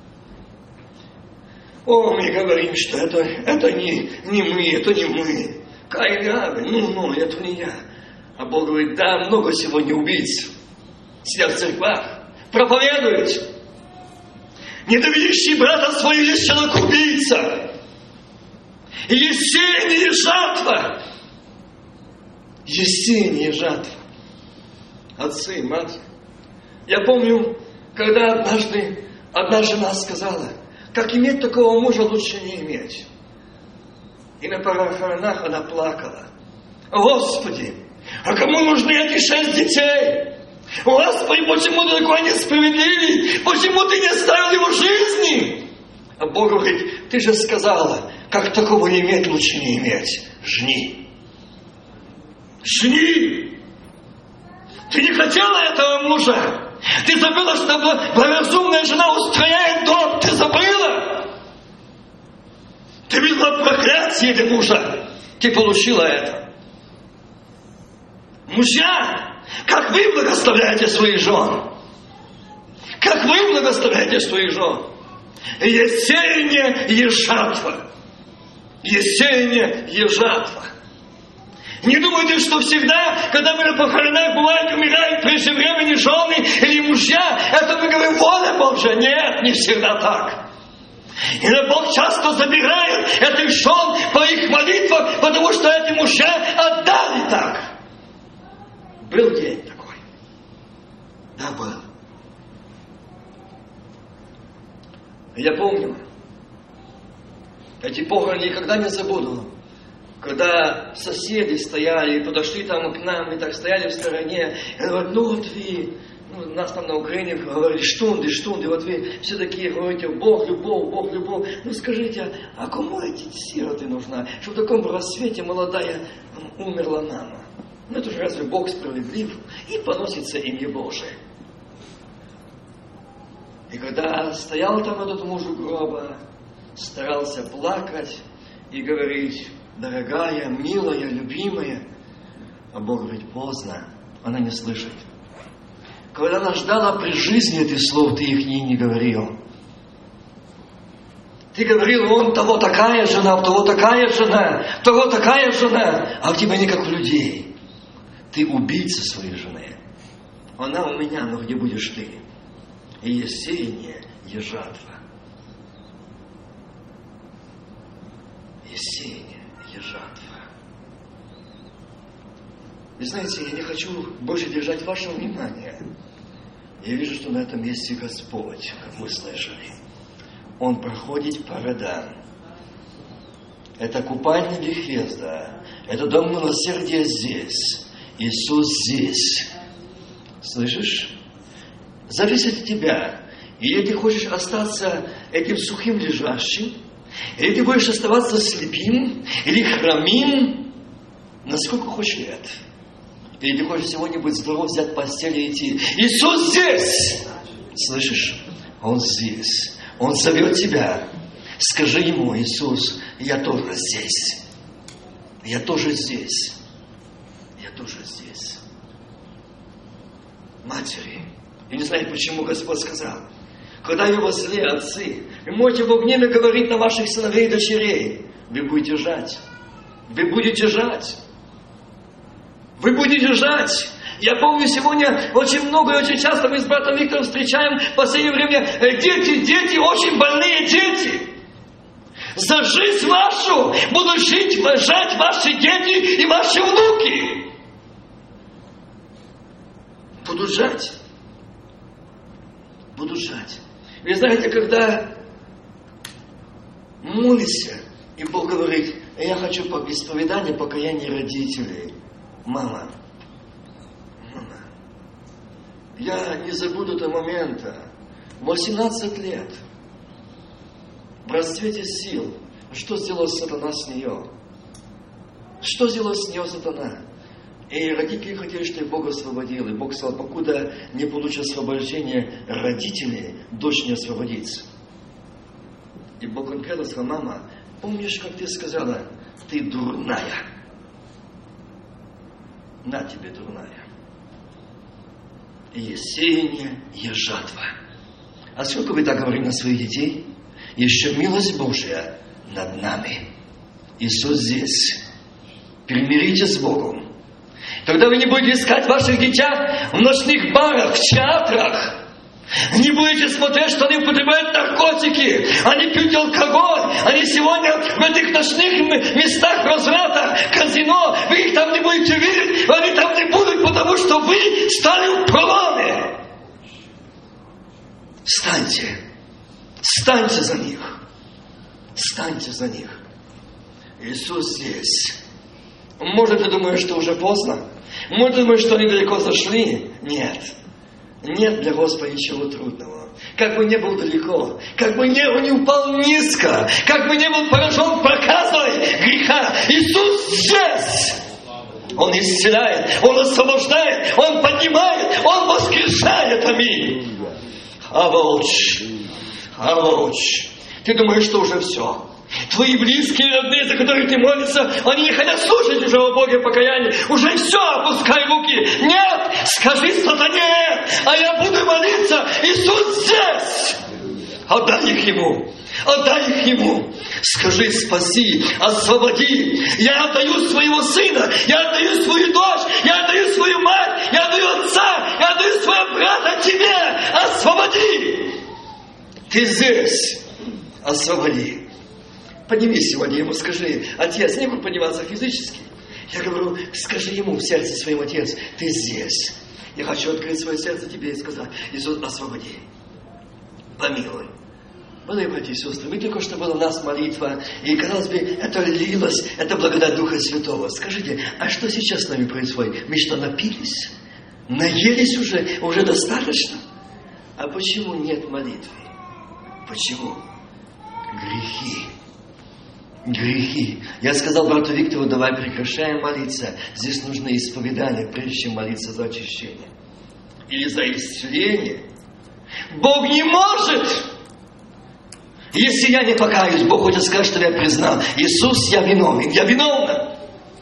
О, мы говорим, что это, это не, не мы, это не мы. Каин и Авель, ну, ну, это не я. А Бог говорит: да, много сегодня убийц сидят в церквах, проповедуют. Ненавидящий брата своего есть человек-убийца. И есть сеяние и жатва. Есть сеяние и жатва. Отцы, мать. Я помню, когда однажды одна жена сказала, как иметь такого мужа лучше не иметь. И на похоронах она плакала. Господи, а кому нужны эти шесть детей? Господи, почему ты такой несправедливый? Почему ты не оставил его жизни? А Бог говорит: ты же сказала, как такого иметь лучше не иметь. Жни. Жни. Ты не хотела этого мужа. Ты забыла, что благоразумная жена устрояет дом. Ты забыла. Ты Ты видела проклятие для мужа. Ты получила это. Мужья, как вы благословляете своих жен? Как вы благословляете своих жен? Есть сеяние, есть жатва. Есть сеяние, есть жатва. Не думайте, что всегда, когда мы на похоронах бывает, умирают прежде времени жены или мужья, это мы говорим, воля Божья. Нет, не всегда так. И Бог часто забирает этих жен по их молитвам, потому что эти мужья отдали так. Был день такой. Да, был. Я помню, эти похороны никогда не забуду. Когда соседи стояли, подошли там к нам, и так стояли в стороне, и говорят, ну вот вы, ну, нас там на Украине говорили, штунды, штунды, вот вы все такие говорите, Бог любовь, Бог любовь. Ну скажите, а кому эти сироты нужна? Что в таком рассвете молодая умерла мама? Ну это же разве Бог справедлив? И поносится имя Божие. И когда стоял там этот муж у гроба, старался плакать и говорить, дорогая, милая, любимая, а Бог говорит, поздно, она не слышит. Когда она ждала при жизни этих слов, ты их ей не говорил. Ты говорил, он того такая жена, того такая жена, того такая жена, а у тебя не как у людей. Ты убийца своей жены. Она у меня, но где будешь ты? И есть сеяние, есть жатва. Есть сеяние, есть жатва. И знаете, я не хочу больше держать ваше внимание. Я вижу, что на этом месте Господь, как мы слышали. Он проходит по родам. Это купальня Бехезда. Это дом милосердия здесь. Иисус здесь. Слышишь? Зависит от тебя. Или ты хочешь остаться этим сухим лежащим, или ты будешь оставаться слепым, или хромим, насколько хочешь лет. Или ты хочешь сегодня быть здоров, взять постель и идти. Иисус здесь! Слышишь? Он здесь. Он зовет тебя. Скажи ему, Иисус, я тоже здесь. Я тоже здесь. Я тоже здесь. Матери, я не знаю, почему Господь сказал, когда вы возле отцы, вы можете в гневе говорить на ваших сыновей и дочерей, вы будете жать. Вы будете жать. Вы будете жать. Я помню, сегодня очень много и очень часто мы с братом Виктором встречаем в последнее время дети, дети, очень больные дети. За жизнь вашу будут жить, жать ваши дети и ваши внуки. Будут жать. Будут жать. Вы знаете, когда молишься, и Бог говорит, я хочу по исповеданию покаяния родителей. Мама, мама, я не забуду этого момента. восемнадцать лет. В расцвете сил. Что сделал сатана с нее? Что сделал с нее сатана? И родители хотели, чтобы Бог освободил. И Бог сказал, покуда не получит освобождение родителей, дочь не освободится. И Бог конкретно сказал, мама, помнишь, как ты сказала, ты дурная. На тебе, дурная. И есть сеяние, есть жатва. А сколько вы так говорите на своих детей? Еще милость Божья над нами. Иисус здесь. Примиритесь с Богом. Тогда вы не будете искать ваших детей в ночных барах, в театрах. Не будете смотреть, что они употребляют наркотики, они пьют алкоголь, они сегодня в этих ночных местах разврата, казино, вы их там не будете видеть, они там не будут, потому что вы стали в проломе. Встаньте, встаньте за них, встаньте за них. Иисус здесь. Может, ты думаешь, что уже поздно? Может, ты думаешь, что они далеко зашли? Нет. Нет для Господа ничего трудного. Как бы не был далеко, как бы не, он не упал низко, как бы не был поражен проказой греха, Иисус здесь. Он исцеляет, Он освобождает, Он поднимает, Он воскрешает. Аминь. Авоч, авоч. Ты думаешь, что уже все? Твои близкие, родные, за которых ты молишься, они не хотят слушать уже о Боге покаяния. Уже все, опускай руки. Нет, скажи сатане, а я буду молиться. Иисус здесь. Отдай их Ему. Отдай их Ему. Скажи спаси, освободи. Я отдаю своего сына, я отдаю свою дочь, я отдаю свою мать, я отдаю отца, я отдаю своего брата тебе. Освободи. Ты здесь. Освободи. Поднимись сегодня ему, скажи: Отец, не буду подниматься физически. Я говорю, скажи ему в сердце своему: Отец, ты здесь. Я хочу открыть свое сердце тебе и сказать: Иисус, освободи. Помилуй. Мои братья и сестры, мы только что была у нас молитва, и, казалось бы, это лилось, это благодать Духа Святого. Скажите, а что сейчас с нами происходит? Мы что, напились? Наелись уже? Уже достаточно? А почему нет молитвы? Почему? Грехи. Грехи. Я сказал брату Виктору: давай прекращаем молиться. Здесь нужно исповедание, прежде чем молиться за очищение. Или за исцеление. Бог не может! Если я не покаюсь, Бог хочет сказать, что я признал: Иисус, я виновен, я виновна.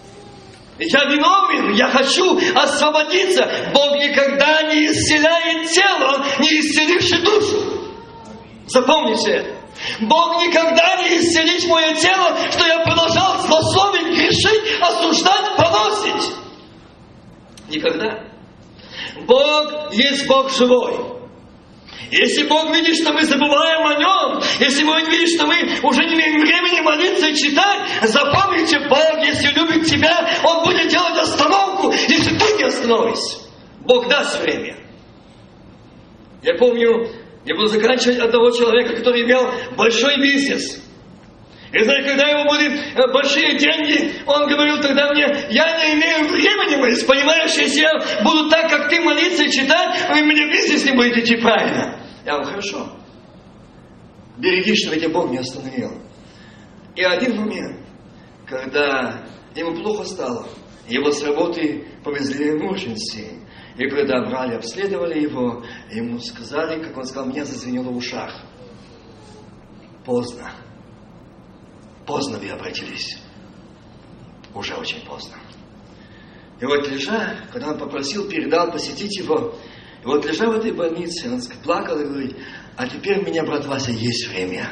Я виновен, я хочу освободиться. Бог никогда не исцеляет тело, не исцеливший душу. Запомните это. Бог никогда не исцелит мое тело, что я продолжал злословить, грешить, осуждать, поносить. Никогда. Бог есть Бог живой. Если Бог видит, что мы забываем о Нем, если Бог видит, что мы уже не имеем времени молиться и читать, запомните, Бог, если любит тебя, Он будет делать остановку, если ты не остановишься. Бог даст время. Я помню, я буду заканчивать одного человека, который имел большой бизнес. И знаете, когда ему были большие деньги, он говорил тогда мне: я не имею времени молиться, понимаешь, если я буду так, как ты, молиться и читать, вы мне бизнес не будет идти правильно. Я говорю: хорошо. Береги, что ведь Бог не остановил. И один момент, когда ему плохо стало, его с работы повезли в emergency. И когда брали, обследовали его, ему сказали, как он сказал, меня зазвенело в ушах. Поздно. Поздно вы обратились. Уже очень поздно. И вот лежа, когда он попросил, передал посетить его, и вот лежа в этой больнице, он плакал и говорит: а теперь у меня, брат Вася, есть время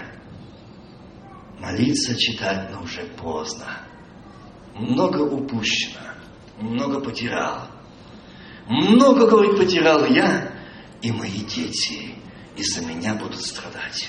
молиться, читать, но уже поздно. Много упущено, много потерял. Много, говорит, потерял я, и мои дети из-за меня будут страдать.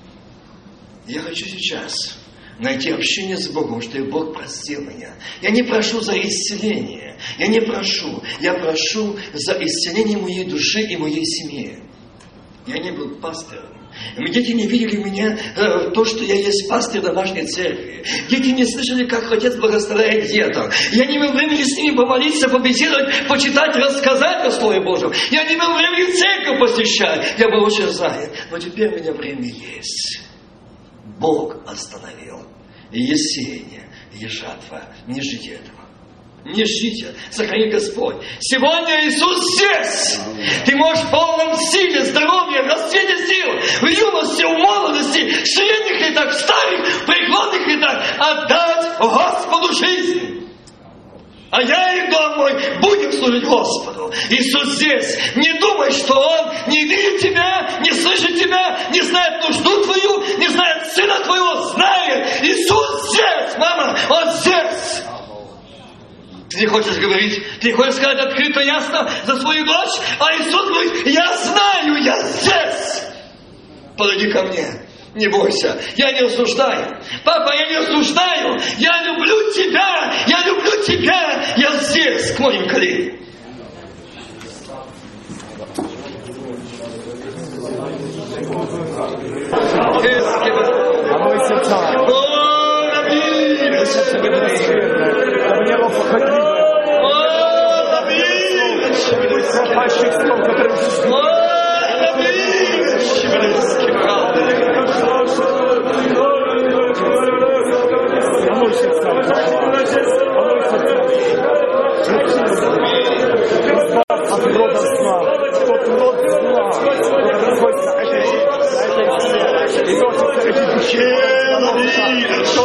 Я хочу сейчас найти общение с Богом, что и Бог простил меня. Я не прошу за исцеление. Я не прошу. Я прошу за исцеление моей души и моей семьи. Я не был пастором. Дети не видели меня, э, то, что я есть пастырь домашней церкви. Дети не слышали, как Отец благословляет деток. Я не имел времени с ними помолиться, побеседовать, почитать, рассказать о Слове Божьем. Я не имел времени церковь посещать. Я был очень занят. Но теперь у меня время есть. Бог остановил. И есть сеяние, и есть жатва. Не ждите этого. Не ждите. Сохрани Господь. Сегодня Иисус здесь. Ты можешь в полном силе, здоровье, в расцвете сил, в юности, в молодости, в средних летах, в старых, в преклонных летах отдать Господу жизнь. А я и дом мой будем служить Господу. Иисус здесь. Не думай, что Он не видит тебя, не слышит тебя, не знает нужду твою, не знает сына твоего, знает. Иисус здесь, мама, Он здесь. Ты не хочешь говорить, ты не хочешь сказать открыто, ясно за свою дочь, а Иисус говорит: я знаю, я здесь. Подойди ко мне. Не бойся, я не осуждаю. Папа, я не осуждаю. Я люблю тебя. Я люблю тебя. Я здесь, к моим коленям. Человек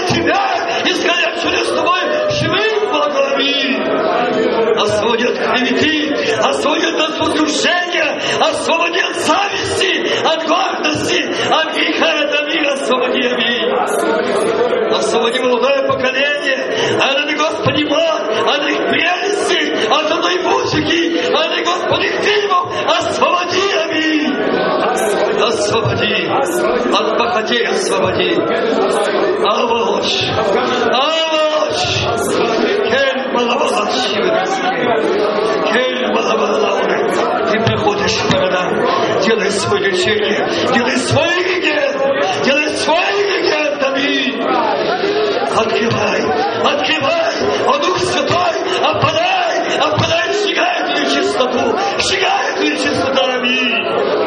тебя, искалеченных с тобой, живых благослови. Освободи от клеветы, освободи от возвышения, освободи от зависти, от гордости, от греха, от мира, освободи, аминь. Освободи молодое поколение, от, Господи, мать, от их прелести, от одной музыки, от, Господи, фильмов, освободи, аминь. Освободи, от похотей освободи. Аволочь, аволочь, кель балабалачи, кель балабалауны. Ты приходишь в города, делай свое лечение, делай свой регент, делай свой регент, аминь. Открывай, открывай, о Дух Святой, опадай, опадай, сжигай твою чистоту, сжигай твою чистоту, аминь.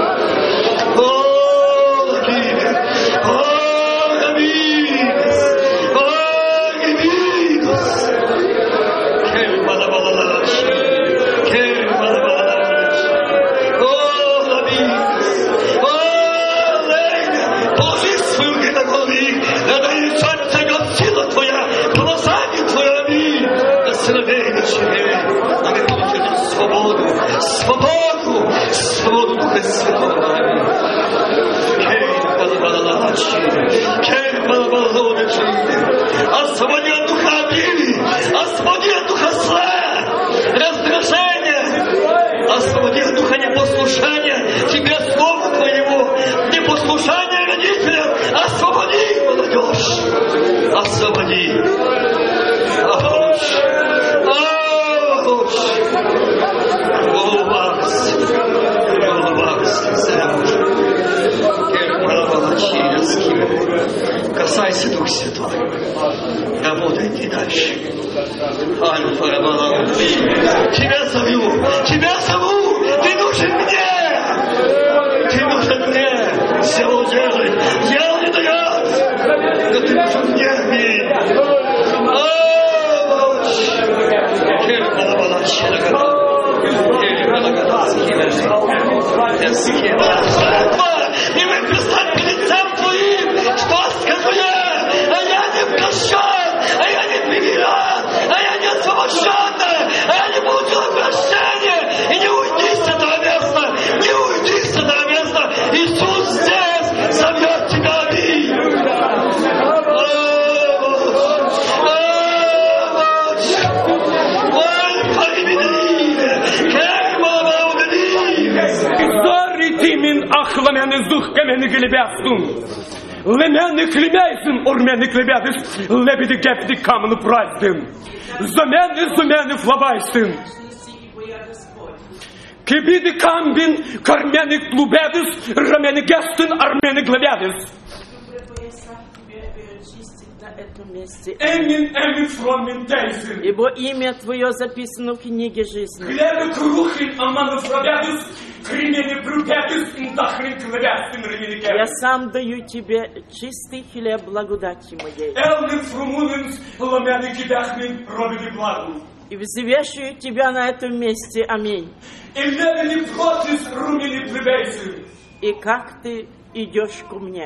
О, аминь, о, аминь, о, аминь. Кель балабалалач, кель балабалалач, о, аминь, о, аминь. Положи свою гидогонию, надо решаться, как сила твоя, глазами твоими, сыновей дочерей, а мы получили свободу, свободу, свободу Духа Святого. Кель балабалалачи, кель балабалалачи, освободи от духа обиды, освободи от духа зла, раздражения, освободи от духа непослушания тебе, слову твоему, непослушания родителям, освободи, молодежь, освободи. Ауч, ауч, улыбайся, улыбайся, замуж. Касайся, Дух Святой, работай ты дальше. Альфа, Ромалау, тебя зову, тебя зову, ты нужен мне, ты нужен мне, все удержит, дел не дает, но ты нужен мне, аминь. Ауч, кель балабалачи, кель балабалачи, и мы предстать перед лицем Твоим, что скажу я, а я не прощен, а я не примирен, а я не освобожден, а я не получил прощения, и не уйди с этого места, не уйди с этого места, Иисус здесь зовет тебя, аминь. Тимин ахламяны зух камены глебястун. Лемяны клебяйсын, ормяны клебядыс, лебеди гепди камну праздын. Замены зумены флабайсын. Кебиди камбин, кармены клубядыс, рамены гестын, армены глебядыс. Эмин, эмин, фромин, тейсин. Ибо имя Твое записано в книге жизни. Глебы крухин, аману фрабядыс, кремени брюбядыс, индахрин клебядсын, ремени геб. Я сам даю Тебе чистый хлеб благодати Моей. Элмин, фрумунин, ламяны кидахмин, робили благу. И взвешиваю Тебя на этом месте. Аминь. И левени плотис, румени плебейсын. И как Ты идешь ко мне.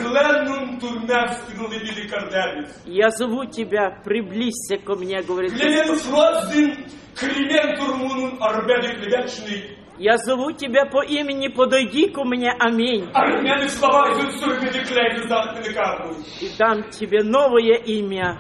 Я зову тебя, приблизься ко мне, говорит Господь. Я зову тебя по имени, подойди ко мне, аминь. И дам тебе новое имя,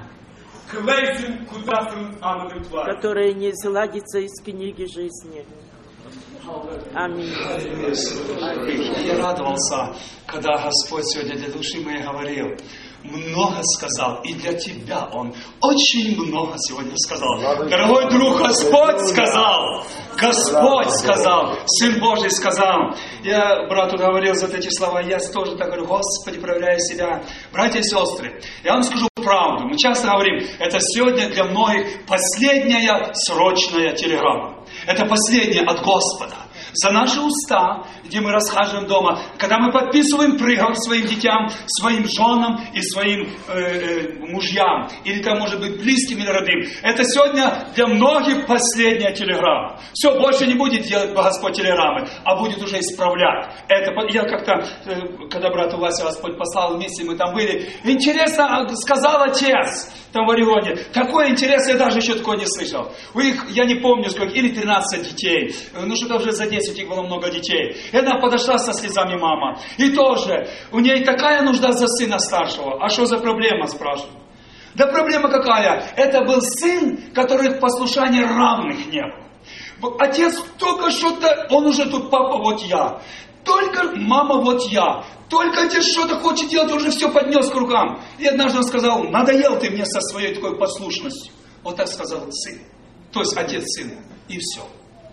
которое не изладится из книги жизни. Аминь. Я радовался, когда Господь сегодня для души моей говорил. Много сказал, и для тебя Он очень много сегодня сказал. Дорогой друг, Господь сказал, Господь сказал, Сын Божий сказал. Я брату говорил за эти слова, я тоже так говорю, Господи, проявляй себя. Братья и сестры, я вам скажу правду. Мы часто говорим, это сегодня для многих последняя срочная телеграмма. Это последняя от Господа. за наши уста, где мы расхаживаем дома, когда мы подписываем приговор своим детям, своим женам и своим э, э, мужьям, или там, может быть, близким или родным. Это сегодня для многих последняя телеграмма. Все, больше не будет делать Господь телеграммы, а будет уже исправлять. Это, я как-то, э, когда брат Вася Господь послал, вместе мы там были, интересно сказал отец, там в Орегоне, такое интересное, я даже еще такое не слышал. У них, я не помню сколько, или тринадцать детей, ну что-то уже за десять, у них было много детей. И она подошла со слезами, мама, и тоже, у нее такая нужда за сына старшего. А что за проблема, спрашиваю? Да проблема какая? Это был сын, которых послушания равных не было. Отец только что-то, он уже тут, папа, вот я. Только мама, вот я. Только отец что-то хочет делать, уже все поднес к рукам. И однажды он сказал, надоел ты мне со своей такой послушностью. Вот так сказал сын. То есть отец сына. И все.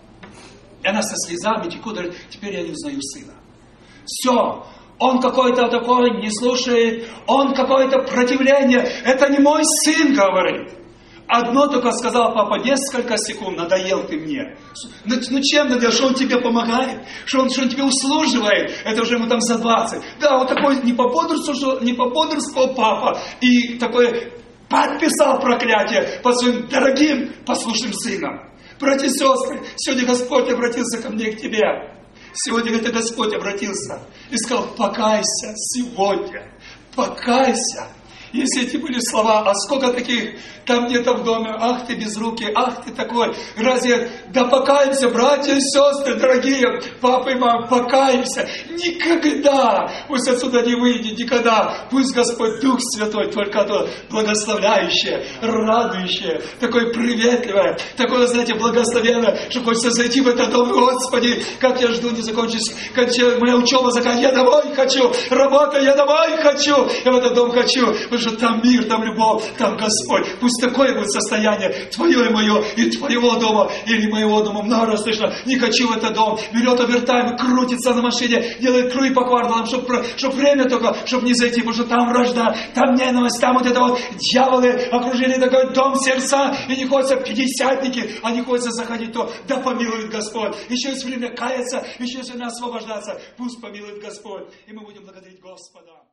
И она со слезами текут, говорит, теперь я не узнаю сына. Все. Он какой-то такой, не слушает. Он какое-то противление. Это не мой сын, говорит. Одно только сказал папа, несколько секунд, надоел ты мне. Ну, ну чем надоел? Что он тебе помогает? Что он, что он тебе услуживает? Это уже ему там за двадцать. Да, вот такой не поподрствовал, не поподрствовал папа. И такой подписал проклятие по своим дорогим послушным сынам. Братья и сестры, сегодня Господь обратился ко мне, к тебе. Сегодня это Господь обратился и сказал, покайся сегодня. Покайся. Если эти были слова, а сколько таких там где-то в доме, ах ты безрукий, ах ты такой, разве, да покаемся, братья и сестры, дорогие, папа и мама, покаемся, никогда, пусть отсюда не выйдет, никогда, пусть Господь Дух Святой, только то благословляющее, радующее, такое приветливое, такое, знаете, благословенное, что хочется зайти в этот дом, Господи, как я жду, не закончится, как моя учеба заканчивается, я домой хочу, работа, я домой хочу, я в этот дом хочу, потому что там мир, там любовь, там Господь. Пусть такое будет состояние твое и мое, и твоего дома, или моего дома. Много раз слышно, не хочу в этот дом. Берет овертайм, крутится на машине, делает круги по кварталам, чтобы чтоб время только, чтобы не зайти, потому что там вражда, там ненависть, там вот это вот дьяволы окружили такой дом сердца, и не хочется пятидесятники, а не хочется заходить то, да помилует Господь. Еще есть время каяться, еще есть время освобождаться. Пусть помилует Господь, и мы будем благодарить Господа.